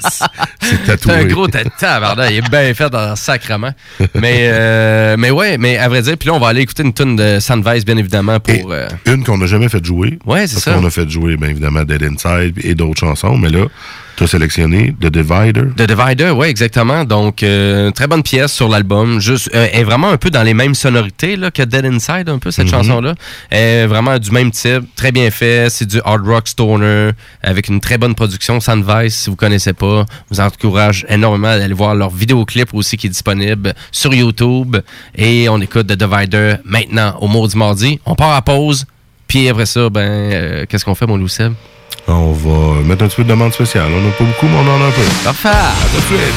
C'est tatoué. C'est un gros tabarnak. Il est bien fait dans le sacrement. Mais, euh, mais ouais, mais à vrai dire, puis là, on va aller écouter une tune de Sandvice, bien évidemment, pour. euh, Une qu'on n'a jamais fait jouer. Ouais, c'est parce ça. qu'on a fait jouer, bien évidemment, Dead Inside et d'autres chansons. Mais là, tu as sélectionné The Divider. The Divider, oui, exactement. Donc, euh, très bonne pièce sur l'album. Juste, euh, elle est vraiment un peu dans les mêmes sonorités là, que Dead Inside, un peu, cette Mhm. chanson-là. Elle est vraiment du même type, très bien fait. C'est du hard rock stoner avec une très bonne production. Sandvice, si vous connaissez pas, je vous encourage énormément à aller voir leur vidéoclip aussi qui est disponible sur YouTube. Et on écoute The Divider maintenant au Maudit Mardi. On part à pause. Puis après ça, ben, euh, qu'est-ce qu'on fait, mon Louis Seb? On va mettre un petit peu de demande spéciale. On n'a pas beaucoup, mais on en a un peu. Parfait! À tout de suite.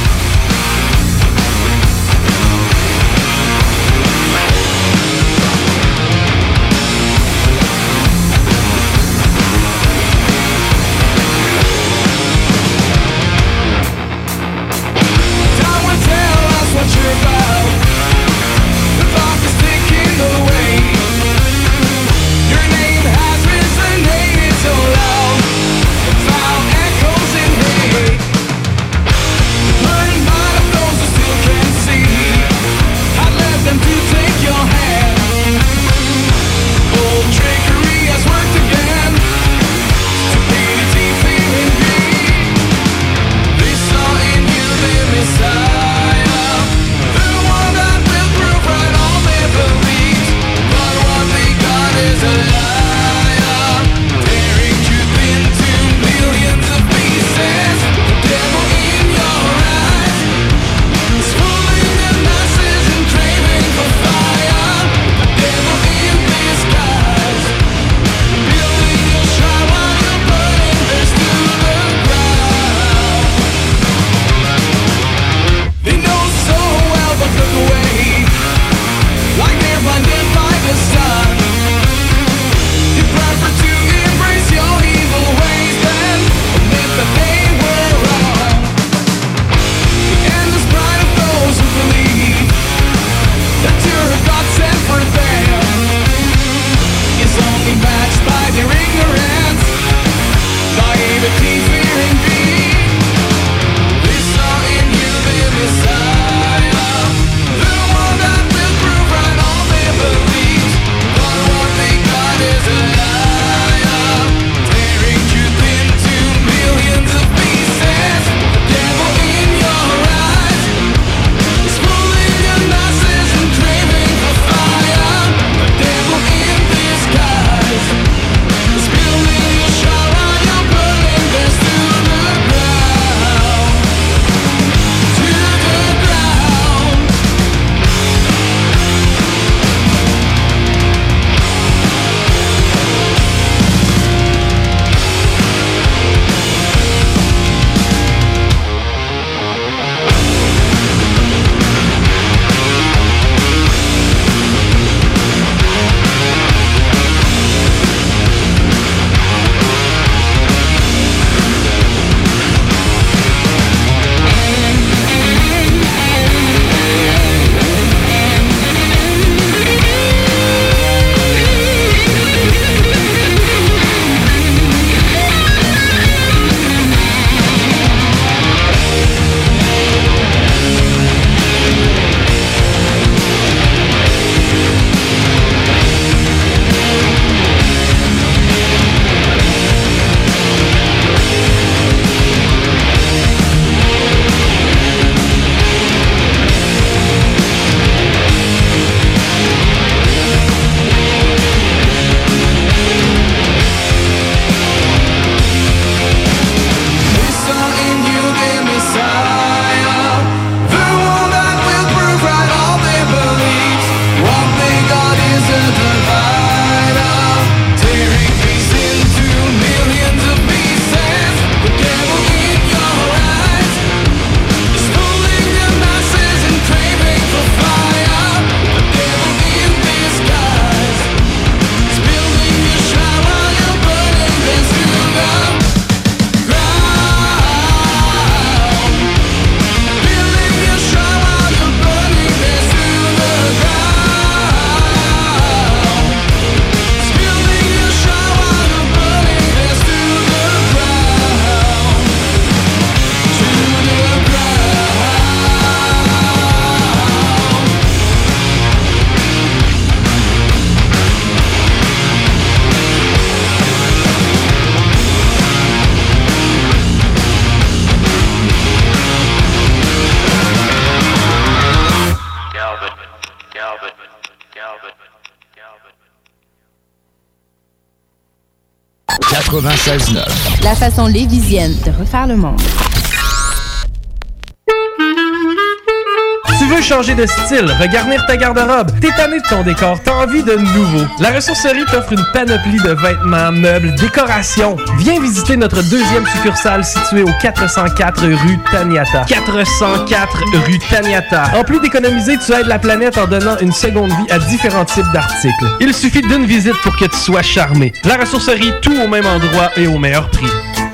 Time will tell us what you're about. The clock is ticking away. Your name has resonated so loud, found echoes in hate. Putting quatre-vingt-seize neuf. La façon lévisienne de refaire le monde. Tu veux changer de style, regarnir ta garde-robe, t'es tanné de ton décor, t'as envie de nouveau. La ressourcerie t'offre une panoplie de vêtements, meubles, décorations. Viens visiter notre deuxième succursale située au quatre cent quatre rue Taniata. quatre cent quatre rue Taniata. En plus d'économiser, tu aides la planète en donnant une seconde vie à différents types d'articles. Il suffit d'une visite pour que tu sois charmé. La ressourcerie, tout au même endroit et au meilleur prix.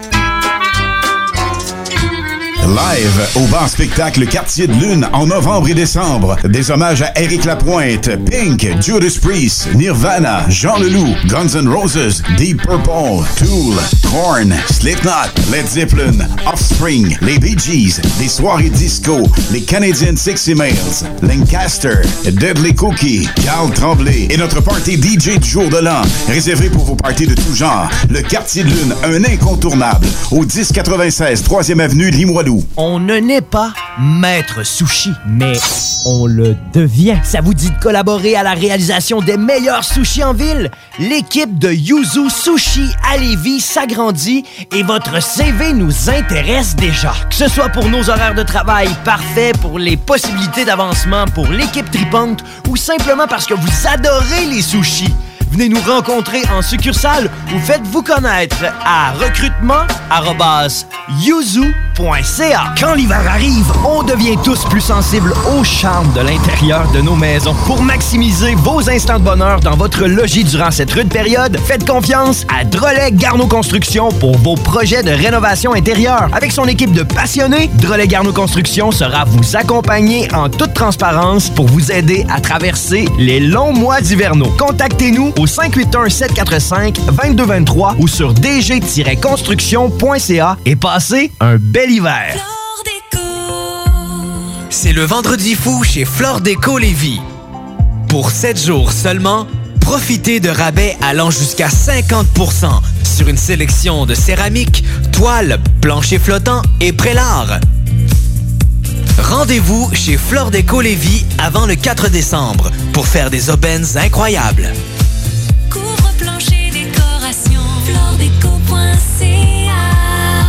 Live au bar spectacle Quartier de Lune en novembre et décembre. Des hommages à Éric Lapointe, Pink, Judas Priest, Nirvana, Jean Leloup, Guns N' Roses, Deep Purple, Tool, Korn, Slipknot, Led Zeppelin, Offspring, les Bee Gees, des soirées disco, les Canadian Sexy Males, Lancaster, Deadly Cookie, Carl Tremblay et notre party D J du jour de l'an. Réservé pour vos parties de tout genre. Le Quartier de Lune, un incontournable, au dix quatre-vingt-seize troisième avenue Limoilou. On ne naît pas maître sushi, mais on le devient. Ça vous dit de collaborer à la réalisation des meilleurs sushis en ville? L'équipe de Yuzu Sushi à Lévis s'agrandit et votre C V nous intéresse déjà. Que ce soit pour nos horaires de travail parfaits, pour les possibilités d'avancement pour l'équipe tripante ou simplement parce que vous adorez les sushis. Venez nous rencontrer en succursale ou faites-vous connaître à recrutement arobase yuzu point c a. Quand l'hiver arrive, on devient tous plus sensibles au charme de l'intérieur de nos maisons. Pour maximiser vos instants de bonheur dans votre logis durant cette rude période, faites confiance à Drolet Garneau Construction pour vos projets de rénovation intérieure. Avec son équipe de passionnés, Drolet Garneau Construction sera vous accompagner en toute transparence pour vous aider à traverser les longs mois d'hivernaux. Contactez-nous au cinq huit un sept quatre cinq deux deux deux trois ou sur d g tiret construction point c a et passez un bel hiver. C'est le vendredi fou chez Flore Déco Lévis. Pour sept jours seulement, profitez de rabais allant jusqu'à cinquante pour cent sur une sélection de céramique, toiles, planchers flottants et prélats. Rendez-vous chez Flore Déco Lévis avant le quatre décembre pour faire des aubaines incroyables. Couvre-plancher décoration, floredeco point c a.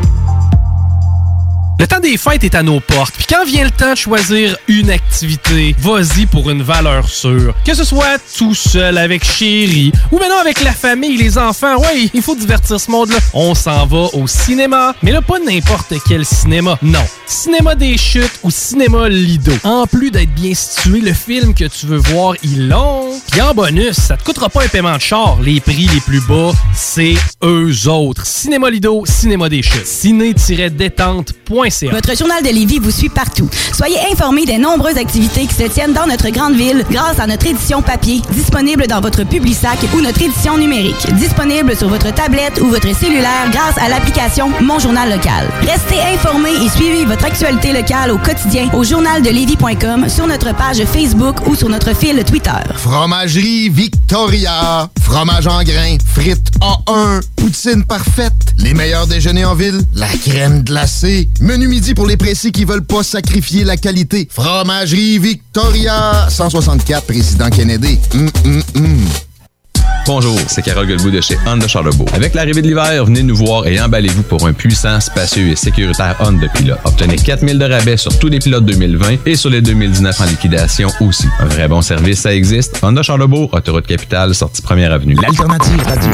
Le temps des fêtes est à nos portes. Puis quand vient le temps de choisir une activité, vas-y pour une valeur sûre. Que ce soit tout seul, avec chérie, ou maintenant avec la famille, les enfants. Ouais, il faut divertir ce monde-là. On s'en va au cinéma. Mais là, pas n'importe quel cinéma. Non. Cinéma des Chutes ou Cinéma Lido. En plus d'être bien situé, le film que tu veux voir, il long. Puis en bonus, ça te coûtera pas un paiement de char. Les prix les plus bas, c'est eux autres. Cinéma Lido, Cinéma des Chutes. ciné tiret détente point c a. Votre journal de Lévis vous suit partout. Soyez informés des nombreuses activités qui se tiennent dans notre grande ville grâce à notre édition papier, disponible dans votre Publisac ou notre édition numérique, disponible sur votre tablette ou votre cellulaire grâce à l'application Mon Journal Local. Restez informés et suivez votre actualité locale au quotidien au journal de lévis point com, sur notre page Facebook ou sur notre fil Twitter. Fromagerie Victoria. Fromage en grains, frites A un, poutine parfaite, les meilleurs déjeuners en ville, la crème glacée, menu midi pour les pressés qui veulent pas sacrifier la qualité. Fromagerie Victoria, cent soixante-quatre Président Kennedy. Hum, hum, hum. Bonjour, c'est Carole Guilbeault de chez Honda Charlebourg. Avec l'arrivée de l'hiver, venez nous voir et emballez-vous pour un puissant, spacieux et sécuritaire Honda Pilot. Obtenez quatre mille de rabais sur tous les pilotes deux mille vingt et sur les deux mille dix-neuf en liquidation aussi. Un vrai bon service, ça existe. Honda Charlebourg, autoroute capitale, sortie première avenue. L'alternative radio.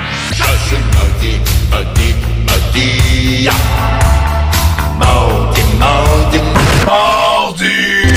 Mardi, mardi, mardi.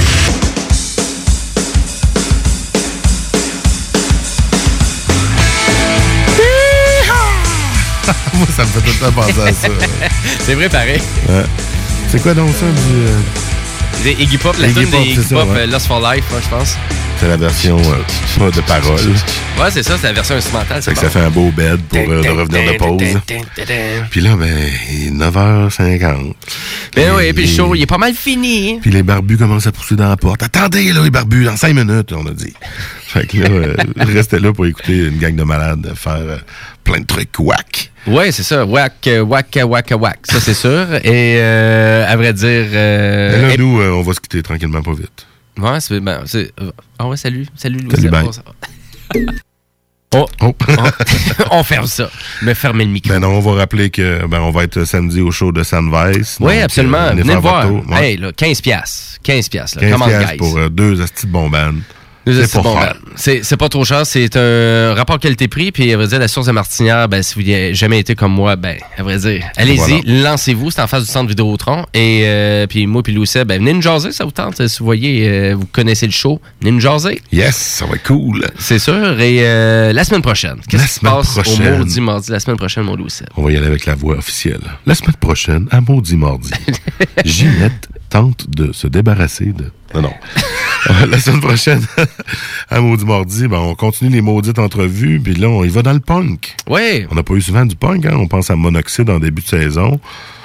Moi, ça me fait tout le temps penser à ça. C'est vrai, pareil. Ouais. C'est quoi donc ça? Du, euh... Des Iggy Pop, la tune des Iggy Pop, ouais. Lost for Life, moi, je pense. C'est la version euh, de parole. Ouais, c'est ça, c'est la version instrumentale. C'est que bon. Ça fait un beau bed pour euh, de revenir de pause. Puis là, ben, il est neuf heures cinquante. Ben oui, puis le show, il est pas mal fini. Puis les barbus commencent à pousser dans la porte. Attendez, là, les barbus, dans cinq minutes, on a dit. Fait que là, euh, je restais là pour écouter une gang de malades faire euh, plein de trucs whack. Ouais, c'est ça. Whack, whack, whack, whack. Ça, c'est sûr. Et euh, à vrai dire... Euh, Mais là, et... nous, euh, on va se quitter tranquillement, pas vite. Ouais, c'est... Ben, c'est... Ah ouais, salut. Salut, Louis. Salut, bye. Oh, oh. On ferme ça. Mais fermez le micro. Ben non, on va rappeler que ben on va être samedi au show de Sandvice. Oui, donc, absolument. Euh, venez le voir. Ouais. Hey, là, quinze piastres. quinze piastres. quinze piastres pour euh, deux astis de bombanes. C'est bon, ben, c'est, c'est pas trop cher. C'est un rapport qualité-prix. Puis, à vrai dire, la source de Martinière, ben, si vous n'avez jamais été comme moi, ben, à vrai dire, allez-y, voilà. Lancez-vous. C'est en face du centre Vidéotron. Et euh, puis, moi puis Louis, ben, venez nous jaser, ça vous tente. Si vous voyez, euh, vous connaissez le show, venez nous jaser. Yes, ça va être cool. C'est sûr. Et euh, la semaine prochaine, qu'est-ce la qui se passe prochaine. au Maudit Mardi? La semaine prochaine, mon Louis. On va y aller avec la voix officielle. La semaine prochaine, à Maudit Mardi, Ginette tente de se débarrasser de... Non, non. La semaine prochaine, à Maudit Mardi, ben, on continue les maudites entrevues, puis là, on y va dans le punk. Oui. On n'a pas eu souvent du punk, hein? On pense à Monoxide en début de saison.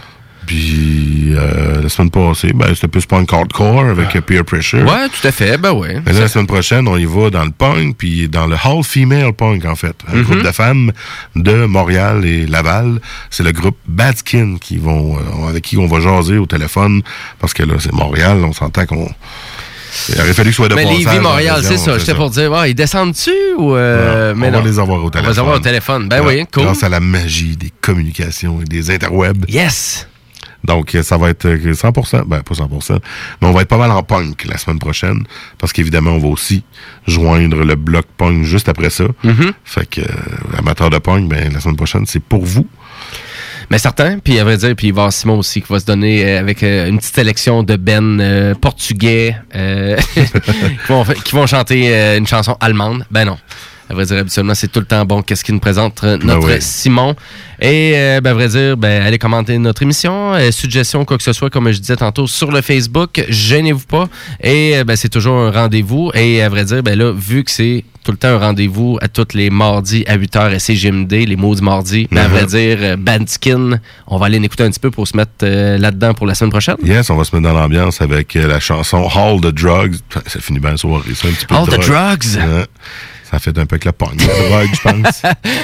Puis, euh, la semaine passée, ben, c'était plus punk hardcore avec ah. Peer Pressure. Ouais, tout à fait, ben ouais. Mais là, la semaine prochaine, on y va dans le punk, puis dans le All Female Punk, en fait. Un mm-hmm. groupe de femmes de Montréal et Laval. C'est le groupe Bad Skin qui vont, euh, avec qui on va jaser au téléphone, parce que là, c'est Montréal, on s'entend qu'on... Il aurait fallu que ce soit de mais passage. Mais Lévis, Montréal, c'est ça. J'étais pour dire, ouais, ils descendent-tu ou... Euh, non, mais on non. va les avoir au téléphone. On va les avoir au téléphone. Ben ouais, oui, cool. Grâce à la magie des communications et des interwebs. Yes! Donc, ça va être cent pour cent. Ben, pas cent pour cent. Mais on va être pas mal en punk la semaine prochaine. Parce qu'évidemment, on va aussi joindre le bloc punk juste après ça. Mm-hmm. Fait que, euh, amateur de punk, ben, la semaine prochaine, c'est pour vous. Mais certain, puis à vrai dire, puis il va y avoir Simon aussi qui va se donner euh, avec euh, une petite sélection de Ben euh, portugais euh, qui, vont, qui vont chanter euh, une chanson allemande. Ben non. À vrai dire, habituellement, c'est tout le temps bon. Qu'est-ce qu'il nous présente, notre ben oui. Simon. Et, euh, ben, à vrai dire, ben, allez commenter notre émission. Euh, suggestions, quoi que ce soit, comme je disais tantôt, sur le Facebook. Gênez-vous pas. Et, ben, c'est toujours un rendez-vous. Et, à vrai dire, ben, là, vu que c'est tout le temps un rendez-vous à tous les mardis à huit heures à C G M D, les maudits mardis, ben, mm-hmm. à vrai dire, euh, Bandskin, on va aller l'écouter un petit peu pour se mettre euh, là-dedans pour la semaine prochaine. Yes, on va se mettre dans l'ambiance avec euh, la chanson All the Drugs. Ça finit bien la soirée, ça, un petit peu. All de the Drugs? Ouais. Ça fait un peu avec la punk, la drogue, je pense.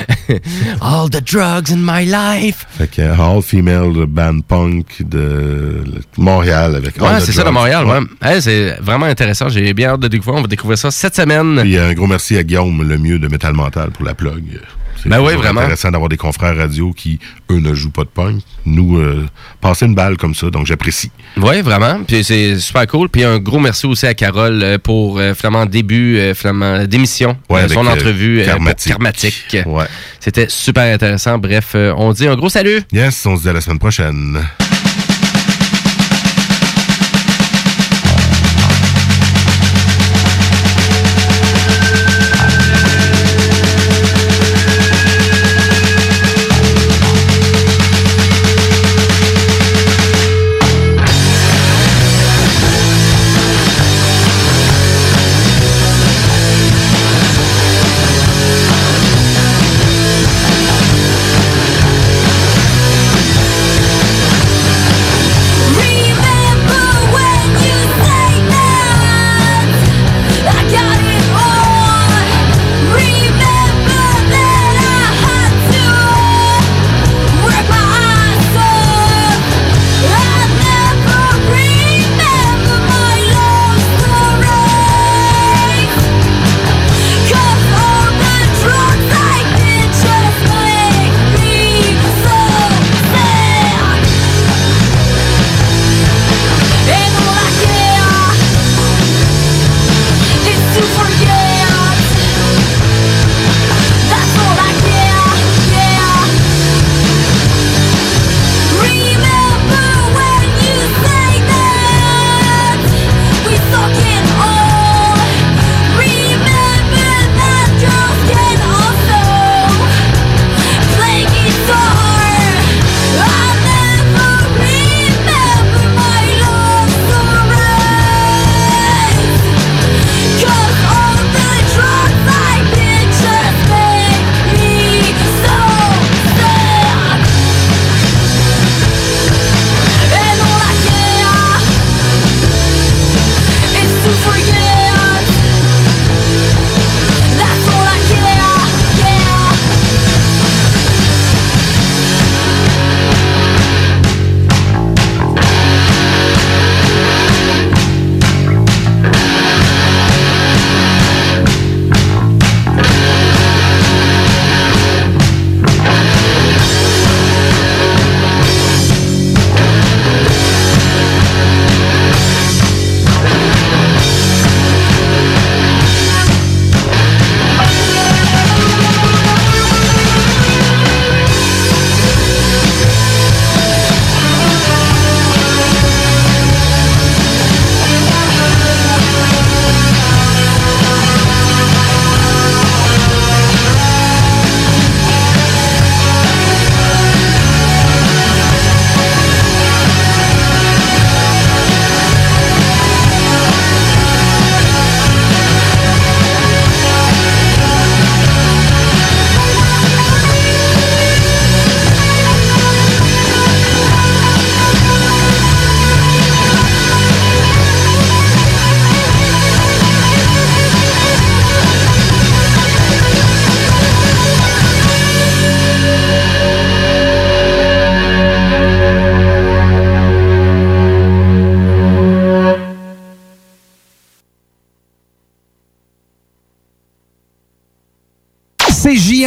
All the drugs in my life. Fait que All Female Band Punk de Montréal avec Ouais, All c'est the ça drugs. de Montréal, ouais. ouais. Hey, c'est vraiment intéressant. J'ai bien hâte de découvrir. On va découvrir ça cette semaine. Puis un gros merci à Guillaume Lemieux de Metal Mental pour la plug. C'est ben oui, vraiment. intéressant d'avoir des confrères radio qui, eux, ne jouent pas de punk. Nous, euh, passer une balle comme ça, donc j'apprécie. Oui, vraiment. Puis c'est super cool. Puis un gros merci aussi à Carole pour euh, finalement début euh, finalement, d'émission. Ouais, euh, son avec, entrevue euh, Karmatique. pour Karmatique. Ouais. C'était super intéressant. Bref, euh, on dit un gros salut. Yes, on se dit à la semaine prochaine.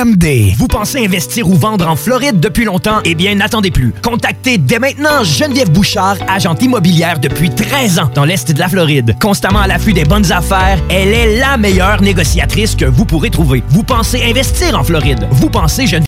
M D. Vous pensez investir ou vendre en Floride depuis longtemps? Eh bien, n'attendez plus. Contactez dès maintenant Geneviève Bouchard, agente immobilière depuis treize ans dans l'Est de la Floride. Constamment à l'affût des bonnes affaires, elle est la meilleure négociatrice que vous pourrez trouver. Vous pensez investir en Floride? Vous pensez Geneviève